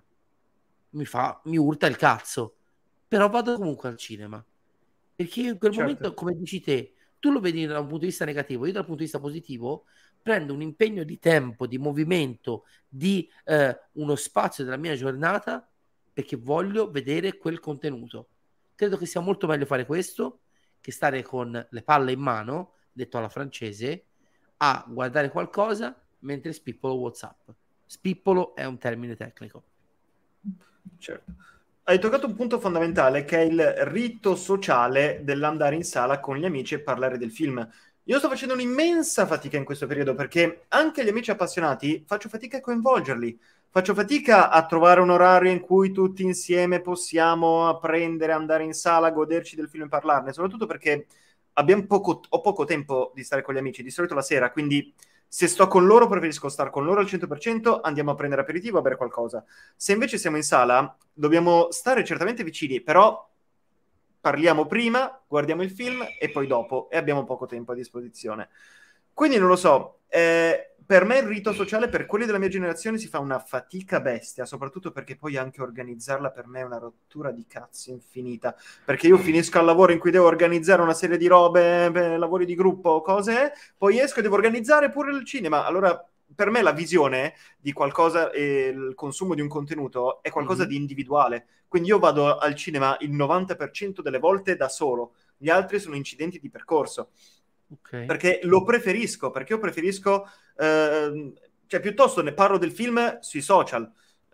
[SPEAKER 3] Mi urta il cazzo, però vado comunque al cinema, perché io in quel momento, come dici te, tu lo vedi da un punto di vista negativo, io dal punto di vista positivo prendo un impegno di tempo, di movimento, di uno spazio della mia giornata, perché voglio vedere quel contenuto. Credo che sia molto meglio fare questo che stare con le palle in mano, detto alla francese, a guardare qualcosa mentre spippolo WhatsApp. Spippolo è un termine tecnico.
[SPEAKER 4] Certo. Hai toccato un punto fondamentale, che è il rito sociale dell'andare in sala con gli amici e parlare del film. Io sto facendo un'immensa fatica in questo periodo, perché anche gli amici appassionati faccio fatica a coinvolgerli. Faccio fatica a trovare un orario in cui tutti insieme possiamo prendere, andare in sala, goderci del film e parlarne, soprattutto perché ho poco tempo di stare con gli amici, di solito la sera, quindi se sto con loro preferisco stare con loro al 100%, andiamo a prendere aperitivo, a bere qualcosa. Se invece siamo in sala, dobbiamo stare certamente vicini, però parliamo prima, guardiamo il film e poi dopo, e abbiamo poco tempo a disposizione. Quindi non lo so, per me il rito sociale, per quelli della mia generazione, si fa una fatica bestia, soprattutto perché poi anche organizzarla per me è una rottura di cazzo infinita, perché io finisco al lavoro in cui devo organizzare una serie di robe, lavori di gruppo, cose, poi esco e devo organizzare pure il cinema. Allora, per me la visione di qualcosa e il consumo di un contenuto è qualcosa di individuale, quindi io vado al cinema il 90% delle volte da solo, gli altri sono incidenti di percorso. Okay. Perché lo preferisco, perché io preferisco cioè piuttosto ne parlo del film sui social,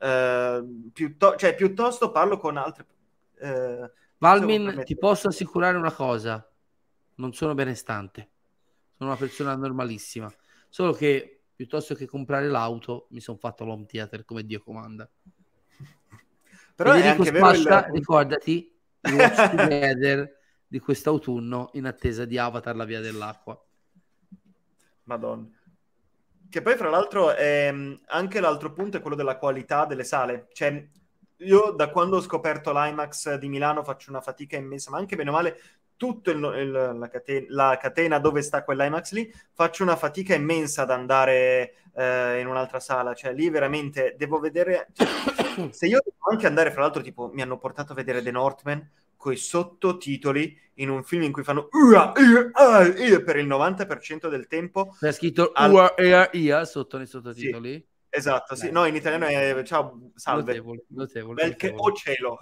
[SPEAKER 4] piuttosto parlo con altre
[SPEAKER 3] Valmin, ti posso assicurare una cosa: non sono benestante, sono una persona normalissima, solo che piuttosto che comprare l'auto mi sono fatto l'home theater come Dio comanda. Però Federico è anche Spascia, vero ricordati il Watch Together di quest'autunno in attesa di Avatar la via dell'acqua.
[SPEAKER 4] Madonna. Che poi fra l'altro anche l'altro punto è quello della qualità delle sale. Cioè io da quando ho scoperto l'IMAX di Milano faccio una fatica immensa, ma anche bene o male tutta la catena dove sta quell'IMAX lì, faccio una fatica immensa ad andare in un'altra sala. Cioè lì veramente devo vedere, cioè, se io devo anche andare, fra l'altro tipo mi hanno portato a vedere The Northman coi sottotitoli in un film in cui fanno per il 90% del tempo.
[SPEAKER 3] C'è scritto sotto nei sottotitoli?
[SPEAKER 4] Sì, esatto, sì. No, in italiano è ciao, salve.
[SPEAKER 3] Notevole.
[SPEAKER 4] Bel che o cielo.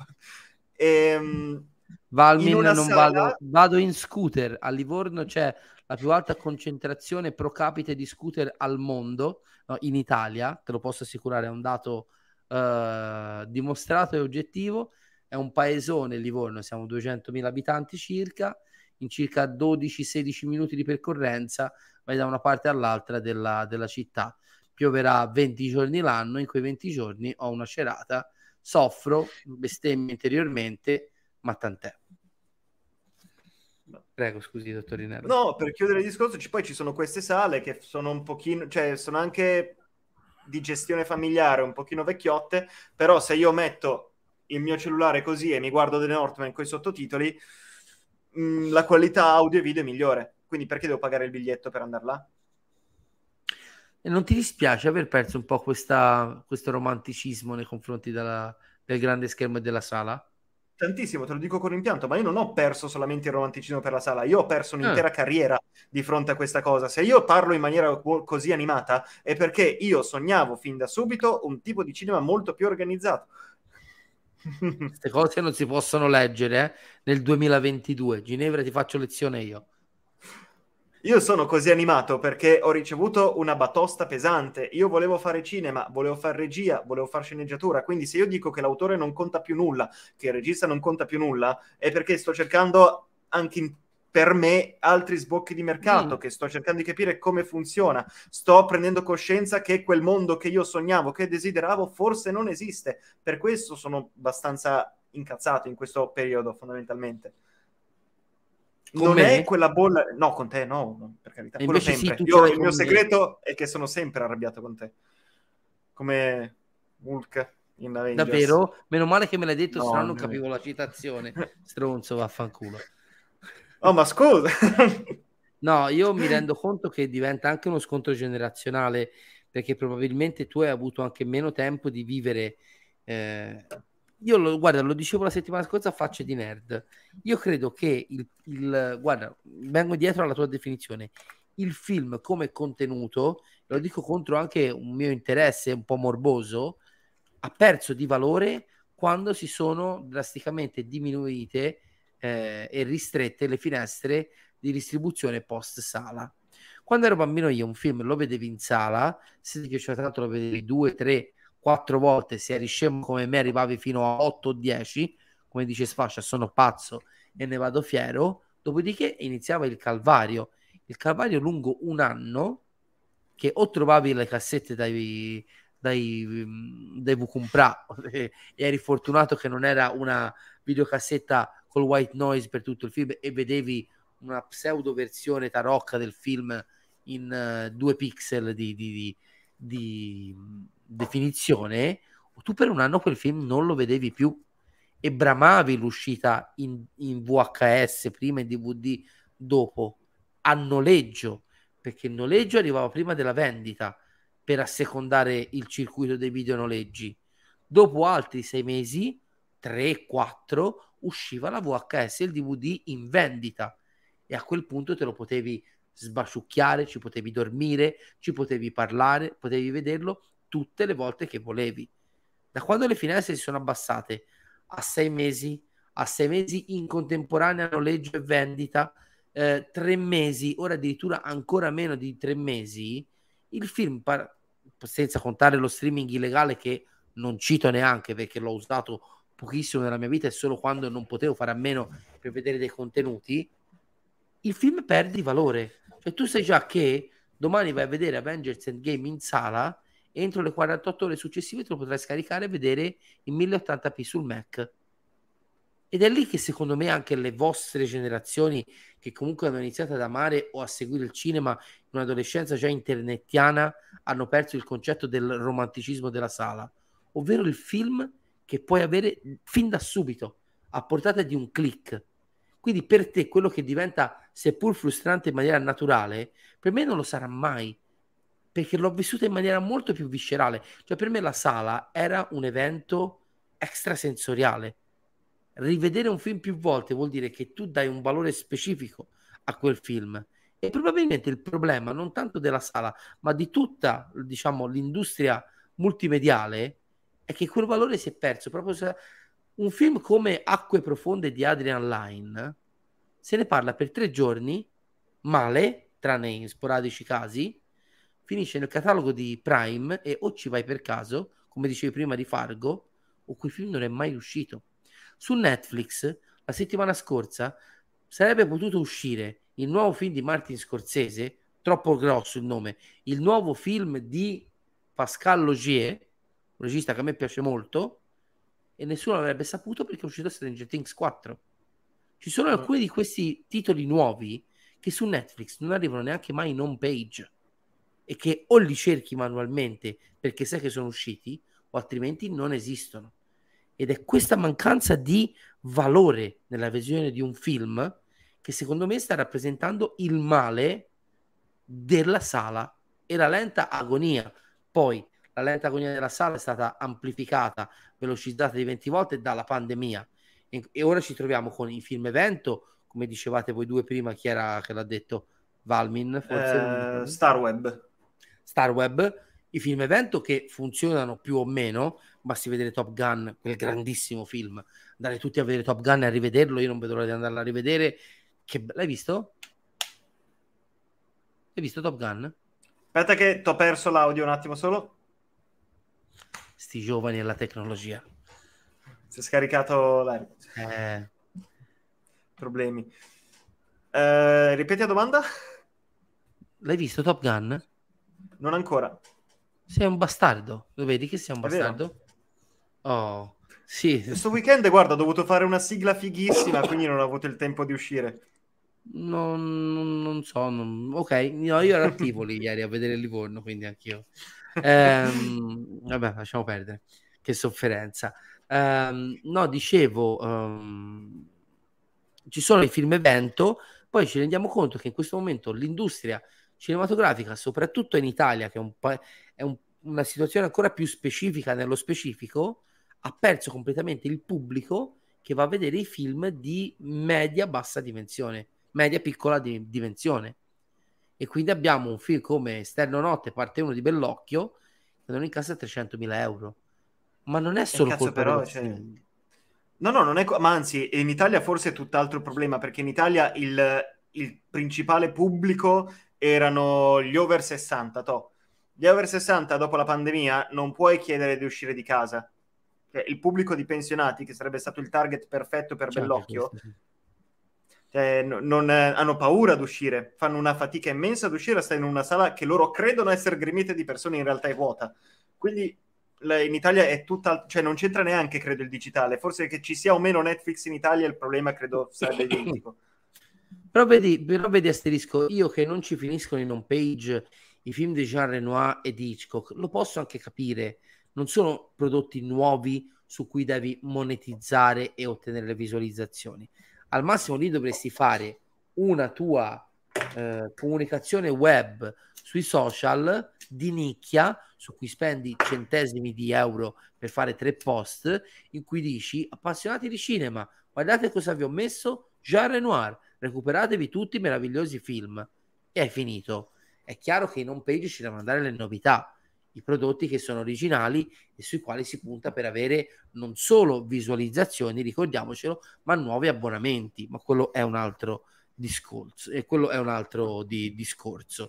[SPEAKER 3] Valmin, non sala... vado in scooter. A Livorno c'è la più alta concentrazione pro capite di scooter al mondo, no, in Italia, te lo posso assicurare, è un dato dimostrato e oggettivo. È un paesone Livorno, siamo 200.000 abitanti circa, in circa 12-16 minuti di percorrenza vai da una parte all'altra della città. Pioverà 20 giorni l'anno, in quei 20 giorni ho una cerata, soffro, bestemmio interiormente, ma tant'è. Prego, scusi, dottorinello.
[SPEAKER 4] No, per chiudere il discorso, poi ci sono queste sale che sono un pochino, cioè sono anche di gestione familiare, un pochino vecchiotte, però se io metto il mio cellulare così e mi guardo The Northman con i sottotitoli, la qualità audio e video è migliore. Quindi perché devo pagare il biglietto per andare là?
[SPEAKER 3] E non ti dispiace aver perso un po' questo romanticismo nei confronti del grande schermo e della sala?
[SPEAKER 4] Tantissimo, te lo dico con rimpianto, ma io non ho perso solamente il romanticismo per la sala, io ho perso
[SPEAKER 3] Ah.
[SPEAKER 4] un'intera carriera di fronte a questa cosa. Se io parlo in maniera così animata è perché io sognavo fin da subito un tipo di cinema molto più organizzato.
[SPEAKER 3] Queste cose non si possono leggere nel 2022. Ginevra, ti faccio lezione io.
[SPEAKER 4] Io sono così animato perché ho ricevuto una batosta pesante. Io volevo fare cinema, volevo fare regia, volevo fare sceneggiatura. Quindi se io dico che l'autore non conta più nulla, che il regista non conta più nulla, è perché sto cercando anche per me altri sbocchi di mercato, che sto cercando di capire come funziona. Sto prendendo coscienza che quel mondo che io sognavo, che desideravo, forse non esiste. Per questo sono abbastanza incazzato in questo periodo, fondamentalmente.
[SPEAKER 3] Con
[SPEAKER 4] non
[SPEAKER 3] me?
[SPEAKER 4] è quella bolla, no, con te no, per carità,
[SPEAKER 3] E
[SPEAKER 4] quello
[SPEAKER 3] invece sì,
[SPEAKER 4] sempre.
[SPEAKER 3] tu ce l'hai
[SPEAKER 4] Il
[SPEAKER 3] con
[SPEAKER 4] mio
[SPEAKER 3] me.
[SPEAKER 4] segreto è che sono sempre arrabbiato con te, come Hulk in Avengers.
[SPEAKER 3] Davvero? Meno male che me l'hai detto,
[SPEAKER 4] No,
[SPEAKER 3] sennò non capivo la citazione. Stronzo, vaffanculo.
[SPEAKER 4] Oh, ma scusa!
[SPEAKER 3] No, io mi rendo conto che diventa anche uno scontro generazionale, perché probabilmente tu hai avuto anche meno tempo di vivere. Guarda, lo dicevo la settimana scorsa a facce di nerd. Io credo che guarda, vengo dietro alla tua definizione. Il film come contenuto, lo dico contro anche un mio interesse un po' morboso, ha perso di valore quando si sono drasticamente diminuite e ristrette le finestre di distribuzione post sala. Quando ero bambino io un film lo vedevi in sala, se ti piaceva tanto lo vedevi 2, 3, 4 volte, se eri scemo come me arrivavi fino a 8 o 10, come dice Sfascia, sono pazzo e ne vado fiero, dopodiché iniziava il calvario lungo un anno, che o trovavi le cassette dai Vucumprà e eri fortunato che non era una videocassetta col white noise per tutto il film e vedevi una pseudo versione tarocca del film in 2 pixel di definizione, tu per un anno quel film non lo vedevi più e bramavi l'uscita in VHS prima e DVD dopo, a noleggio, perché il noleggio arrivava prima della vendita per assecondare il circuito dei videonoleggi. Dopo altri 6 mesi, 3-4, usciva la VHS e il DVD in vendita e a quel punto te lo potevi sbaciucchiare, ci potevi dormire, ci potevi parlare, potevi vederlo tutte le volte che volevi. Da quando le finestre si sono abbassate a 6 mesi, in contemporanea noleggio e vendita, 3 mesi, ora addirittura ancora meno di 3 mesi, il film, senza contare lo streaming illegale che non cito neanche perché l'ho usato pochissimo nella mia vita e solo quando non potevo fare a meno per vedere dei contenuti, il film perde valore. Cioè tu sai già che domani vai a vedere Avengers Endgame in sala e entro le 48 ore successive te lo potrai scaricare e vedere in 1080p sul Mac. Ed è lì che secondo me anche le vostre generazioni che comunque hanno iniziato ad amare o a seguire il cinema in un'adolescenza già internettiana hanno perso il concetto del romanticismo della sala, ovvero il film che puoi avere fin da subito a portata di un click. Quindi per te quello che diventa seppur frustrante in maniera naturale, per me non lo sarà mai, perché l'ho vissuta in maniera molto più viscerale. Cioè per me la sala era un evento extrasensoriale. Rivedere un film più volte vuol dire che tu dai un valore specifico a quel film e probabilmente il problema non tanto della sala ma di tutta, diciamo, l'industria multimediale è che quel valore si è perso. Proprio se un film come Acque profonde di Adrian Lyne se ne parla per 3 giorni male, tranne in sporadici casi, finisce nel catalogo di Prime e o ci vai per caso, come dicevi prima di Fargo, o quel film non è mai uscito. Su Netflix la settimana scorsa sarebbe potuto uscire il nuovo film di Martin Scorsese, troppo grosso il nome, il nuovo film di Pascal Laugier, un regista che a me piace molto, e nessuno l'avrebbe saputo perché è uscito Stranger Things 4. Ci sono alcuni di questi titoli nuovi che su Netflix non arrivano neanche mai in home page e che o li cerchi manualmente perché sai che sono usciti o altrimenti non esistono. ed è questa mancanza di valore nella visione di un film che secondo me sta rappresentando il male della sala e la lenta agonia. Poi la lenta agonia della sala è stata amplificata, velocizzata di 20 volte dalla pandemia e ora ci troviamo con i film evento, come dicevate voi due prima, chi era che l'ha detto? Valmin, forse? Starweb, i film evento che funzionano più o meno, basti vedere Top Gun, quel grandissimo film, andare tutti a vedere Top Gun e a rivederlo, io non vedo l'ora di andarlo a rivedere. L'hai visto? Hai visto Top Gun?
[SPEAKER 4] Aspetta che t'ho perso l'audio un attimo solo.
[SPEAKER 3] Sti giovani e la tecnologia.
[SPEAKER 4] Si è scaricato l'aria. Problemi. Ripeti la domanda?
[SPEAKER 3] L'hai visto Top Gun?
[SPEAKER 4] Non ancora.
[SPEAKER 3] Sei un bastardo. Lo vedi che sei un
[SPEAKER 4] È vero.
[SPEAKER 3] bastardo? Oh, sì.
[SPEAKER 4] Questo weekend, guarda, ho dovuto fare una sigla fighissima, quindi non ho avuto il tempo di uscire.
[SPEAKER 3] Non so. Ok, no, io ero a Tivoli ieri a vedere Livorno, quindi anch'io. Vabbè, lasciamo perdere. Che sofferenza. No, dicevo, ci sono i film evento, poi ci rendiamo conto che in questo momento l'industria cinematografica, soprattutto in Italia, che è una situazione ancora più specifica nello specifico, ha perso completamente il pubblico che va a vedere i film di media-bassa dimensione, media-piccola dimensione. E quindi abbiamo un film come Esterno Notte, parte 1 di Bellocchio, che non incassa 300.000 euro. Ma non è solo
[SPEAKER 4] cazzo,
[SPEAKER 3] colpa
[SPEAKER 4] però,
[SPEAKER 3] dello streaming.
[SPEAKER 4] No, non è... Ma anzi, in Italia forse è tutt'altro problema, perché in Italia il principale pubblico erano gli over 60, Gli over 60 dopo la pandemia non puoi chiedere di uscire di casa. Cioè, il pubblico di pensionati, che sarebbe stato il target perfetto per
[SPEAKER 3] C'è anche
[SPEAKER 4] Bellocchio,
[SPEAKER 3] questo, sì.
[SPEAKER 4] non hanno paura ad uscire, fanno una fatica immensa ad uscire, stare in una sala che loro credono essere gremita di persone, in realtà è vuota. Quindi in Italia è tutta, cioè non c'entra neanche, credo, il digitale. Forse che ci sia o meno Netflix in Italia, il problema credo sarebbe identico.
[SPEAKER 3] Però vedi asterisco, io che non ci finiscono in home page i film di Jean Renoir e di Hitchcock, lo posso anche capire, non sono prodotti nuovi su cui devi monetizzare e ottenere le visualizzazioni. Al massimo lì dovresti fare una tua comunicazione web sui social di nicchia su cui spendi centesimi di euro per fare 3 post in cui dici: appassionati di cinema, guardate cosa vi ho messo, Jean Renoir, recuperatevi tutti i meravigliosi film, e hai finito. È chiaro che in home page ci devono andare le novità, i prodotti che sono originali e sui quali si punta per avere non solo visualizzazioni, ricordiamocelo, ma nuovi abbonamenti. Ma quello è un altro discorso. E quello è un altro discorso.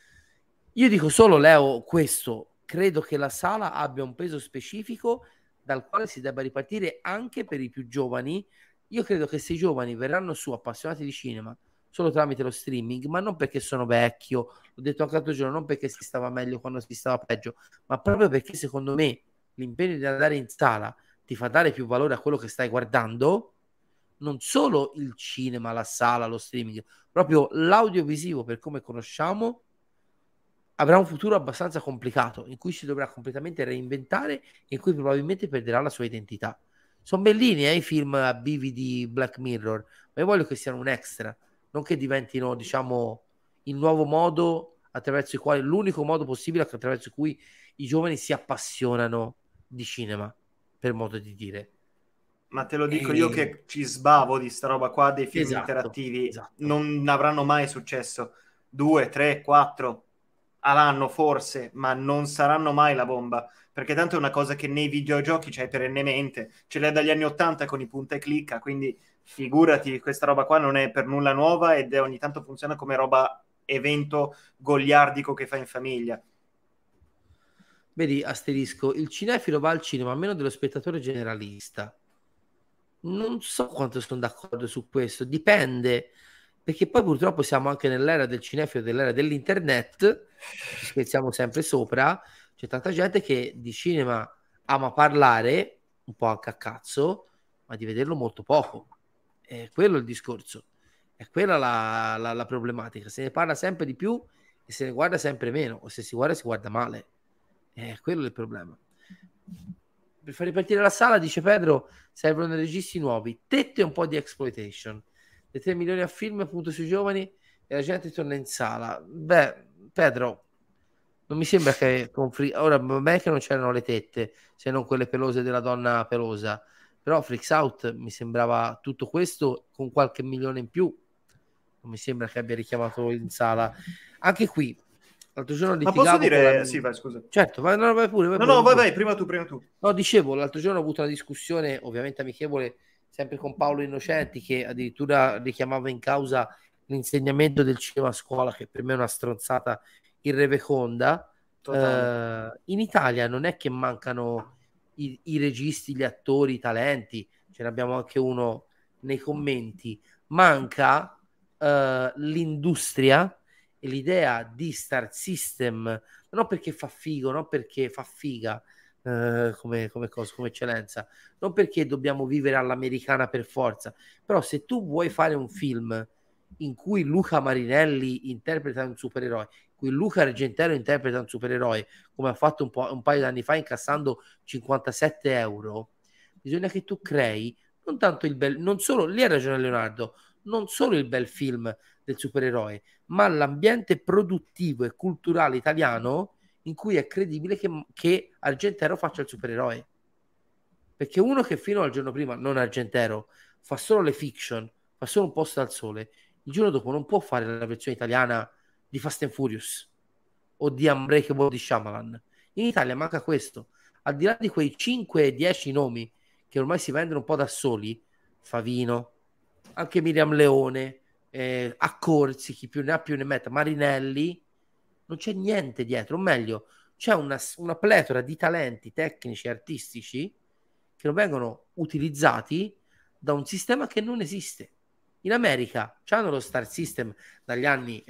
[SPEAKER 3] Io dico solo, Leo, questo: credo che la sala abbia un peso specifico dal quale si debba ripartire anche per i più giovani. Io credo che se i giovani verranno su appassionati di cinema solo tramite lo streaming, ma non perché sono vecchio, l'ho detto anche l'altro giorno, non perché si stava meglio quando si stava peggio, ma proprio perché secondo me l'impegno di andare in sala ti fa dare più valore a quello che stai guardando, non solo il cinema, la sala, lo streaming, proprio l'audiovisivo per come conosciamo avrà un futuro abbastanza complicato in cui si dovrà completamente reinventare e in cui probabilmente perderà la sua identità. Sono bellini i film a brividi Black Mirror, ma io voglio che siano un extra, non che diventino, diciamo, il nuovo modo attraverso il quale, l'unico modo possibile attraverso cui i giovani si appassionano di cinema, per modo di dire.
[SPEAKER 4] Ma te lo dico io che ci sbavo di sta roba qua, dei film interattivi.
[SPEAKER 3] Esatto.
[SPEAKER 4] Non avranno mai successo. 2, 3, 4 all'anno forse, ma non saranno mai la bomba, perché tanto è una cosa che nei videogiochi c'hai perennemente, ce l'hai dagli anni 80 con i punta e clicca, quindi figurati, questa roba qua non è per nulla nuova ed ogni tanto funziona come roba evento goliardico che fa in famiglia.
[SPEAKER 3] Vedi, asterisco, il cinefilo va al cinema a meno dello spettatore generalista. Non so quanto sono d'accordo su questo, dipende, perché poi purtroppo siamo anche nell'era del cinefilo, dell'era dell'internet, ci scherziamo sempre sopra, c'è tanta gente che di cinema ama parlare, un po' anche a cazzo, ma di vederlo molto poco. È quello il discorso, è quella la problematica, se ne parla sempre di più e se ne guarda sempre meno, o se si guarda male, è quello il problema. per far ripartire la sala, dice Pedro, servono registi nuovi, tette e un po' di exploitation. Le 3 milioni a film appunto sui giovani e la gente torna in sala. Beh, Pedro, non mi sembra che ora va bene che non c'erano le tette, se non quelle pelose della donna pelosa, però Freaks Out mi sembrava tutto questo con qualche milione in più. Non mi sembra che abbia richiamato in sala. Anche qui l'altro giorno litigavo.
[SPEAKER 4] Ma posso dire sì, vai, scusa.
[SPEAKER 3] Certo, vai pure.
[SPEAKER 4] Vai, prima tu.
[SPEAKER 3] No, dicevo, l'altro giorno ho avuto una discussione ovviamente amichevole sempre con Paolo Innocenti, che addirittura richiamava in causa l'insegnamento del cinema a scuola, che per me è una stronzata irreveconda. In Italia non è che mancano i registi, gli attori, i talenti, ce ne abbiamo anche uno nei commenti, manca l'industria e l'idea di Star System, non perché fa figo, non perché fa figa come eccellenza, non perché dobbiamo vivere all'americana per forza, però se tu vuoi fare un film in cui Luca Marinelli interpreta un supereroe, in cui Luca Argentero interpreta un supereroe, come ha fatto un paio d'anni fa incassando 57 euro, bisogna che tu crei non tanto il bel, non solo, lì ha ragione Leonardo, non solo il bel film del supereroe, ma l'ambiente produttivo e culturale italiano in cui è credibile che Argentero faccia il supereroe. Perché uno che fino al giorno prima, non Argentero, fa solo le fiction, fa solo un posto al sole, il giorno dopo non può fare la versione italiana di Fast and Furious o di Unbreakable di Shyamalan. In Italia manca questo. Al di là di quei 5-10 nomi che ormai si vendono un po' da soli, Favino, anche Miriam Leone, Accorsi, chi più ne ha più ne metta, Marinelli, non c'è niente dietro, o meglio, c'è una pletora di talenti tecnici e artistici che non vengono utilizzati da un sistema che non esiste. In America c'hanno lo Star System dagli anni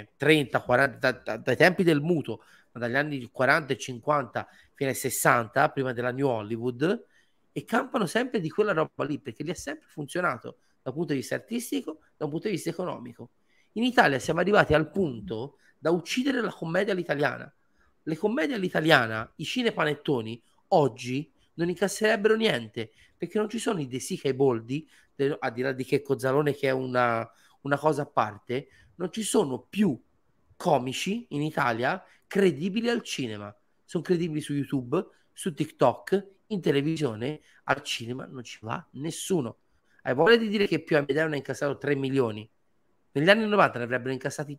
[SPEAKER 3] 30, 40, dai tempi del mutuo, dagli anni 40 e 50 fino ai 60, prima della New Hollywood, e campano sempre di quella roba lì, perché gli è sempre funzionato da un punto di vista artistico, da un punto di vista economico. In Italia siamo arrivati al punto da uccidere la commedia all'italiana. Le commedie all'italiana, i cinepanettoni, oggi non incasserebbero niente, perché non ci sono i De Sica e i Boldi, a di là di Checco Zalone che è una cosa a parte, non ci sono più comici in Italia credibili al cinema. Sono credibili su YouTube, su TikTok, in televisione, al cinema non ci va nessuno. Hai voglia di dire che più Amedeo ne ha incassato 3 milioni? Negli anni 90 ne avrebbero incassati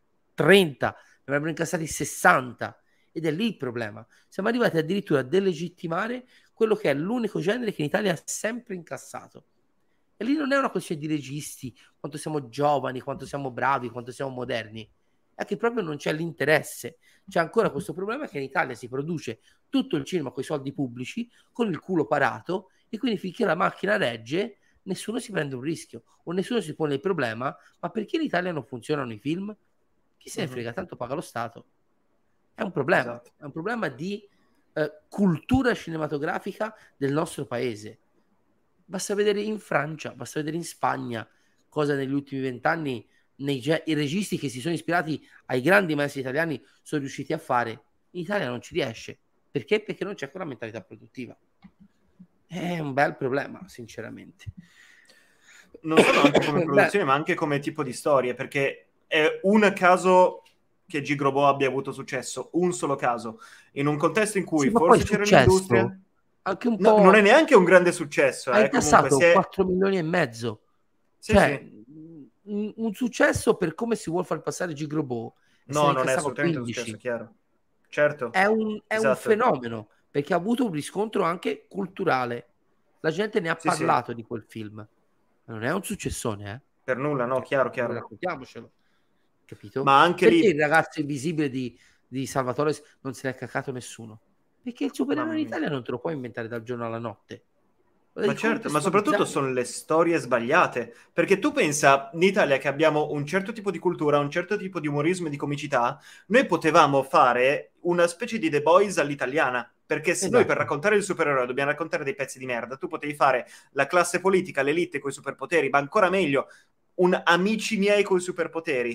[SPEAKER 3] 30, ne avrebbero incassati 60, ed è lì il problema. Siamo arrivati addirittura a delegittimare quello che è l'unico genere che in Italia ha sempre incassato. E lì non è una questione di registi, quanto siamo giovani, quanto siamo bravi, quanto siamo moderni, è che proprio non c'è l'interesse. C'è ancora questo problema che in Italia si produce tutto il cinema con i soldi pubblici, con il culo parato, e quindi finché la macchina regge nessuno si prende un rischio o nessuno si pone il problema: ma perché in Italia non funzionano i film? Chi se ne frega, tanto paga lo Stato. È un problema, esatto. È un problema di cultura cinematografica del nostro paese. Basta vedere in Francia, basta vedere in Spagna cosa negli ultimi 20 anni i registi che si sono ispirati ai grandi maestri italiani sono riusciti a fare. In Italia non ci riesce. Perché? Perché non c'è quella mentalità produttiva. È un bel problema, sinceramente.
[SPEAKER 4] Non solo anche come produzione, ma anche come tipo di storie, perché è un caso che Gigrobo abbia avuto successo, un solo caso, in un contesto in cui forse c'era l'industria.
[SPEAKER 3] Anche un
[SPEAKER 4] po'... non è neanche un grande successo.
[SPEAKER 3] Ha incassato 4 milioni e mezzo.
[SPEAKER 4] Sì,
[SPEAKER 3] cioè,
[SPEAKER 4] sì.
[SPEAKER 3] Un successo per come si vuol far passare Gigrobo.
[SPEAKER 4] No, non è assolutamente 15. Un successo, chiaro. Certo.
[SPEAKER 3] È un fenomeno, perché ha avuto un riscontro anche culturale. La gente ne ha parlato di quel film. Non è un successone, eh?
[SPEAKER 4] Per nulla, no, chiaro.
[SPEAKER 3] Raccontiamocelo. Capito?
[SPEAKER 4] Ma anche
[SPEAKER 3] perché
[SPEAKER 4] lì...
[SPEAKER 3] il ragazzo invisibile di Salvatore non se ne è caccato nessuno? Perché il supereroe in Italia non te lo puoi inventare dal giorno alla notte.
[SPEAKER 4] Ma certo, ma soprattutto sono le storie sbagliate, perché tu pensa, in Italia che abbiamo un certo tipo di cultura, un certo tipo di umorismo e di comicità, noi potevamo fare una specie di The Boys all'italiana, perché se noi per raccontare il supereroe dobbiamo raccontare dei pezzi di merda, tu potevi fare la classe politica, l'elite coi superpoteri, ma ancora meglio, un Amici miei coi superpoteri.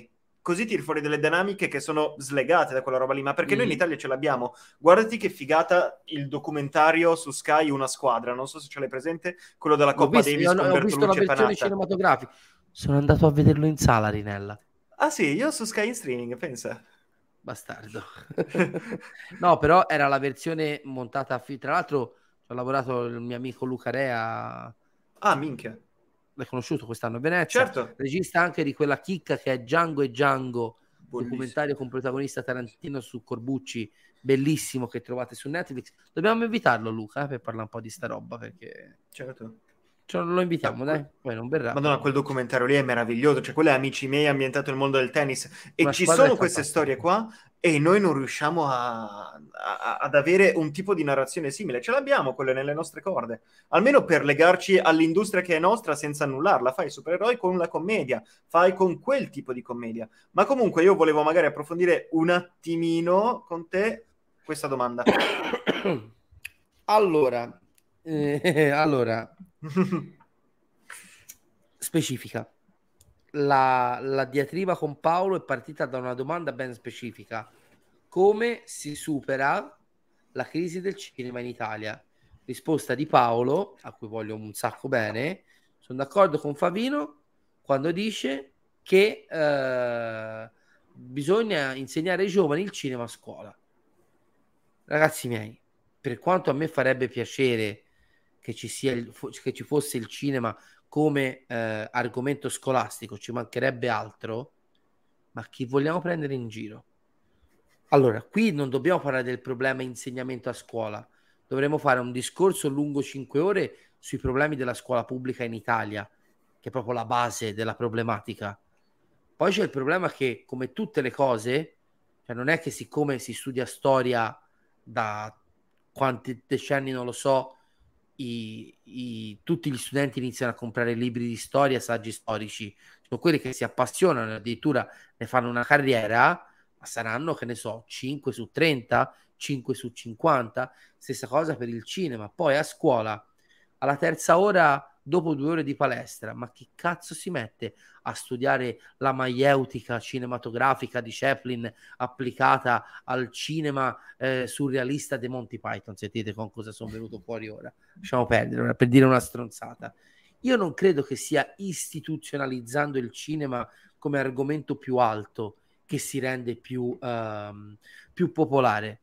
[SPEAKER 4] così tiri fuori delle dinamiche che sono slegate da quella roba lì, ma perché noi in Italia ce l'abbiamo. Guardati che figata il documentario su Sky Una Squadra, non so se ce l'hai presente, quello della Coppa Davis con
[SPEAKER 3] ho visto la
[SPEAKER 4] Bertolucci e
[SPEAKER 3] versione
[SPEAKER 4] Panatta.
[SPEAKER 3] cinematografica. Sono andato a vederlo in sala, Rinella.
[SPEAKER 4] Ah sì, io su Sky in streaming, pensa.
[SPEAKER 3] Bastardo. No, però era la versione montata tra l'altro ho lavorato il mio amico Luca Rea.
[SPEAKER 4] Ah, minchia.
[SPEAKER 3] L'hai conosciuto quest'anno a Venezia,
[SPEAKER 4] Certo.
[SPEAKER 3] regista anche di quella chicca che è Django e Django,
[SPEAKER 4] Bellissimo.
[SPEAKER 3] documentario con protagonista Tarantino su Corbucci, bellissimo, che trovate su Netflix. Dobbiamo invitarlo Luca per parlare un po' di sta roba, perché
[SPEAKER 4] Certo.
[SPEAKER 3] lo invitiamo, dai, poi non verrà.
[SPEAKER 4] Madonna, quel documentario lì è meraviglioso, cioè quello è Amici miei ambientato nel mondo del tennis e
[SPEAKER 3] Una
[SPEAKER 4] ci
[SPEAKER 3] squadra
[SPEAKER 4] sono
[SPEAKER 3] è
[SPEAKER 4] queste
[SPEAKER 3] fantastica.
[SPEAKER 4] storie qua e noi non riusciamo ad avere un tipo di narrazione simile. Ce l'abbiamo quelle nelle nostre corde, almeno per legarci all'industria che è nostra senza annullarla. Fai i supereroi con la commedia, fai con quel tipo di commedia. Ma comunque io volevo magari approfondire un attimino con te questa domanda.
[SPEAKER 3] Allora, specifica. La diatriba con Paolo è partita da una domanda ben specifica: come si supera la crisi del cinema in Italia? Risposta di Paolo, a cui voglio un sacco bene. Sono d'accordo con Favino quando dice che bisogna insegnare ai giovani il cinema a scuola. Ragazzi miei, per quanto a me farebbe piacere che ci fosse il cinema come argomento scolastico, ci mancherebbe altro, ma chi vogliamo prendere in giro? Allora, qui non dobbiamo parlare del problema insegnamento a scuola, dovremmo fare un discorso lungo 5 ore sui problemi della scuola pubblica in Italia, che è proprio la base della problematica. Poi c'è il problema che, come tutte le cose, cioè non è che siccome si studia storia da quanti decenni non lo so, tutti gli studenti iniziano a comprare libri di storia, saggi storici, sono quelli che si appassionano, addirittura ne fanno una carriera, ma saranno, che ne so, 5 su 30, 5 su 50, stessa cosa per il cinema. Poi a scuola, alla terza ora, dopo 2 ore di palestra, ma chi cazzo si mette a studiare la maieutica cinematografica di Chaplin applicata al cinema surrealista dei Monty Python? Sentite con cosa sono venuto fuori ora. Lasciamo perdere, per dire una stronzata. Io non credo che sia istituzionalizzando il cinema come argomento più alto che si rende più popolare.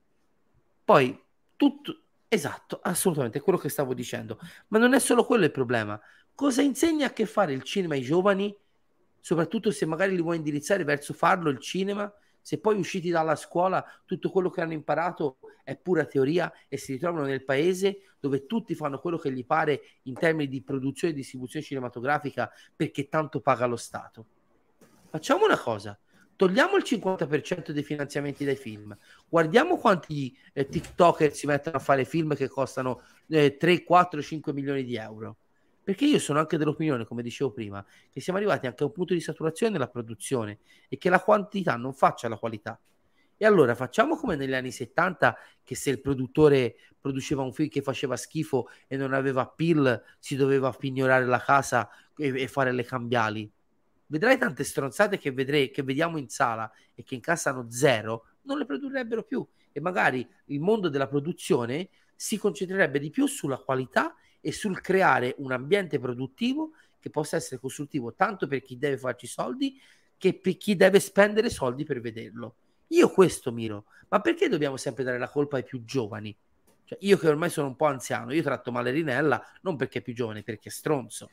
[SPEAKER 3] Poi tutto, esatto, assolutamente, è quello che stavo dicendo. Ma non è solo quello il problema. Cosa insegna a che fare il cinema ai giovani, soprattutto se magari li vuoi indirizzare verso farlo il cinema, se poi usciti dalla scuola tutto quello che hanno imparato è pura teoria e si ritrovano nel paese dove tutti fanno quello che gli pare in termini di produzione e distribuzione cinematografica perché tanto paga lo Stato. Facciamo una cosa: togliamo il 50% dei finanziamenti dai film, guardiamo quanti TikToker si mettono a fare film che costano 3, 4, 5 milioni di euro. Perché io sono anche dell'opinione, come dicevo prima, che siamo arrivati anche a un punto di saturazione nella produzione e che la quantità non faccia la qualità. E allora facciamo come negli anni 70, che se il produttore produceva un film che faceva schifo e non aveva appeal, si doveva pignorare la casa e fare le cambiali. Vedrai tante stronzate che vediamo in sala e che incassano zero, non le produrrebbero più. E magari il mondo della produzione si concentrerebbe di più sulla qualità e sul creare un ambiente produttivo che possa essere costruttivo tanto per chi deve farci soldi che per chi deve spendere soldi per vederlo. Io questo miro. Ma perché dobbiamo sempre dare la colpa ai più giovani? Cioè, io che ormai sono un po' anziano, io tratto male Rinella non perché è più giovane, perché è stronzo.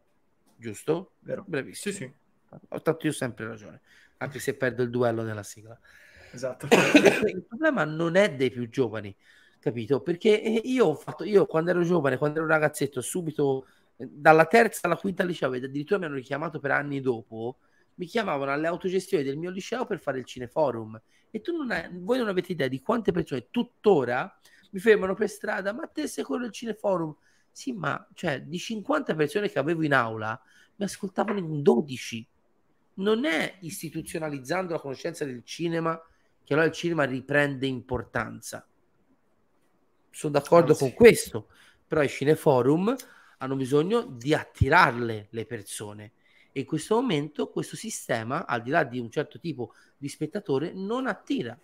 [SPEAKER 3] Giusto?
[SPEAKER 4] Vero.
[SPEAKER 3] Brevissimo.
[SPEAKER 4] Sì.
[SPEAKER 3] Ho tanto io sempre ragione, anche se perdo il duello nella sigla.
[SPEAKER 4] Esatto.
[SPEAKER 3] Il problema non è dei più giovani, capito? Perché io quando ero giovane, quando ero ragazzetto, subito dalla terza alla quinta liceo, ed addirittura mi hanno richiamato per anni dopo, mi chiamavano alle autogestioni del mio liceo per fare il cineforum. E voi non avete idea di quante persone tuttora mi fermano per strada: ma te sei quello del cineforum? Sì, ma cioè di 50 persone che avevo in aula mi ascoltavano in 12. Non è istituzionalizzando la conoscenza del cinema che allora il cinema riprende importanza. Sono d'accordo con questo, però i cineforum hanno bisogno di attirarle le persone E in questo momento questo sistema, al di là di un certo tipo di spettatore, non attira.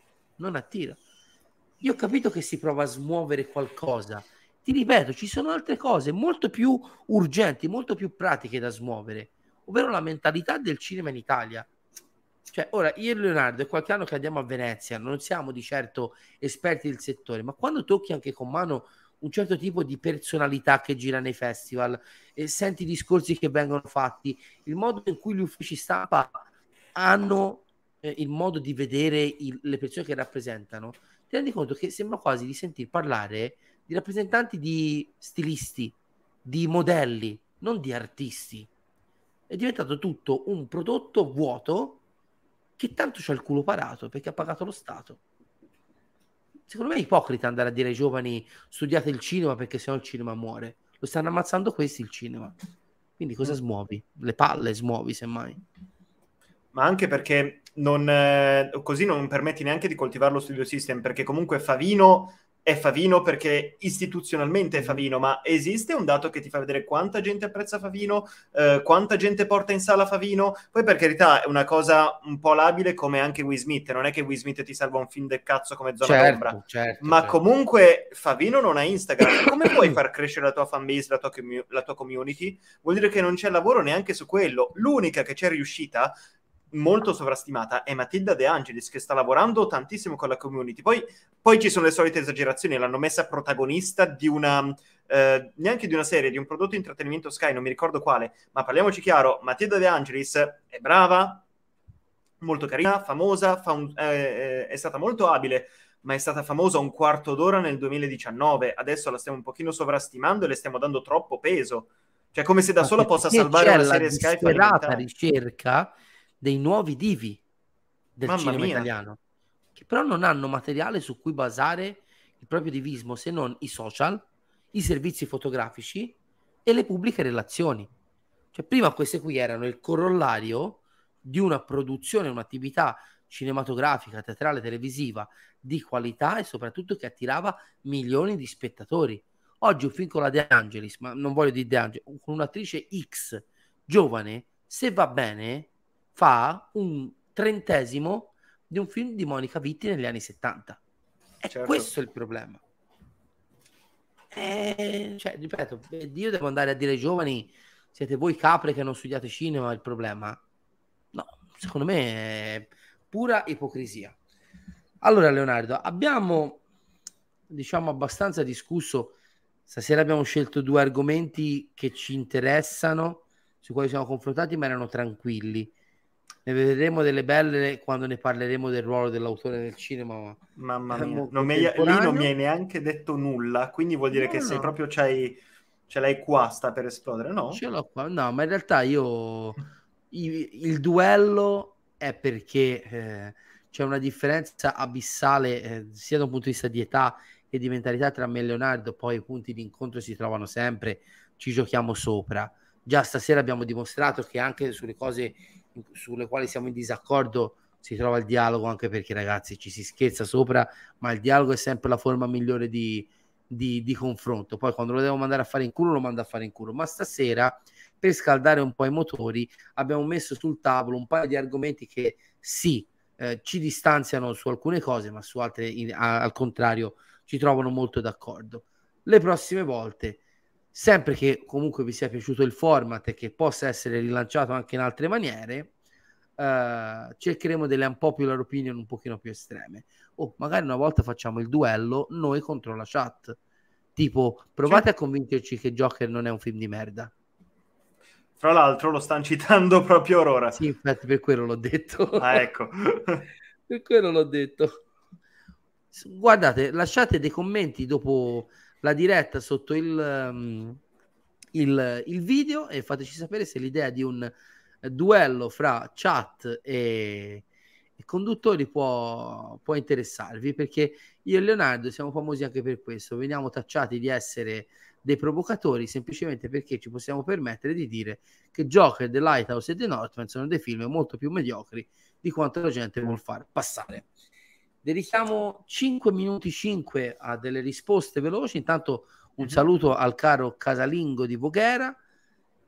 [SPEAKER 3] Io ho capito che si prova a smuovere qualcosa. Ti ripeto, ci sono altre cose molto più urgenti, molto più pratiche da smuovere, ovvero la mentalità del cinema in Italia. Cioè, ora, io e Leonardo è qualche anno che andiamo a Venezia, non siamo di certo esperti del settore, ma quando tocchi anche con mano un certo tipo di personalità che gira nei festival, e senti i discorsi che vengono fatti, il modo in cui gli uffici stampa hanno il modo di vedere le persone che rappresentano, ti rendi conto che sembra quasi di sentir parlare di rappresentanti di stilisti, di modelli, non di artisti. È diventato tutto un prodotto vuoto che tanto c'ha il culo parato perché ha pagato lo Stato. Secondo me è ipocrita andare a dire ai giovani studiate il cinema perché sennò il cinema muore. Lo stanno ammazzando questi il cinema. Quindi cosa smuovi? Le palle smuovi, semmai.
[SPEAKER 4] Ma anche perché così non permetti neanche di coltivare lo studio system, perché comunque Favino è Favino perché istituzionalmente è Favino, ma esiste un dato che ti fa vedere quanta gente apprezza Favino, quanta gente porta in sala Favino? Poi per carità è una cosa un po' labile come anche Will Smith, non è che Will Smith ti salva un film del cazzo come Zona d'Ombra, ma comunque Favino non ha Instagram, come puoi far crescere la tua fanbase, la tua community? Vuol dire che non c'è lavoro neanche su quello. L'unica che c'è riuscita, molto sovrastimata, è Matilda De Angelis, che sta lavorando tantissimo con la community. Poi ci sono le solite esagerazioni, l'hanno messa protagonista di una neanche di una serie, di un prodotto di intrattenimento Sky, non mi ricordo quale, ma parliamoci chiaro, Matilda De Angelis è brava, molto carina, famosa, è stata molto abile, ma è stata famosa un quarto d'ora nel 2019, adesso la stiamo un pochino sovrastimando e le stiamo dando troppo peso, cioè come se da sola possa salvare una serie Sky fallimentare.
[SPEAKER 3] Ricerca dei nuovi divi del cinema italiano, che però non hanno materiale su cui basare il proprio divismo se non i social, i servizi fotografici e le pubbliche relazioni. Cioè prima queste qui erano il corollario di una produzione, un'attività cinematografica, teatrale, televisiva di qualità e soprattutto che attirava milioni di spettatori. Oggi un film con la De Angelis, ma non voglio dire De Angelis, con un'attrice X giovane, se va bene fa un 30° di un film di Monica Vitti negli anni 70. E certo, questo è il problema. Cioè, ripeto, io devo andare a dire ai giovani siete voi capre che non studiate cinema il problema? No, secondo me è pura ipocrisia. Allora Leonardo, abbiamo diciamo abbastanza discusso, stasera abbiamo scelto 2 argomenti che ci interessano, sui quali siamo confrontati, ma erano tranquilli. Ne vedremo delle belle quando ne parleremo del ruolo dell'autore nel cinema.
[SPEAKER 4] Mamma mia, lì non mi hai neanche detto nulla, quindi vuol dire che sei proprio ce l'hai qua, sta per esplodere, no?
[SPEAKER 3] Ce l'ho qua, no, ma in realtà il duello è perché c'è una differenza abissale sia da un punto di vista di età che di mentalità tra me e Leonardo, poi i punti di incontro si trovano sempre, ci giochiamo sopra. Già stasera abbiamo dimostrato che anche sulle cose sulle quali siamo in disaccordo si trova il dialogo, anche perché ragazzi ci si scherza sopra, ma il dialogo è sempre la forma migliore di confronto. Poi quando lo devo mandare a fare in culo lo mando a fare in culo, ma stasera per scaldare un po' i motori abbiamo messo sul tavolo un paio di argomenti che sì, ci distanziano su alcune cose, ma su altre al contrario ci trovano molto d'accordo. Le prossime volte, sempre che comunque vi sia piaciuto il format e che possa essere rilanciato anche in altre maniere, cercheremo delle unpopular opinion un pochino più estreme, o magari una volta facciamo il duello noi contro la chat, tipo provate a convincerci che Joker non è un film di merda.
[SPEAKER 4] Fra l'altro lo stanno citando proprio ora.
[SPEAKER 3] Sì, infatti per quello l'ho detto.
[SPEAKER 4] Ah, ecco.
[SPEAKER 3] Per quello l'ho detto. Guardate, lasciate dei commenti dopo la diretta sotto il video e fateci sapere se l'idea di un duello fra chat e conduttori può interessarvi, perché io e Leonardo siamo famosi anche per questo, veniamo tacciati di essere dei provocatori semplicemente perché ci possiamo permettere di dire che Joker, The Lighthouse e The Northman sono dei film molto più mediocri di quanto la gente vuol far passare. Dedichiamo 5 minuti 5 a delle risposte veloci. Intanto un saluto al caro casalingo di Voghera.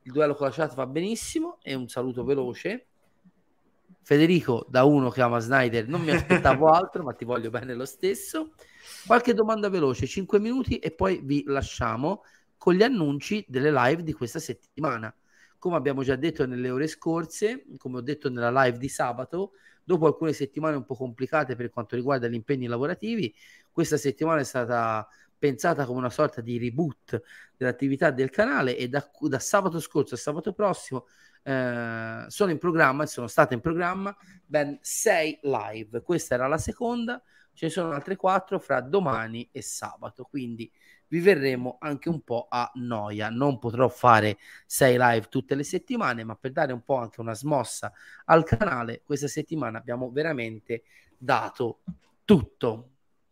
[SPEAKER 3] il duello con la chat va benissimo, e un saluto veloce. Federico, da uno che ama Snyder, non mi aspettavo altro, ma ti voglio bene lo stesso. Qualche domanda veloce, 5 minuti, e poi vi lasciamo con gli annunci delle live di questa settimana. Come abbiamo già detto nelle ore scorse, come ho detto nella live di sabato, dopo alcune settimane un po' complicate per quanto riguarda gli impegni lavorativi, questa settimana è stata pensata come una sorta di reboot dell'attività del canale, e da sabato scorso a sabato prossimo sono in programma, e sono state in programma ben 6 live. Questa era la seconda, ce ne sono altre 4 fra domani e sabato, quindi vi verremo anche un po' a noia. Non potrò fare 6 live tutte le settimane, ma per dare un po' anche una smossa al canale, questa settimana abbiamo veramente dato tutto.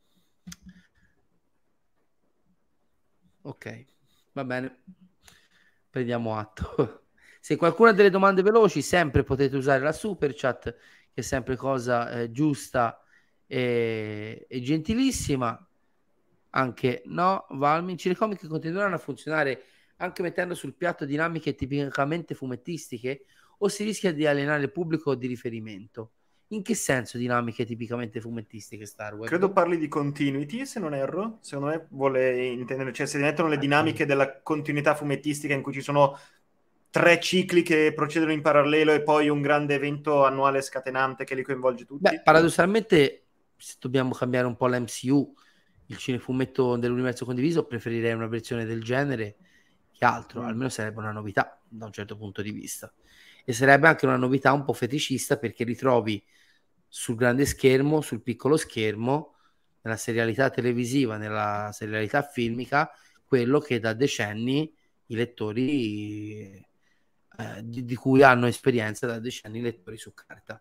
[SPEAKER 3] Ok, va bene, prendiamo atto. Se qualcuno ha delle domande veloci, sempre potete usare la super chat, che è sempre cosa giusta e gentilissima. Anche no, Valmi, cinecomiche continueranno a funzionare anche mettendo sul piatto dinamiche tipicamente fumettistiche, o si rischia di alienare il pubblico di riferimento? In che senso dinamiche tipicamente fumettistiche, Star Wars?
[SPEAKER 4] Credo parli di continuity, se non erro. Secondo me vuole intendere, cioè se mettono le dinamiche della continuità fumettistica in cui ci sono 3 cicli che procedono in parallelo e poi un grande evento annuale scatenante che li coinvolge tutti.
[SPEAKER 3] Beh, paradossalmente, se dobbiamo cambiare un po' l'MCU, il cinefumetto dell'universo condiviso, preferirei una versione del genere che altro. Almeno sarebbe una novità da un certo punto di vista, e sarebbe anche una novità un po' feticista, perché ritrovi sul grande schermo, sul piccolo schermo, nella serialità televisiva, nella serialità filmica, quello che da decenni i lettori di cui hanno esperienza da decenni i lettori su carta.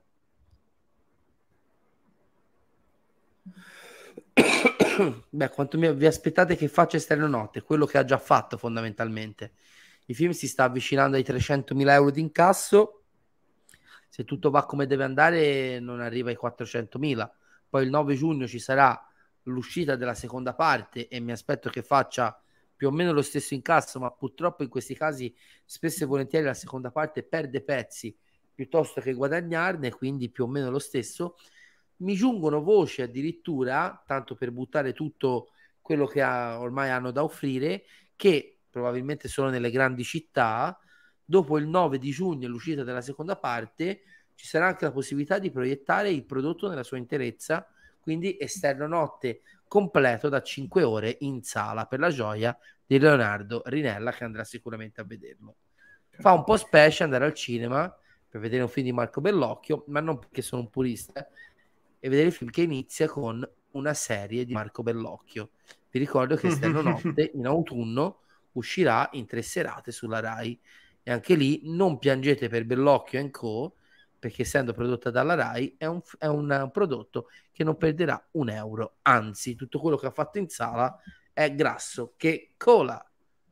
[SPEAKER 3] Beh, quanto vi aspettate che faccia Esterno Notte? Quello che ha già fatto, fondamentalmente. Il film si sta avvicinando ai 300.000 euro di incasso. Se tutto va come deve andare, non arriva ai 400.000. Poi il 9 giugno ci sarà l'uscita della seconda parte, e mi aspetto che faccia più o meno lo stesso incasso, ma purtroppo in questi casi spesso e volentieri la seconda parte perde pezzi piuttosto che guadagnarne, quindi più o meno lo stesso. Mi giungono voci addirittura, tanto per buttare tutto quello che ormai hanno da offrire, che probabilmente solo nelle grandi città, dopo il 9 di giugno e l'uscita della seconda parte, ci sarà anche la possibilità di proiettare il prodotto nella sua interezza, quindi Esterno Notte completo da 5 ore in sala, per la gioia di Leonardo Rinella, che andrà sicuramente a vederlo. Fa un po' specie andare al cinema per vedere un film di Marco Bellocchio, ma non perché sono un purista, e vedere il film che inizia con una serie di Marco Bellocchio. Vi ricordo che Esterno Notte in autunno uscirà in 3 serate sulla Rai, e anche lì non piangete per Bellocchio & Co, perché essendo prodotta dalla Rai è un prodotto che non perderà un euro, anzi tutto quello che ha fatto in sala è grasso che cola.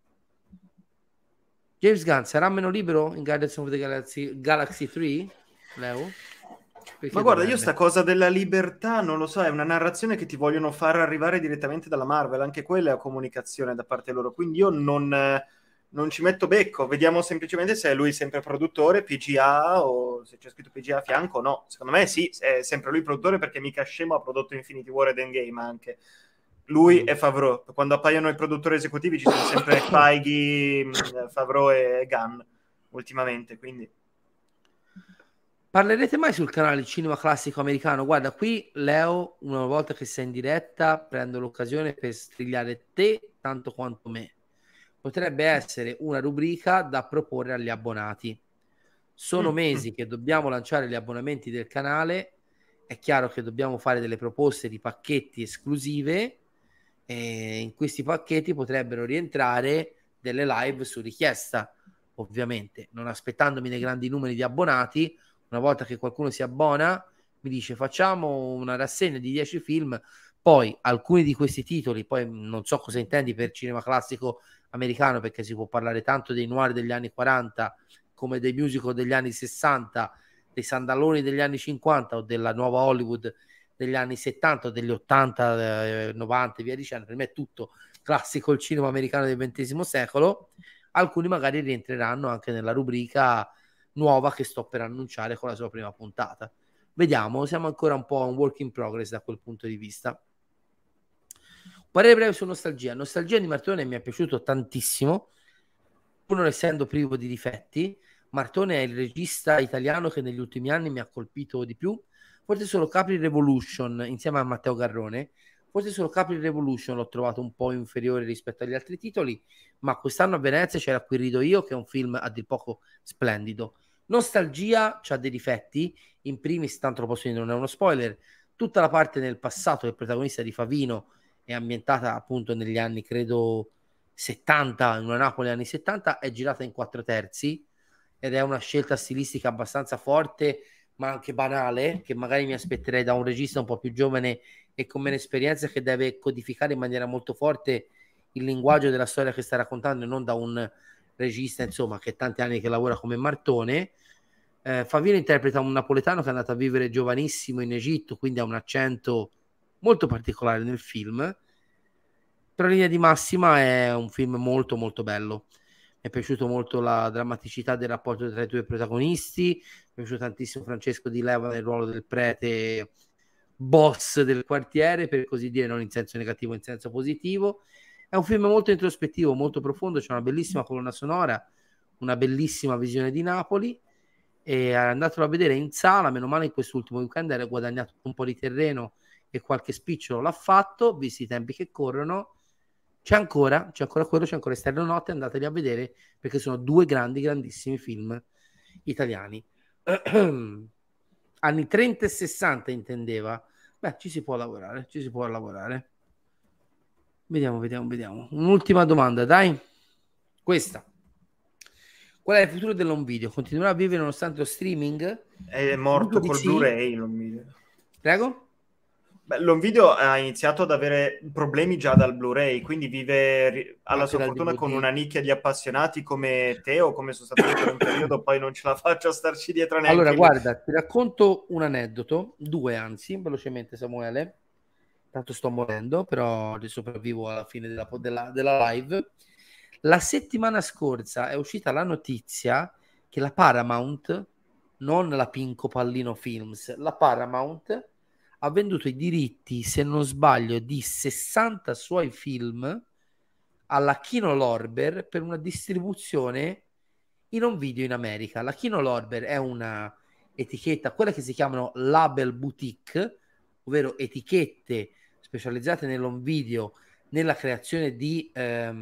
[SPEAKER 3] James Gunn sarà meno libero in Guardians of the Galaxy 3, Leo? Perché
[SPEAKER 4] ma guarda,
[SPEAKER 3] dovrebbe?
[SPEAKER 4] io sta cosa della libertà non lo so, è una narrazione che ti vogliono far arrivare direttamente dalla Marvel, anche quella è comunicazione da parte loro, quindi io non ci metto becco, vediamo semplicemente se è lui sempre produttore, PGA, o se c'è scritto PGA a fianco o no. Secondo me sì, è sempre lui produttore, perché mica scemo ha prodotto Infinity War ed Endgame anche. Lui e Favreau, quando appaiono i produttori esecutivi ci sono sempre Feige, Favreau e Gunn ultimamente, quindi...
[SPEAKER 3] Parlerete mai sul canale Cinema Classico Americano? Guarda, qui Leo, una volta che sei in diretta, prendo l'occasione per strigliare te tanto quanto me. Potrebbe essere una rubrica da proporre agli abbonati. Sono mesi che dobbiamo lanciare gli abbonamenti del canale, è chiaro che dobbiamo fare delle proposte di pacchetti esclusive, e in questi pacchetti potrebbero rientrare delle live su richiesta, ovviamente, non aspettandomi dei grandi numeri di abbonati. Una volta che qualcuno si abbona, mi dice facciamo una rassegna di 10 film, poi alcuni di questi titoli, poi non so cosa intendi per cinema classico americano, perché si può parlare tanto dei noir degli anni 40 come dei musical degli anni 60, dei sandaloni degli anni 50 o della nuova Hollywood degli anni 70 o degli 80, 90 e via dicendo. Per me è tutto classico il cinema americano del XX secolo. alcuni magari rientreranno anche nella rubrica nuova che sto per annunciare con la sua prima puntata. Vediamo, siamo ancora un po' un work in progress da quel punto di vista. Parere breve su Nostalgia. Nostalgia di Martone mi è piaciuto tantissimo, pur non essendo privo di difetti. Martone è il regista italiano che negli ultimi anni mi ha colpito di più. Forse solo Capri Revolution insieme a Matteo Garrone. Forse solo Capri Revolution l'ho trovato un po' inferiore rispetto agli altri titoli, ma quest'anno a Venezia c'era Qui rido io, che è un film a dir poco splendido. Nostalgia c'ha dei difetti, in primis, tanto lo posso dire, non è uno spoiler, tutta la parte nel passato del protagonista di Favino è ambientata appunto negli anni, credo, 70, in una Napoli anni 70, è girata in 4/3 ed è una scelta stilistica abbastanza forte, ma anche banale, che magari mi aspetterei da un regista un po' più giovane e con meno esperienza, che deve codificare in maniera molto forte il linguaggio della storia che sta raccontando e non da un regista, insomma, che è tanti anni che lavora come Martone. Favino interpreta un napoletano che è andato a vivere giovanissimo in Egitto, quindi ha un accento molto particolare nel film, però in linea di massima è un film molto molto bello. Mi è piaciuto molto la drammaticità del rapporto tra i due protagonisti, mi è piaciuto tantissimo Francesco Di Leva nel ruolo del prete boss del quartiere, per così dire, non in senso negativo, in senso positivo. È un film molto introspettivo, molto profondo, c'è una bellissima colonna sonora, una bellissima visione di Napoli, e andatelo a vedere in sala, meno male in quest'ultimo weekend era guadagnato un po' di terreno e qualche spicciolo l'ha fatto, visti i tempi che corrono. C'è ancora quello, c'è ancora Esterno Notte, andateli a vedere perché sono due grandissimi film italiani. Anni 30 e 60 intendeva. Beh, ci si può lavorare. Vediamo. Un'ultima domanda, dai. Questa. Qual è il futuro dell'home video? Continuerà a vivere nonostante lo streaming?
[SPEAKER 4] È morto col Blu-ray l'home video.
[SPEAKER 3] Prego?
[SPEAKER 4] Beh, l'home video ha iniziato ad avere problemi già dal Blu-ray, quindi vive alla sua fortuna con una nicchia di appassionati come te o come sono stato io per un periodo, poi non ce la faccio a starci dietro neanche.
[SPEAKER 3] Allora, guarda, ti racconto un aneddoto, due anzi, velocemente Samuele, tanto sto morendo, però sopravvivo alla fine della live. La settimana scorsa è uscita la notizia che la Paramount, non la Pinco Pallino Films, la Paramount ha venduto i diritti, se non sbaglio, di 60 suoi film alla Kino Lorber per una distribuzione in un video in America. La Kino Lorber è una etichetta, quelle che si chiamano label boutique, ovvero etichette specializzate nell'home video, nella creazione di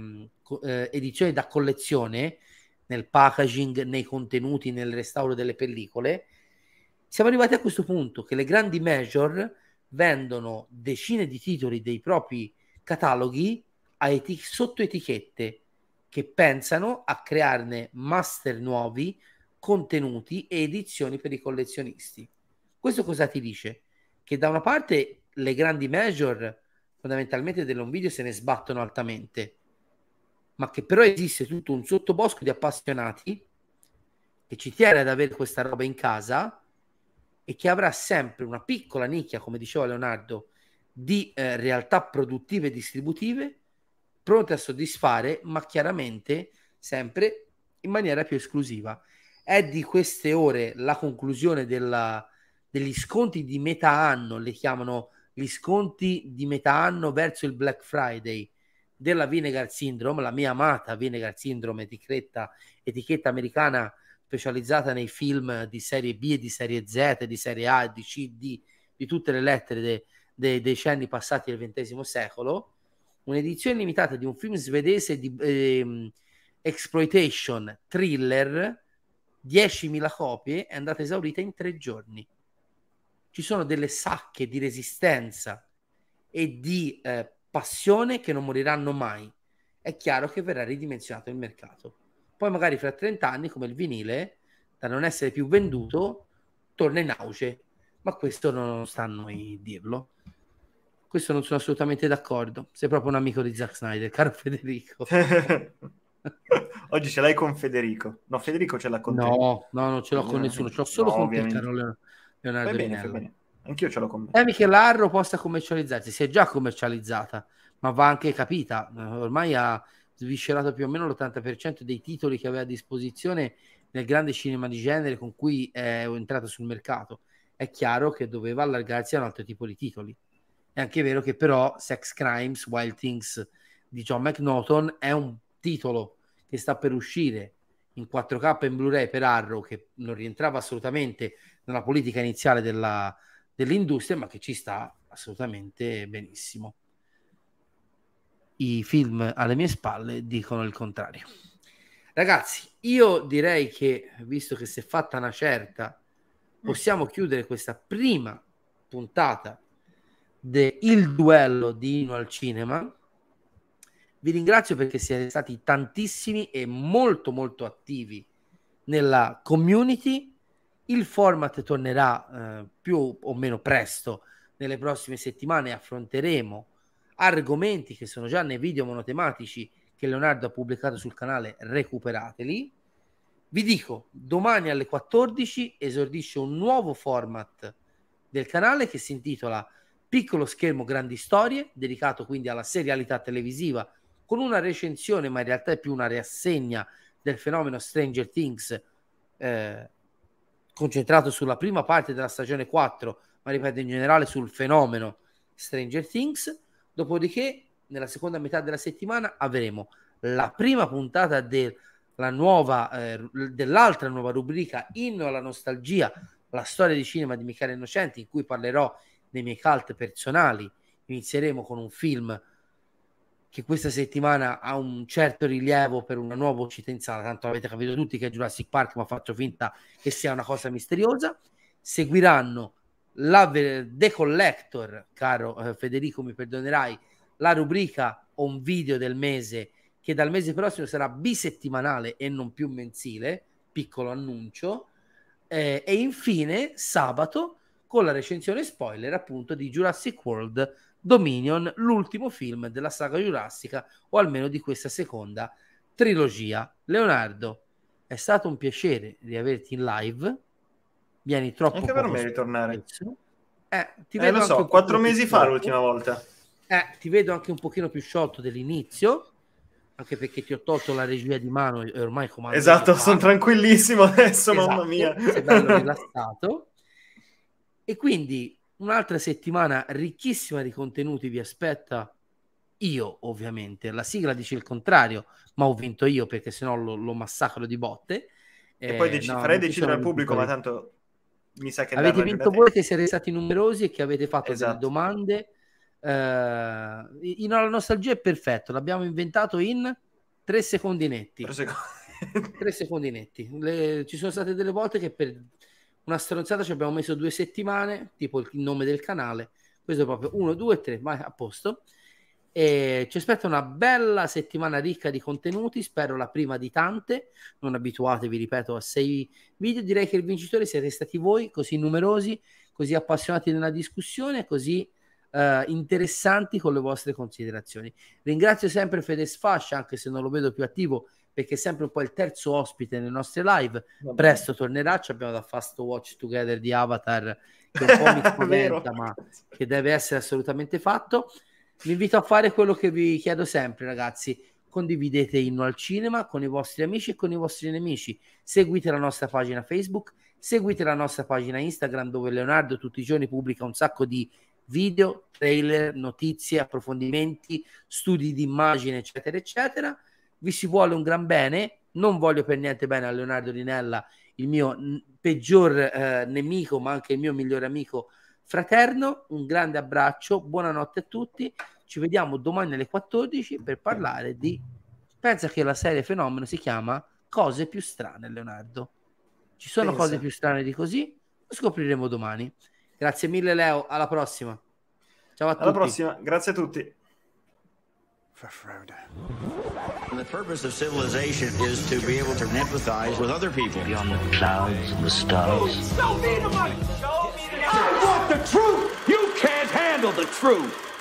[SPEAKER 3] edizioni da collezione, nel packaging, nei contenuti, nel restauro delle pellicole. Siamo arrivati a questo punto che le grandi major vendono decine di titoli dei propri cataloghi a sottoetichette che pensano a crearne master nuovi, contenuti e edizioni per i collezionisti. Questo cosa ti dice? Che da una parte le grandi major fondamentalmente dell'home video se ne sbattono altamente, ma che però esiste tutto un sottobosco di appassionati che ci tiene ad avere questa roba in casa e che avrà sempre una piccola nicchia, come diceva Leonardo, di realtà produttive e distributive pronte a soddisfare, ma chiaramente sempre in maniera più esclusiva. È di queste ore la conclusione degli sconti di metà anno, le chiamano gli sconti di metà anno verso il Black Friday della Vinegar Syndrome, la mia amata Vinegar Syndrome, etichetta americana specializzata nei film di serie B e di serie Z, di serie A, di C, di tutte le lettere dei decenni passati del XX secolo. Un'edizione limitata di un film svedese di exploitation thriller, 10.000 copie, è andata esaurita in 3 giorni. Ci sono delle sacche di resistenza e di passione che non moriranno mai. È chiaro che verrà ridimensionato il mercato. Poi magari fra 30 anni, come il vinile, da non essere più venduto, torna in auge. Ma questo non sta a noi dirlo. Questo non sono assolutamente d'accordo. Sei proprio un amico di Zack Snyder, caro Federico.
[SPEAKER 4] Oggi ce l'hai con Federico. No, Federico ce l'ha con te.
[SPEAKER 3] No, non ce l'ho con nessuno. Ce l'ho solo con te, caro Leonardo Rinella.
[SPEAKER 4] Fai bene. Anch'io ce l'ho con me.
[SPEAKER 3] Temi che l'Arro possa commercializzarsi. Si è già commercializzata, ma va anche capita. Ormai ha sviscerato più o meno l'80% dei titoli che aveva a disposizione nel grande cinema di genere con cui è entrato sul mercato. È chiaro che doveva allargarsi a un altro tipo di titoli. È anche vero che però Sex Crimes, Wild Things di John McNaughton è un titolo che sta per uscire in 4K in Blu-ray per Arrow, che non rientrava assolutamente nella politica iniziale dell'industria, ma che ci sta assolutamente benissimo. I film alle mie spalle dicono il contrario. Ragazzi, io direi che, visto che si è fatta una certa, possiamo chiudere questa prima puntata del duello di Inno al Cinema. Vi ringrazio perché siete stati tantissimi e molto molto attivi nella community. Il format tornerà più o meno presto nelle prossime settimane. Affronteremo argomenti che sono già nei video monotematici che Leonardo ha pubblicato sul canale, recuperateli. Vi dico, domani alle 14 esordisce un nuovo format del canale che si intitola Piccolo Schermo Grandi Storie, dedicato quindi alla serialità televisiva, con una recensione, ma in realtà è più una rassegna del fenomeno Stranger Things, concentrato sulla prima parte della stagione 4, ma ripeto in generale sul fenomeno Stranger Things. Dopodiché nella seconda metà della settimana avremo la prima puntata dell'altra nuova rubrica Inno alla nostalgia, la storia di cinema di Michele Innocenti, in cui parlerò dei miei cult personali. Inizieremo con un film che questa settimana ha un certo rilievo per una nuova uscita in sala, tanto avete capito tutti che è Jurassic Park, ma faccio finta che sia una cosa misteriosa. Seguiranno la The Collector, caro Federico, mi perdonerai, la rubrica o un video del mese, che dal mese prossimo sarà bisettimanale e non più mensile, piccolo annuncio, e infine sabato con la recensione spoiler appunto di Jurassic World Dominion, l'ultimo film della saga giurassica, o almeno di questa seconda trilogia. Leonardo, è stato un piacere riaverti in live. Vieni troppo
[SPEAKER 4] anche per me ritornare.
[SPEAKER 3] Ti vedo
[SPEAKER 4] lo so, 4 mesi fa l'ultima volta.
[SPEAKER 3] Ti vedo anche un pochino più sciolto dell'inizio, anche perché ti ho tolto la regia di mano e ormai comando.
[SPEAKER 4] Esatto, sono tranquillissimo adesso, esatto, mamma mia.
[SPEAKER 3] Sei bello rilassato. E quindi un'altra settimana ricchissima di contenuti vi aspetta. Io ovviamente, la sigla dice il contrario, ma ho vinto io perché sennò lo massacro di botte.
[SPEAKER 4] E poi farei decidere al pubblico, ma tanto mi sa che
[SPEAKER 3] avete vinto voi, che siete stati numerosi e che avete fatto
[SPEAKER 4] esatto.
[SPEAKER 3] delle domande. La nostalgia è perfetto, l'abbiamo inventato in 3 secondi netti. 3 secondi netti. Ci sono state delle volte che per una stronzata ci abbiamo messo 2 settimane, tipo il nome del canale. Questo è proprio 1, 2, 3, vai a posto. E ci aspetta una bella settimana ricca di contenuti, spero la prima di tante. Non abituatevi, ripeto, a 6 video. Direi che il vincitore siete stati voi, così numerosi, così appassionati nella discussione, così interessanti con le vostre considerazioni. Ringrazio sempre Fede Sfascia, anche se non lo vedo più attivo, perché è sempre un po' il terzo ospite nelle nostre live. Presto tornerà, ci abbiamo da Fast Watch Together di Avatar, che è un po' mi spaventa, ma che deve essere assolutamente fatto. Vi invito a fare quello che vi chiedo sempre, ragazzi: condividete Inno al Cinema con i vostri amici e con i vostri nemici, seguite la nostra pagina Facebook, seguite la nostra pagina Instagram, dove Leonardo tutti i giorni pubblica un sacco di video, trailer, notizie, approfondimenti, studi di immagine, eccetera eccetera. Vi si vuole un gran bene. Non voglio per niente bene a Leonardo Rinella, il mio peggior nemico, ma anche il mio migliore amico fraterno. Un grande abbraccio, buonanotte a tutti, ci vediamo domani alle 14 per parlare di, pensa che la serie fenomeno si chiama Cose più strane, Leonardo. Ci sono cose più strane di così? Lo scopriremo domani. Grazie mille Leo, alla prossima. Ciao a tutti.
[SPEAKER 4] Alla prossima, grazie a tutti.
[SPEAKER 2] For Frodo.
[SPEAKER 1] The purpose of civilization is to be able to empathize with other people beyond the clouds and the stars.
[SPEAKER 5] Show me the money! Show me the money! I want the truth! You can't handle the truth!